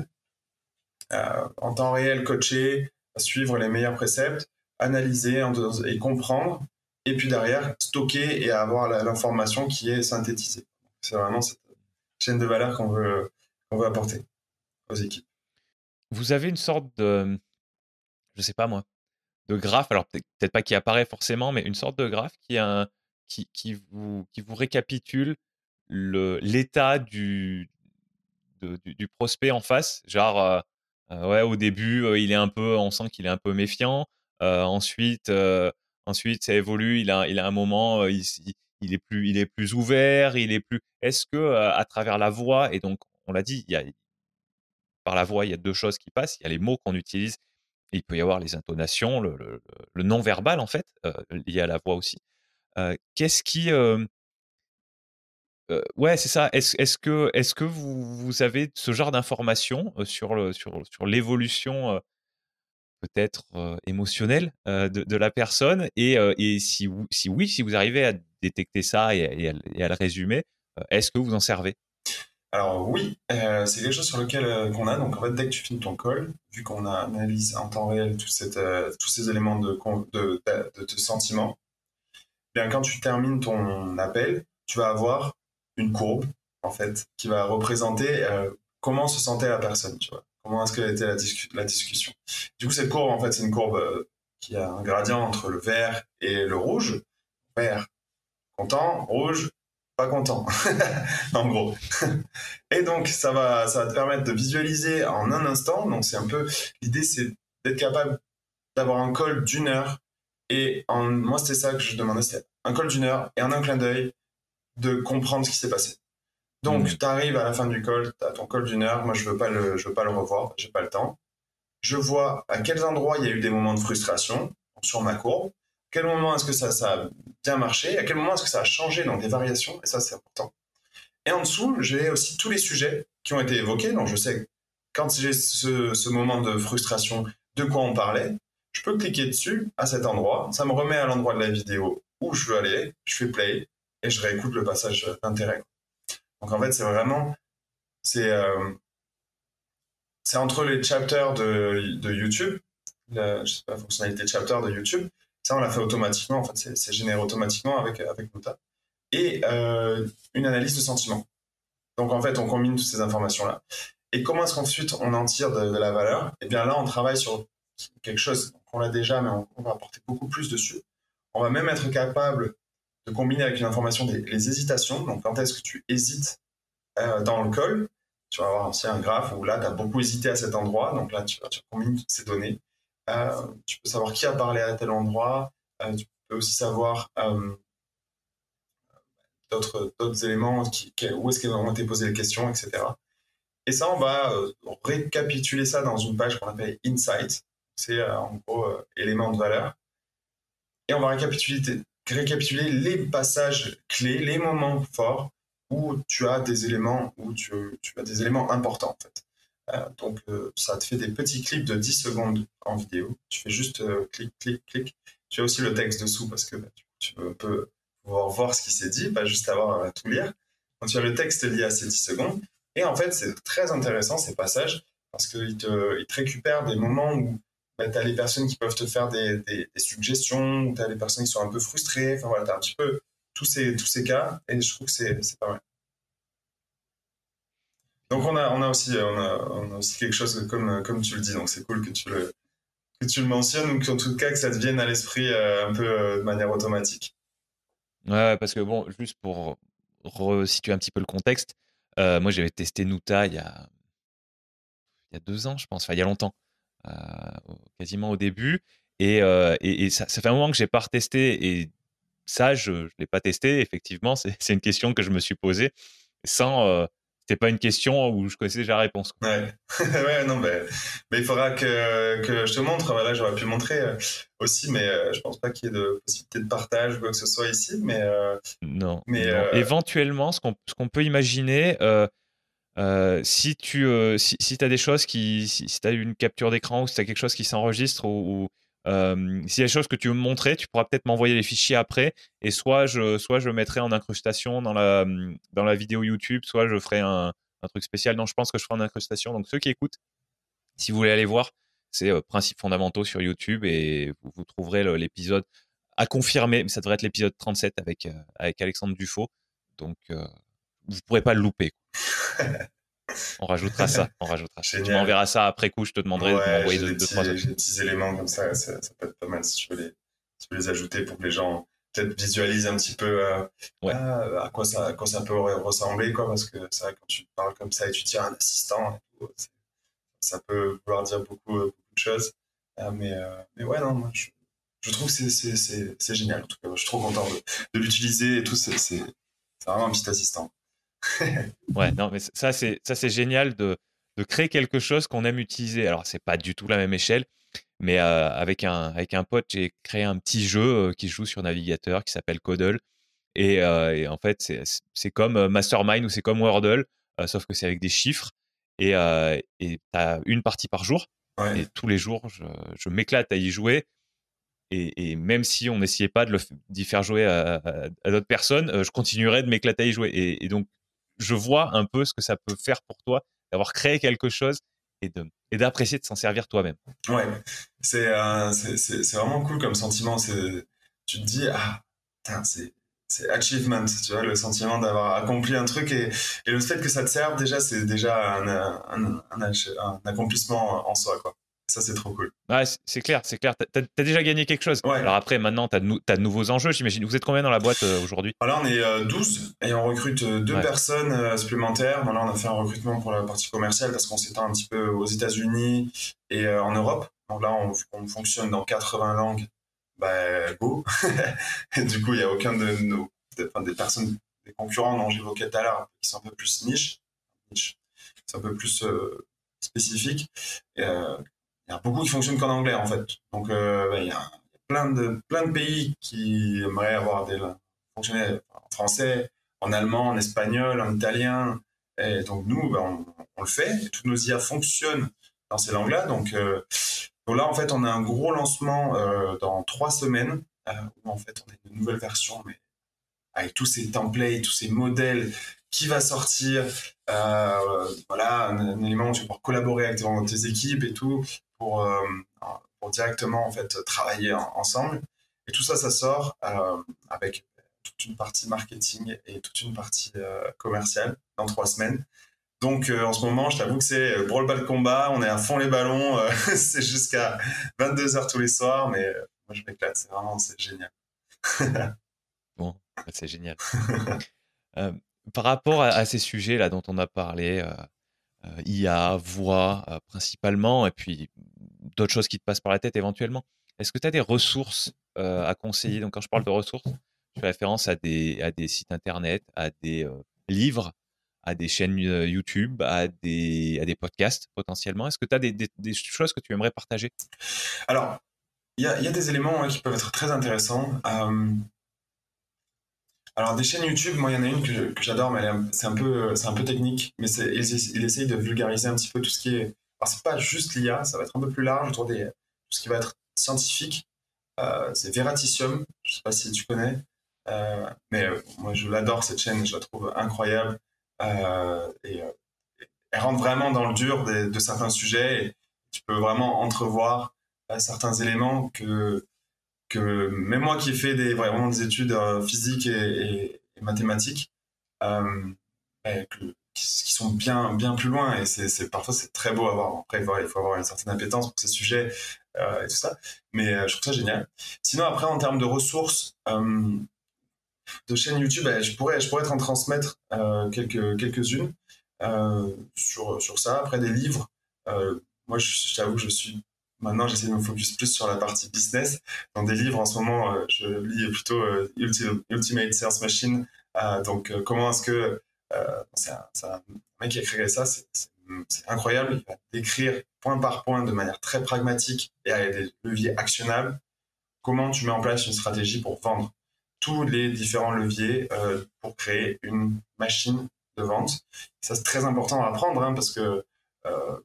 euh, en temps réel, coacher, suivre les meilleurs préceptes, analyser et comprendre, et puis derrière, stocker et avoir l'information qui est synthétisée. C'est vraiment cette chaîne de valeur qu'on veut, qu'on veut apporter aux équipes. Vous avez une sorte de, je sais pas moi, de graphe, alors peut-être peut-être pas qui apparaît forcément, mais une sorte de graphe qui, a un, qui, qui, vous, qui vous récapitule le, l'état du, de- du, du prospect en face. Genre, euh, euh, ouais, au début, euh, il est un peu, on sent qu'il est un peu méfiant. Euh, ensuite, euh, ensuite, ça évolue. Il a, il a un moment, euh, il, il- il est plus, il est plus ouvert. Il est plus. Est-ce que euh, à travers la voix, et donc on l'a dit, il y a, par la voix, il y a deux choses qui passent. Il y a les mots qu'on utilise. Et il peut y avoir les intonations, le, le, le non-verbal en fait, euh, lié à la voix aussi. Euh, qu'est-ce qui, euh, euh, ouais, c'est ça. Est-ce, est-ce que, est-ce que vous, vous avez ce genre d'informations euh, sur le, sur, sur l'évolution euh, peut-être euh, émotionnelle euh, de, de la personne et, euh, et si, vous- si oui, si vous arrivez à détecter ça et, à- et à, et à le résumer, euh, est-ce que vous en servez? Alors oui, euh, c'est quelque chose sur lequel euh, qu'on a. Donc en fait, dès que tu finis ton call, vu qu'on a analysé en temps réel tout cette, euh, tous ces éléments de, de, de, de, de sentiments, bien quand tu termines ton appel, tu vas avoir une courbe en fait qui va représenter euh, comment se sentait la personne, tu vois. Comment est-ce qu'elle était la, discu la discussion. Du coup, cette courbe en fait, c'est une courbe euh, qui a un gradient entre le vert et le rouge. Vert, content, rouge, pas content, en gros. Et donc, ça va, ça va te permettre de visualiser en un instant. Donc, c'est un peu, l'idée, c'est d'être capable d'avoir un call d'une heure. Et en, moi, c'était ça que je demandais, c'était un call d'une heure et en un clin d'œil de comprendre ce qui s'est passé. Donc, Mmh. tu arrives à la fin du call, tu as ton call d'une heure. Moi, je veux pas le, je veux pas le revoir, j'ai pas le temps. Je vois à quels endroits il y a eu des moments de frustration sur ma courbe. À quel moment est-ce que ça, ça a bien marché? À quel moment est-ce que ça a changé dans des variations? Et ça, c'est important. Et en dessous, j'ai aussi tous les sujets qui ont été évoqués. Donc, je sais quand j'ai ce, ce moment de frustration, de quoi on parlait. Je peux cliquer dessus à cet endroit. Ça me remet à l'endroit de la vidéo où je veux aller. Je fais play et je réécoute le passage d'intérêt. Donc en fait, c'est vraiment, c'est, euh, c'est entre les chapters de, de YouTube, la, je sais pas, la fonctionnalité chapter de YouTube, ça on l'a fait automatiquement, en fait, c'est, c'est généré automatiquement avec, avec Nota, et euh, une analyse de sentiments. Donc en fait, on combine toutes ces informations-là. Et comment est-ce qu'ensuite on en tire de, de la valeur? Eh bien là, on travaille sur quelque chose qu'on a déjà, mais on, on va apporter beaucoup plus dessus. On va même être capable de combiner avec une information des, les hésitations. Donc quand est-ce que tu hésites euh, dans le call? Tu vas avoir aussi un graphe où là, tu as beaucoup hésité à cet endroit. Donc là, tu, tu combines toutes ces données. Euh, tu peux savoir qui a parlé à tel endroit. Euh, tu peux aussi savoir euh, d'autres, d'autres éléments, qui, qui, où est-ce qu'on été posées les questions, et cetera. Et ça, on va euh, récapituler ça dans une page qu'on appelle Insight. C'est euh, en gros euh, éléments de valeur. Et on va récapituler, récapituler les passages clés, les moments forts où tu as des éléments, où tu, tu as des éléments importants en fait. Euh, donc euh, ça te fait des petits clips de dix secondes en vidéo. Tu fais juste euh, clic, clic, clic. Tu as aussi le texte dessous parce que bah, tu, tu peux pouvoir voir ce qui s'est dit, pas juste avoir à tout lire. Donc tu as le texte lié à ces dix secondes. Et en fait, c'est très intéressant ces passages parce qu'ils te, ils te récupèrent des moments où bah, tu as les personnes qui peuvent te faire des, des, des suggestions, ou tu as les personnes qui sont un peu frustrées. Enfin voilà, tu as un petit peu tous ces, tous ces cas et je trouve que c'est, c'est pas mal. Donc on a, on a, aussi, on a, on a aussi quelque chose comme, comme tu le dis, donc c'est cool que tu le, que tu le mentionnes ou qu'en tout cas que ça te vienne à l'esprit euh, un peu euh, de manière automatique. Ouais, parce que bon, juste pour resituer un petit peu le contexte, euh, moi j'avais testé Nuta il y a, il y a deux ans, je pense, enfin il y a longtemps, euh, quasiment au début, et, euh, et, et ça, ça fait un moment que j'ai pas retesté, et ça je ne l'ai pas testé, effectivement, c'est, c'est une question que je me suis posée, sans, euh, c'était pas une question où je connaissais déjà la réponse. Quoi. Ouais, ouais, non, mais, mais il faudra que, que je te montre. Voilà, j'aurais pu montrer euh, aussi, mais euh, je pense pas qu'il y ait de possibilité de partage ou quoi que ce soit ici. Mais, euh, Non, mais non. euh, Éventuellement, ce qu'on, ce qu'on peut imaginer, euh, euh, si tu euh, si, si as des choses qui, si, si tu as une capture d'écran ou si tu as quelque chose qui s'enregistre ou, ou euh, s'il y a des choses que tu veux me montrer, tu pourras peut-être m'envoyer les fichiers après, et soit je, soit je mettrai en incrustation dans la, dans la vidéo YouTube, soit je ferai un, un truc spécial. Non, je pense que je ferai en incrustation. Donc ceux qui écoutent, si vous voulez aller voir, c'est euh, Principes fondamentaux sur YouTube, et vous, vous trouverez le, l'épisode à confirmer, mais ça devrait être l'épisode trente-sept avec, euh, avec Alexandre Dufaux. Donc, euh, vous ne pourrez pas le louper. On rajoutera ça. On rajoutera ça. Tu m'enverras ça après coup. Je te demanderai ouais, de m'envoyer j'ai deux, des deux, petits, trois autres. j'ai des petits éléments comme ça, ça. Ça peut être pas mal si tu veux les, si tu veux les ajouter pour que les gens peut-être visualisent un petit peu euh, Ouais. à, à, quoi ça, à quoi ça peut ressembler. Quoi, parce que c'est vrai, quand tu parles comme ça et tu tiens un assistant, et tout, ça peut vouloir dire beaucoup, beaucoup de choses. Euh, mais, euh, mais ouais, non, moi, je, je trouve que c'est, c'est, c'est, c'est génial. En tout cas, je suis trop content de, de l'utiliser et tout. C'est, c'est, c'est vraiment un petit assistant. Ouais, non, mais ça, c'est, ça, c'est génial de, de créer quelque chose qu'on aime utiliser. Alors, c'est pas du tout la même échelle, mais euh, avec, un, avec un pote, j'ai créé un petit jeu euh, qui se joue sur navigateur qui s'appelle Codle. Et, euh, et en fait, c'est, c'est comme Mastermind ou c'est comme Wordle, euh, sauf que c'est avec des chiffres. Et euh, tu as une partie par jour. Ouais. Et tous les jours, je, je m'éclate à y jouer. Et, et même si on n'essayait pas de le, d'y faire jouer à, à, à d'autres personnes, euh, je continuerais de m'éclater à y jouer. Et, et donc, je vois un peu ce que ça peut faire pour toi d'avoir créé quelque chose et, de, et d'apprécier de s'en servir toi-même. Ouais, c'est, euh, c'est, c'est, c'est vraiment cool comme sentiment. C'est, tu te dis, ah, putain, c'est, c'est achievement, tu vois, le sentiment d'avoir accompli un truc et, et le fait que ça te serve, déjà, c'est déjà un, un, un, un accomplissement en soi, quoi. Ça, c'est trop cool. Ouais, c'est clair, c'est clair. T'as, t'as déjà gagné quelque chose. Ouais. Alors après, maintenant, t'as de, nou- t'as de nouveaux enjeux, j'imagine. Vous êtes combien dans la boîte euh, aujourd'hui? Alors, on est euh, douze et on recrute deux ouais. personnes euh, supplémentaires. Bon, là, on a fait un recrutement pour la partie commerciale parce qu'on s'étend un petit peu aux États-Unis et euh, en Europe. Donc là, on, on fonctionne dans quatre-vingts langues. Bah, go. Et du coup, il n'y a aucun de nos de, enfin, des personnes, des concurrents dont j'évoquais tout à l'heure, qui sont un peu plus niche, niche c'est un peu plus euh, spécifique. Et, euh, il y a beaucoup qui fonctionnent qu'en anglais, en fait. Donc, euh, bah, il y a plein de, plein de pays qui aimeraient avoir des fonctionner en français, en allemand, en espagnol, en italien. Et donc, nous, bah, on, on le fait. Et toutes nos I A fonctionnent dans ces langues-là. Donc, euh, donc là, en fait, on a un gros lancement euh, dans trois semaines euh, où, en fait, on a une nouvelle version, mais avec tous ces templates, tous ces modèles qui va sortir, euh, voilà, un, un élément où tu vas pouvoir collaborer avec tes, tes équipes et tout, pour, euh, pour directement en fait travailler en, ensemble. Et tout ça, ça sort euh, avec toute une partie marketing et toute une partie euh, commerciale dans trois semaines. Donc euh, en ce moment, je t'avoue que c'est euh, branle-bas de combat, on est à fond les ballons, euh, c'est jusqu'à vingt-deux heures tous les soirs, mais euh, moi je m'éclate, c'est vraiment c'est génial. Bon, bah, c'est génial. Euh, par rapport à, à ces sujets-là dont on a parlé, euh, euh, I A, voix euh, principalement, et puis d'autres choses qui te passent par la tête éventuellement, est-ce que tu as des ressources euh, à conseiller? Donc quand je parle de ressources, je fais référence à des, à des sites internet, à des euh, livres, à des chaînes euh, YouTube, à des, à des podcasts potentiellement. Est-ce que tu as des, des, des choses que tu aimerais partager? Alors, il y a, y a des éléments hein, qui peuvent être très intéressants. Euh, alors, des chaînes YouTube, moi, il y en a une que, que j'adore, mais elle est un- c'est un peu, c'est un peu technique, mais c'est, il, il essaye de vulgariser un petit peu tout ce qui est. Alors, c'est pas juste l'I A, ça va être un peu plus large autour des tout ce qui va être scientifique. Euh, c'est Veratisium, je sais pas si tu connais, euh, mais euh, moi, je l'adore cette chaîne, je la trouve incroyable. Euh, et euh, elle rentre vraiment dans le dur de, de certains sujets et tu peux vraiment entrevoir euh, certains éléments que que même moi qui ai fait des, vraiment des études euh, physiques et, et, et mathématiques, euh, et que, qui, qui sont bien, bien plus loin. Et c'est, c'est, parfois, c'est très beau à voir. Après, voilà, il faut avoir une certaine appétence pour ces sujets euh, et tout ça. Mais euh, je trouve ça génial. Sinon, après, en termes de ressources, euh, de chaînes YouTube, bah, je, pourrais, je pourrais t'en transmettre euh, quelques, quelques-unes euh, sur, sur ça. Après, des livres. Euh, moi, je, je t'avoue, je suis maintenant, j'essaie de me focus plus sur la partie business. Dans des livres, en ce moment, euh, je lis plutôt euh, Ulti- Ultimate Sales Machine. Euh, donc, euh, comment est-ce que euh, c'est un, c'est un mec qui a créé ça, c'est, c'est, c'est incroyable. Il va décrire point par point de manière très pragmatique et avec des leviers actionnables comment tu mets en place une stratégie pour vendre tous les différents leviers euh, pour créer une machine de vente. Ça, c'est très important à apprendre hein, parce que euh,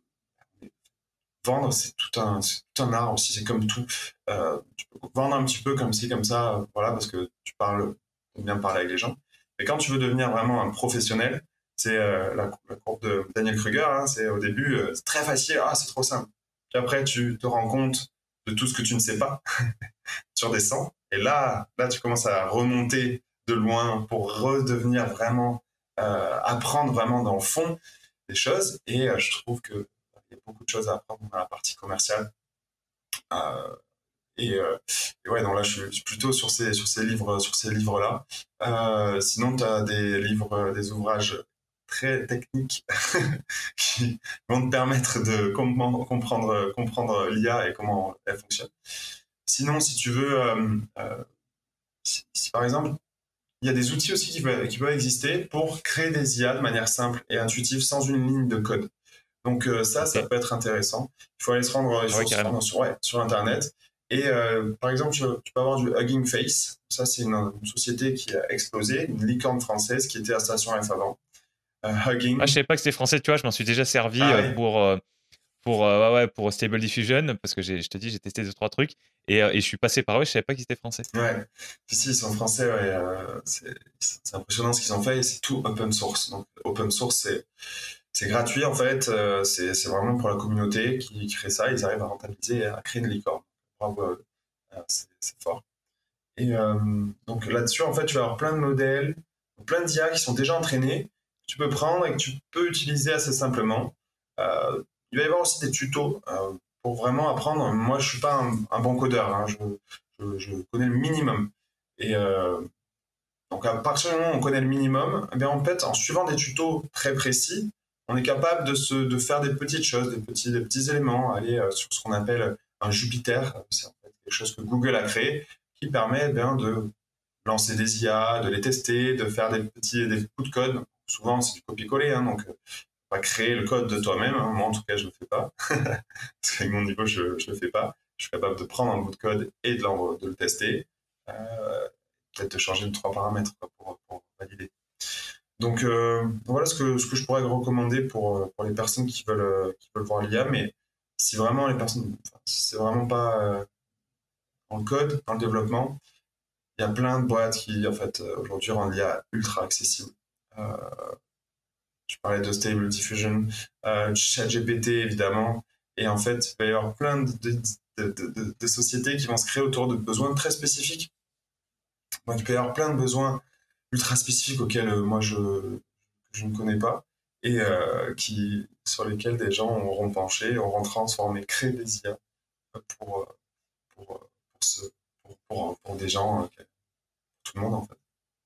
vendre, c'est tout, un, c'est tout un art aussi. C'est comme tout. Euh, tu peux vendre un petit peu comme ci, comme ça, euh, voilà, parce que tu parles, bien parler avec les gens. Mais quand tu veux devenir vraiment un professionnel, c'est euh, la, la courbe de Daniel Kruger, hein, c'est au début, euh, c'est très facile, ah, c'est trop simple. Puis après, tu te rends compte de tout ce que tu ne sais pas, tu redescends, et là, là, tu commences à remonter de loin pour redevenir vraiment, euh, apprendre vraiment dans le fond des choses. Et euh, je trouve que il y a beaucoup de choses à apprendre dans la partie commerciale. Euh, et, euh, et ouais, donc là, je suis plutôt sur ces, sur ces livres, sur ces livres-là. Euh, sinon, tu as des livres, des ouvrages très techniques qui vont te permettre de comprendre, comprendre, comprendre l'I A et comment elle fonctionne. Sinon, si tu veux, euh, euh, si, si, par exemple, il y a des outils aussi qui peuvent, qui peuvent exister pour créer des I A de manière simple et intuitive sans une ligne de code. Donc euh, ça, ça Ok. peut être intéressant. Il faut aller se rendre, il Ah ouais, faut se carrément. rendre sur, ouais, sur Internet. Et euh, par exemple, tu, tu peux avoir du Hugging Face. Ça, c'est une, une société qui a explosé, une licorne française qui était à Station F avant. Euh, Ah, je Hugging. savais pas que c'était français, tu vois, je m'en suis déjà servi Ah euh, oui, pour, euh, pour, euh, ouais, ouais, pour Stable Diffusion, parce que j'ai, je te dis, j'ai testé deux, trois trucs, et, euh, et je suis passé par eux, je savais pas qu'ils étaient français. ouais. Si, si, ils sont français, ouais. Euh, c'est, c'est impressionnant ce qu'ils ont fait et c'est tout open source. Donc, open source, c'est, c'est gratuit en fait. Euh, c'est, c'est vraiment pour la communauté qui, qui crée ça. Ils arrivent à rentabiliser et à créer une licorne. Bravo, euh, c'est, c'est fort. Et euh, donc là-dessus, en fait, tu vas avoir plein de modèles, plein d'I A qui sont déjà entraînés, que tu peux prendre et que tu peux utiliser assez simplement. Euh, il va y avoir aussi des tutos euh, pour vraiment apprendre. Moi, je suis pas un, un bon codeur, hein, je, je, je, connais le minimum. Et euh, donc, à partir du moment où on connaît le minimum, eh bien, en fait, en suivant des tutos très précis, on est capable de, se, de faire des petites choses, des petits, des petits éléments, aller euh, sur ce qu'on appelle un Jupyter. C'est en fait quelque chose que Google a créé qui permet eh bien, de lancer des I A, de les tester, de faire des petits des bouts de code. Souvent, c'est du copier-coller, hein, donc euh, pas créer le code de toi-même. Hein. Moi, en tout cas, je ne le fais pas. Parce qu'avec mon niveau, je ne le fais pas. Je suis capable de prendre un bout de code et de, de le tester. Euh, peut-être de changer de trois paramètres quoi, pour, pour, valider. Donc, euh, voilà ce que, ce que je pourrais recommander pour, pour les personnes qui veulent, qui veulent voir l'I A. Mais si vraiment les personnes, enfin, si c'est vraiment pas euh, dans le code, dans le développement, il y a plein de boîtes qui, en fait, aujourd'hui, rendent l'I A ultra accessible. Euh, je parlais de Stable Diffusion, euh, ChatGPT évidemment. Et en fait, il va y avoir plein de, de, de, de, de sociétés qui vont se créer autour de besoins très spécifiques. Donc il peut y avoir plein de besoins ultra spécifiques auxquels euh, moi je, je ne connais pas et euh, qui, sur lesquels des gens auront penché, auront transformé, créé des I A pour, pour, pour, ce, pour, pour, pour des gens, pour tout le monde en fait.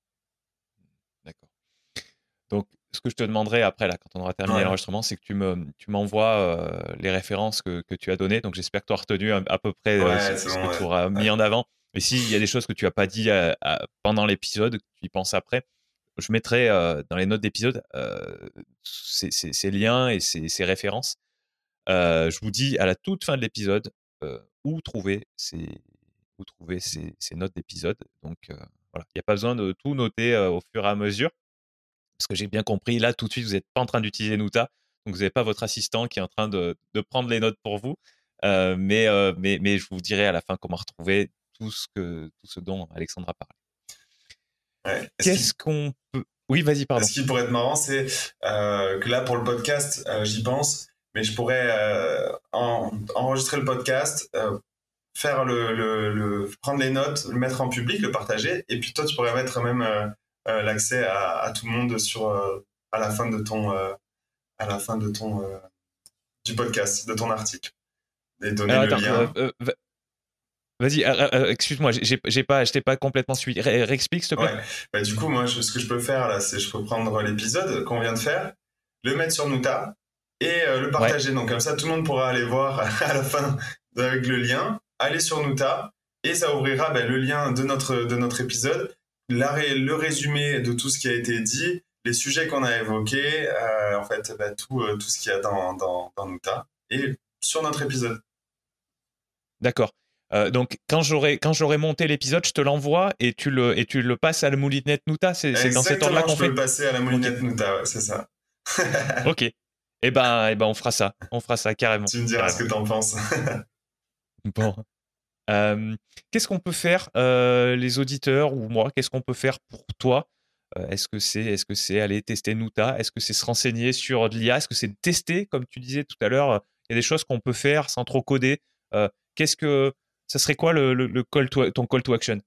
D'accord. Donc, ce que je te demanderai après, là, quand on aura terminé Ouais. l'enregistrement, c'est que tu, me, tu m'envoies euh, les références que, que tu as données. Donc, j'espère que tu as retenu à, à peu près euh, Ouais, ce, c'est ce bon, que ouais. tu auras mis Ouais. en avant. Et s'il y a des choses que tu n'as pas dit à, à, pendant l'épisode, que tu y penses après, je mettrai euh, dans les notes d'épisode euh, ces, ces, ces liens et ces, ces références. Euh, je vous dis à la toute fin de l'épisode euh, où trouver ces, où trouver ces, ces notes d'épisode. Donc, euh, voilà, il n'y a pas besoin de tout noter euh, au fur et à mesure. Parce que j'ai bien compris, là, tout de suite, vous n'êtes pas en train d'utiliser Nuta, donc vous n'avez pas votre assistant qui est en train de, de prendre les notes pour vous. Euh, mais, euh, mais, mais je vous dirai à la fin comment retrouver tout ce, que, tout ce dont Alexandre a parlé. Ouais. Qu'est-ce qu'on peut... Oui, vas-y, pardon. Ce qui pourrait être marrant, c'est euh, que là, pour le podcast, euh, j'y pense, mais je pourrais euh, en, enregistrer le podcast, euh, faire le, le, le, prendre les notes, le mettre en public, le partager, et puis toi, tu pourrais mettre même euh, euh, l'accès à, à tout le monde sur, euh, à la fin de ton, euh, à la fin de ton, euh, du podcast, de ton article, et donner Alors, le attends, lien. euh, euh, vas-y, euh, euh, excuse-moi, j'ai, j'ai pas, je t'ai pas complètement suivi. Ré- Réexplique, s'il te plaît. Ouais. Bah, du coup, moi, je, ce que je peux faire là, c'est je peux prendre l'épisode qu'on vient de faire, le mettre sur Nuta et euh, le partager. Ouais. Donc comme ça, tout le monde pourra aller voir à la fin avec le lien, aller sur Nuta et ça ouvrira bah, le lien de notre de notre épisode, la, le résumé de tout ce qui a été dit, les sujets qu'on a évoqués, euh, en fait, bah, tout euh, tout ce qu'il y a dans dans, dans Nuta et sur notre épisode. D'accord. Euh, donc, quand j'aurai, quand j'aurai monté l'épisode, je te l'envoie et tu le, et tu le passes à la moulinette Nuta. C'est, c'est dans cet ordre-là qu'on je fait. peux le passer à la moulinette okay. Nuta, ouais, c'est ça. Ok. Eh ben, eh ben, on fera ça. On fera ça carrément. Tu me diras carrément. ce que t'en penses. Bon. Euh, qu'est-ce qu'on peut faire, euh, les auditeurs ou moi, qu'est-ce qu'on peut faire pour toi? euh, Est-ce que c'est, est-ce que c'est aller tester Nuta? Est-ce que c'est se renseigner sur de l'I A? Est-ce que c'est tester, comme tu disais tout à l'heure? Il y a des choses qu'on peut faire sans trop coder. Euh, qu'est-ce que ça serait quoi le, le, le call to, ton call to action?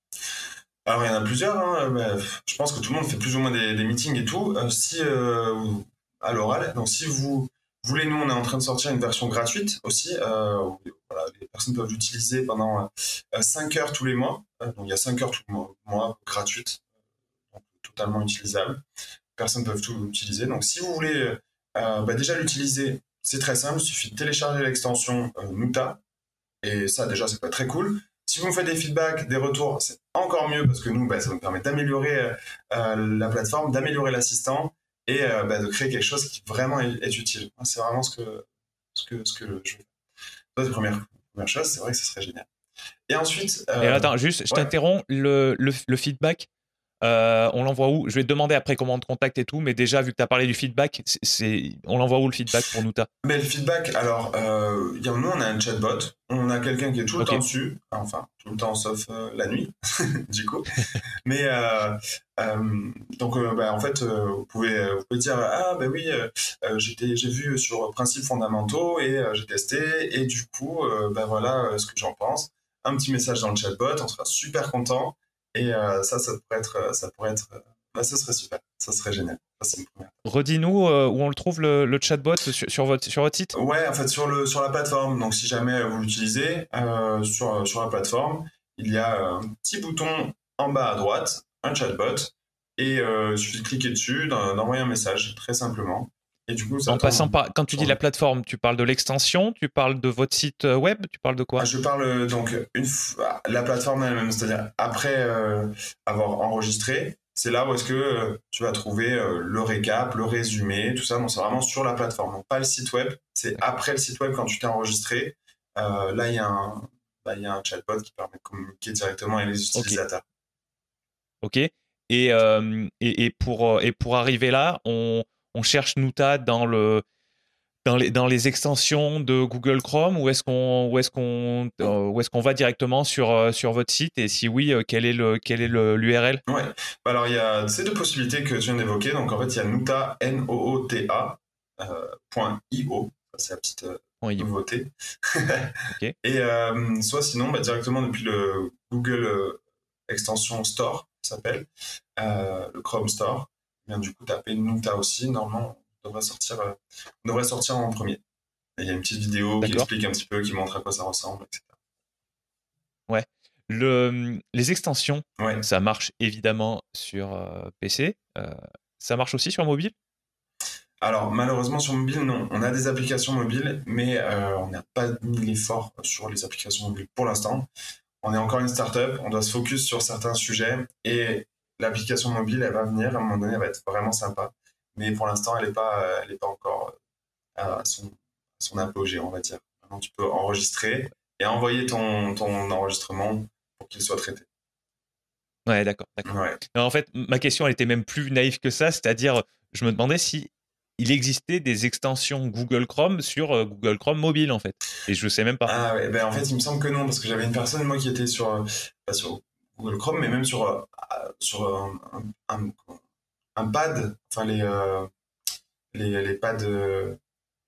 Alors il y en a plusieurs. Hein. Bah, je pense que tout le monde fait plus ou moins des, des meetings et tout. Euh, si euh, à l'oral, donc si vous voulez, nous on est en train de sortir une version gratuite aussi. Euh, où, voilà, les personnes peuvent l'utiliser pendant euh, cinq heures tous les mois. Euh, donc il y a cinq heures tous les mois, mois gratuites, donc totalement utilisable. Les personnes peuvent tout utiliser. Donc si vous voulez euh, bah, déjà l'utiliser, c'est très simple. Il suffit de télécharger l'extension euh, Nuta. Et ça déjà ça peut être très cool. Si vous me faites des feedbacks, des retours, c'est encore mieux parce que nous, bah, ça nous permet d'améliorer euh, la plateforme, d'améliorer l'assistant et euh, bah, de créer quelque chose qui vraiment est, est utile. C'est vraiment ce que, ce que, ce que je veux. Ça, c'est la première, première chose, c'est vrai que ce serait génial. Et ensuite... Euh, et attends, juste, je ouais. t'interromps, le, le, le feedback, euh, on l'envoie où? Je vais te demander après comment on te contacte et tout, mais déjà, vu que tu as parlé du feedback, c'est, c'est, on l'envoie où le feedback pour Nuta? Mais le feedback, alors, euh, y a, nous, on a un chatbot, on a quelqu'un qui est tout le okay. temps dessus, enfin, tout le temps sauf euh, la nuit, du coup. Mais, euh, euh, donc, euh, bah, en fait, euh, vous, pouvez, vous pouvez dire, ah, ben bah, oui, euh, j'étais, j'ai vu sur Principes fondamentaux et euh, j'ai testé, et du coup, euh, bah, voilà euh, ce que j'en pense. Un petit message dans le chatbot, on sera super content. Et euh, ça, ça pourrait être, ça pourrait être, bah, ça serait super, ça serait génial. Ça, c'est une première. Redis-nous euh, où on le trouve le, le chatbot sur, sur votre sur votre site. Ouais, en fait sur le sur la plateforme. Donc si jamais vous l'utilisez euh, sur sur la plateforme, il y a un petit bouton en bas à droite, un chatbot, et euh, il suffit de cliquer dessus, d'envoyer un message très simplement. Et du coup, ça en passant par, quand tu dis la plateforme, tu parles de l'extension, tu parles de votre site web, tu parles de quoi? ah, Je parle donc une fois, la plateforme elle-même, c'est-à-dire après euh, avoir enregistré, c'est là où est-ce que euh, tu vas trouver euh, le récap, le résumé, tout ça. Donc c'est vraiment sur la plateforme, donc pas le site web. C'est après le site web quand tu t'es enregistré. Euh, là, il y a un, là, il y a un chatbot qui permet de communiquer directement avec les utilisateurs. Ok. okay. Et, euh, et et pour et pour arriver là, on on cherche Nuta dans le dans les, dans les extensions de Google Chrome ou est-ce qu'on, ou est-ce qu'on, euh, ou est-ce qu'on va directement sur, euh, sur votre site et si oui, euh, quel est le, quel est le, l'U R L? Ouais, bah alors il y a ces deux possibilités que tu viens d'évoquer. Donc en fait, il y a Noota, N O O T A, euh, point I O, c'est la petite euh, nouveauté. Okay. Et euh, soit sinon, bah, directement depuis le Google euh, Extension Store, ça s'appelle, euh, le Chrome Store. Et bien, du coup, taper Noota aussi, normalement, on devrait sortir, euh, on devrait sortir en premier. Et il y a une petite vidéo D'accord. qui explique un petit peu, qui montre à quoi ça ressemble, et cetera. Ouais. Le, les extensions, ouais. ça marche évidemment sur euh, P C. Euh, ça marche aussi sur mobile? Alors, malheureusement, sur mobile, non. On a des applications mobiles, mais euh, on n'a pas mis l'effort sur les applications mobiles pour l'instant. On est encore une startup, on doit se focus sur certains sujets et l'application mobile, elle va venir, à un moment donné, elle va être vraiment sympa. Mais pour l'instant, elle n'est pas, elle est pas encore à son, à son apogée, on va dire. Maintenant, tu peux enregistrer et envoyer ton, ton enregistrement pour qu'il soit traité. Ouais, d'accord. d'accord. Ouais. En fait, ma question, elle était même plus naïve que ça, c'est-à-dire, je me demandais si il existait des extensions Google Chrome sur euh, Google Chrome mobile, en fait. Et je sais même pas. Ah ouais, ben en fait, il me semble que non, parce que j'avais une personne, moi, qui était sur, pas sur Google Chrome, mais même sur, euh, sur un, un, un pad, enfin les, euh, les, les pads, euh,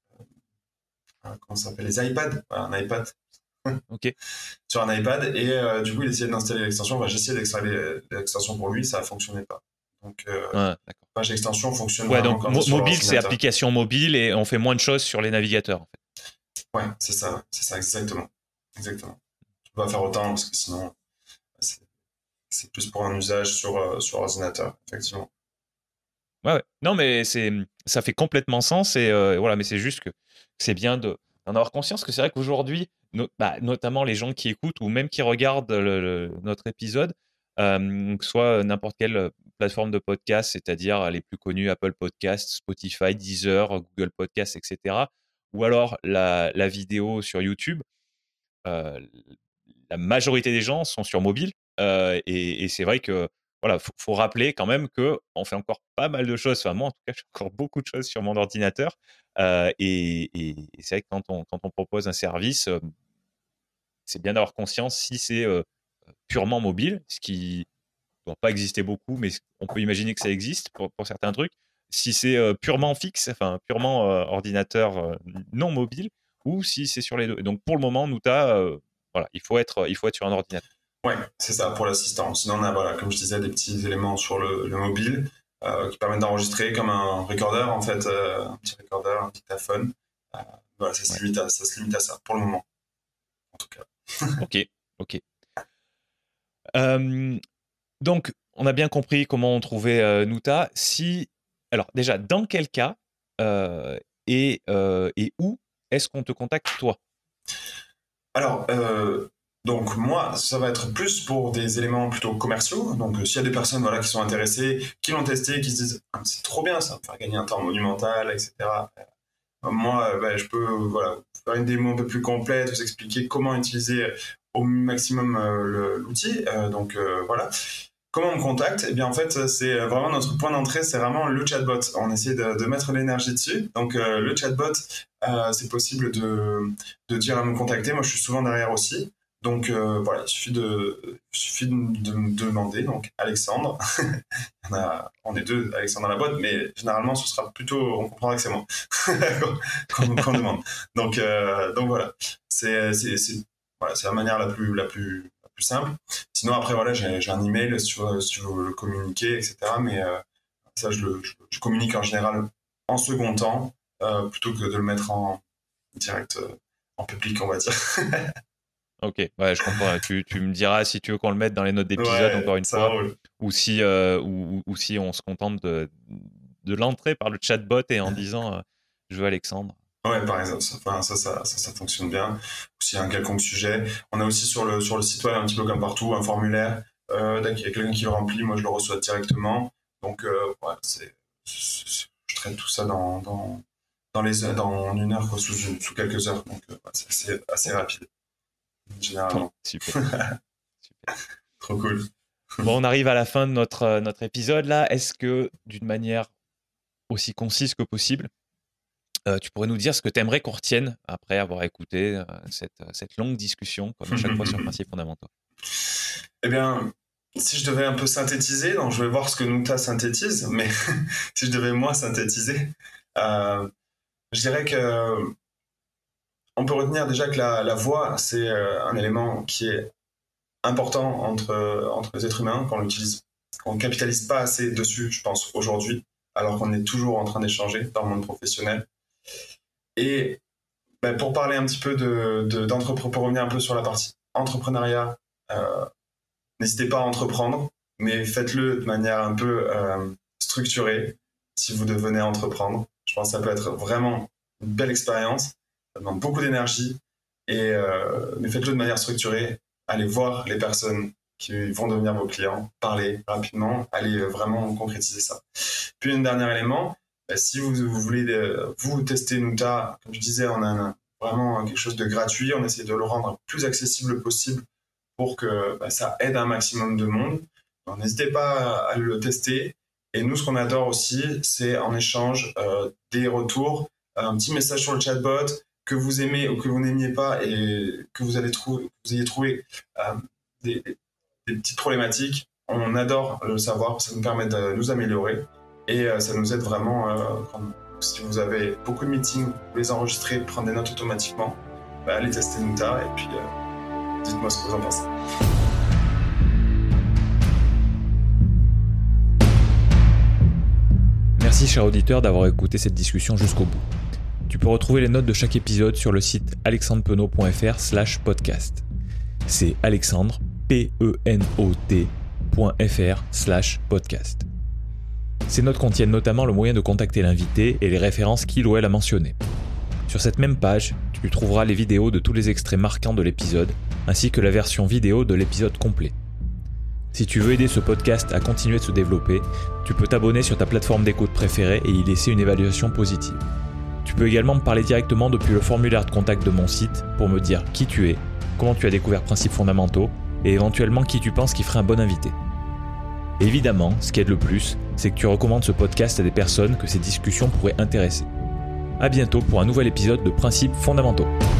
comment ça s'appelle, les iPads, voilà, un iPad. Ok. Sur un iPad, et euh, du coup, il essayait d'installer l'extension. Enfin, j'ai essayé d'installer l'extension pour lui, ça ne fonctionnait pas. Donc, euh, ouais, d'accord. page extension fonctionne ouais, vraiment donc comme mo- ça sur mobile, c'est application mobile et on fait moins de choses sur les navigateurs. En fait. Ouais, c'est ça, c'est ça, exactement. Exactement. Tu peux pas faire autant parce que sinon, c'est, c'est plus pour un usage sur, euh, sur ordinateur, effectivement. Ouais, ouais. Non, mais c'est, ça fait complètement sens et euh, voilà, mais c'est juste que c'est bien de, d'en avoir conscience que c'est vrai qu'aujourd'hui, no, bah, notamment les gens qui écoutent ou même qui regardent le, le, notre épisode, euh, que ce soit n'importe quelle plateforme de podcast, c'est-à-dire les plus connus, Apple Podcasts, Spotify, Deezer, Google Podcasts, et cetera, ou alors la, la vidéo sur YouTube, euh, la majorité des gens sont sur mobile euh, et, et c'est vrai que voilà, faut, faut rappeler quand même que on fait encore pas mal de choses. Enfin, moi, en tout cas, je fais encore beaucoup de choses sur mon ordinateur. Euh, et, et, et c'est vrai que quand on, quand on propose un service, euh, c'est bien d'avoir conscience si c'est euh, purement mobile, ce qui ne doit pas exister beaucoup, mais on peut imaginer que ça existe pour, pour certains trucs. Si c'est euh, purement fixe, enfin purement euh, ordinateur euh, non mobile, ou si c'est sur les deux. Donc pour le moment, Noota, euh, voilà, il faut être, il faut être sur un ordinateur. Ouais, c'est ça pour l'assistant. Sinon, on a, voilà, comme je disais, des petits éléments sur le, le mobile euh, qui permettent d'enregistrer comme un recorder, en fait, euh, un petit recorder, un dictaphone. Euh, voilà, ça se, ouais. limite à, ça se limite à ça pour le moment, en tout cas. Ok, ok. Euh, donc, on a bien compris comment on trouvait euh, Noota. Si, alors déjà, dans quel cas euh, et, euh, et où est-ce qu'on te contacte toi? Alors, euh, donc moi, ça va être plus pour des éléments plutôt commerciaux. Donc, euh, s'il y a des personnes voilà, qui sont intéressées, qui l'ont testé, qui se disent ah, c'est trop bien, ça va me faire gagner un temps monumental, et cetera. Euh, moi, euh, ben, je peux euh, voilà, faire une démo un peu plus complète, vous expliquer comment utiliser au maximum euh, le, l'outil. Euh, donc, euh, voilà. Comment on me contacte? Eh bien, en fait, c'est vraiment notre point d'entrée, c'est vraiment le chatbot. On essaie de, de mettre l'énergie dessus. Donc, euh, le chatbot, euh, c'est possible de, de dire à me contacter. Moi, je suis souvent derrière aussi. Donc, euh, voilà, il suffit de, il suffit de, de me demander. Donc, Alexandre. on, a, on est deux, Alexandre dans la boîte, mais généralement, ce sera plutôt, on comprendra que c'est moi qu'on, qu'on demande. Donc, euh, donc voilà. C'est, c'est, c'est, voilà, c'est la manière la plus, la plus, plus simple. Sinon, après, voilà, j'ai, j'ai un email si tu veux, si tu veux le communiquer, et cetera. Mais euh, ça, je, le, je, je communique en général en second temps, euh, plutôt que de le mettre en direct, euh, en public, on va dire. Ok, ouais, je comprends. tu, tu me diras si tu veux qu'on le mette dans les notes d'épisode, ouais, encore une fois, roule. ou si, euh, ou, ou si on se contente de, de l'entrée par le chatbot et en disant euh, je veux Alexandre. Ouais, par exemple, ça, enfin, ça, ça, ça, ça fonctionne bien. Ou s'il y a un quelconque sujet. On a aussi sur le, sur le site web, un petit peu comme partout, un formulaire. Euh, dès qu'il y a quelqu'un qui le remplit, moi je le reçois directement. Donc, euh, ouais, c'est, c'est, je traite tout ça dans, dans, dans, les, dans une heure, quoi, sous, sous quelques heures. Donc, euh, ouais, c'est assez, assez rapide, généralement. Super. Super. Trop cool. Bon, on arrive à la fin de notre, notre épisode là. Est-ce que, d'une manière aussi concise que possible, euh, tu pourrais nous dire ce que tu aimerais qu'on retienne après avoir écouté euh, cette, cette longue discussion, comme à chaque fois sur principes fondamentaux? Eh bien, si je devais un peu synthétiser, donc je vais voir ce que Nuta synthétise, mais si je devais moi synthétiser, euh, je dirais que on peut retenir déjà que la, la voix, c'est euh, un élément qui est important entre, entre les êtres humains, qu'on l'utilise, qu'on ne capitalise pas assez dessus, je pense, aujourd'hui, alors qu'on est toujours en train d'échanger dans le monde professionnel. Et ben, pour parler un petit peu de, de, d'entrepreneur, pour revenir un peu sur la partie entrepreneuriat, euh, n'hésitez pas à entreprendre, mais faites-le de manière un peu euh, structurée si vous devenez entreprendre. Je pense que ça peut être vraiment une belle expérience. Ça demande beaucoup d'énergie, et, euh, mais faites-le de manière structurée. Allez voir les personnes qui vont devenir vos clients, parlez rapidement, allez vraiment concrétiser ça. Puis un dernier élément, si vous, vous voulez vous tester Nuta, comme je disais, on a un, vraiment quelque chose de gratuit, on essaie de le rendre le plus accessible possible pour que bah, ça aide un maximum de monde. Donc, n'hésitez pas à le tester. Et nous, ce qu'on adore aussi, c'est en échange euh, des retours, un petit message sur le chatbot, que vous aimez ou que vous n'aimiez pas et que vous, allez trou- que vous ayez trouvé euh, des, des petites problématiques. On adore le savoir, ça nous permet de nous améliorer et euh, ça nous aide vraiment. Euh, quand, si vous avez beaucoup de meetings, vous les enregistrez, prendre des notes automatiquement, bah, allez tester Nuta et puis euh, dites-moi ce que vous en pensez. Merci, cher auditeur, d'avoir écouté cette discussion jusqu'au bout. Tu peux retrouver les notes de chaque épisode sur le site alexandrepenot point f r slash podcast. C'est Alexandre, P E N O T, .fr slash podcast. Ces notes contiennent notamment le moyen de contacter l'invité et les références qu'il ou elle a mentionnées. Sur cette même page, tu trouveras les vidéos de tous les extraits marquants de l'épisode, ainsi que la version vidéo de l'épisode complet. Si tu veux aider ce podcast à continuer de se développer, tu peux t'abonner sur ta plateforme d'écoute préférée et y laisser une évaluation positive. Tu peux également me parler directement depuis le formulaire de contact de mon site pour me dire qui tu es, comment tu as découvert Principes fondamentaux et éventuellement qui tu penses qui ferait un bon invité. Et évidemment, ce qui aide le plus, c'est que tu recommandes ce podcast à des personnes que ces discussions pourraient intéresser. À bientôt pour un nouvel épisode de Principes fondamentaux.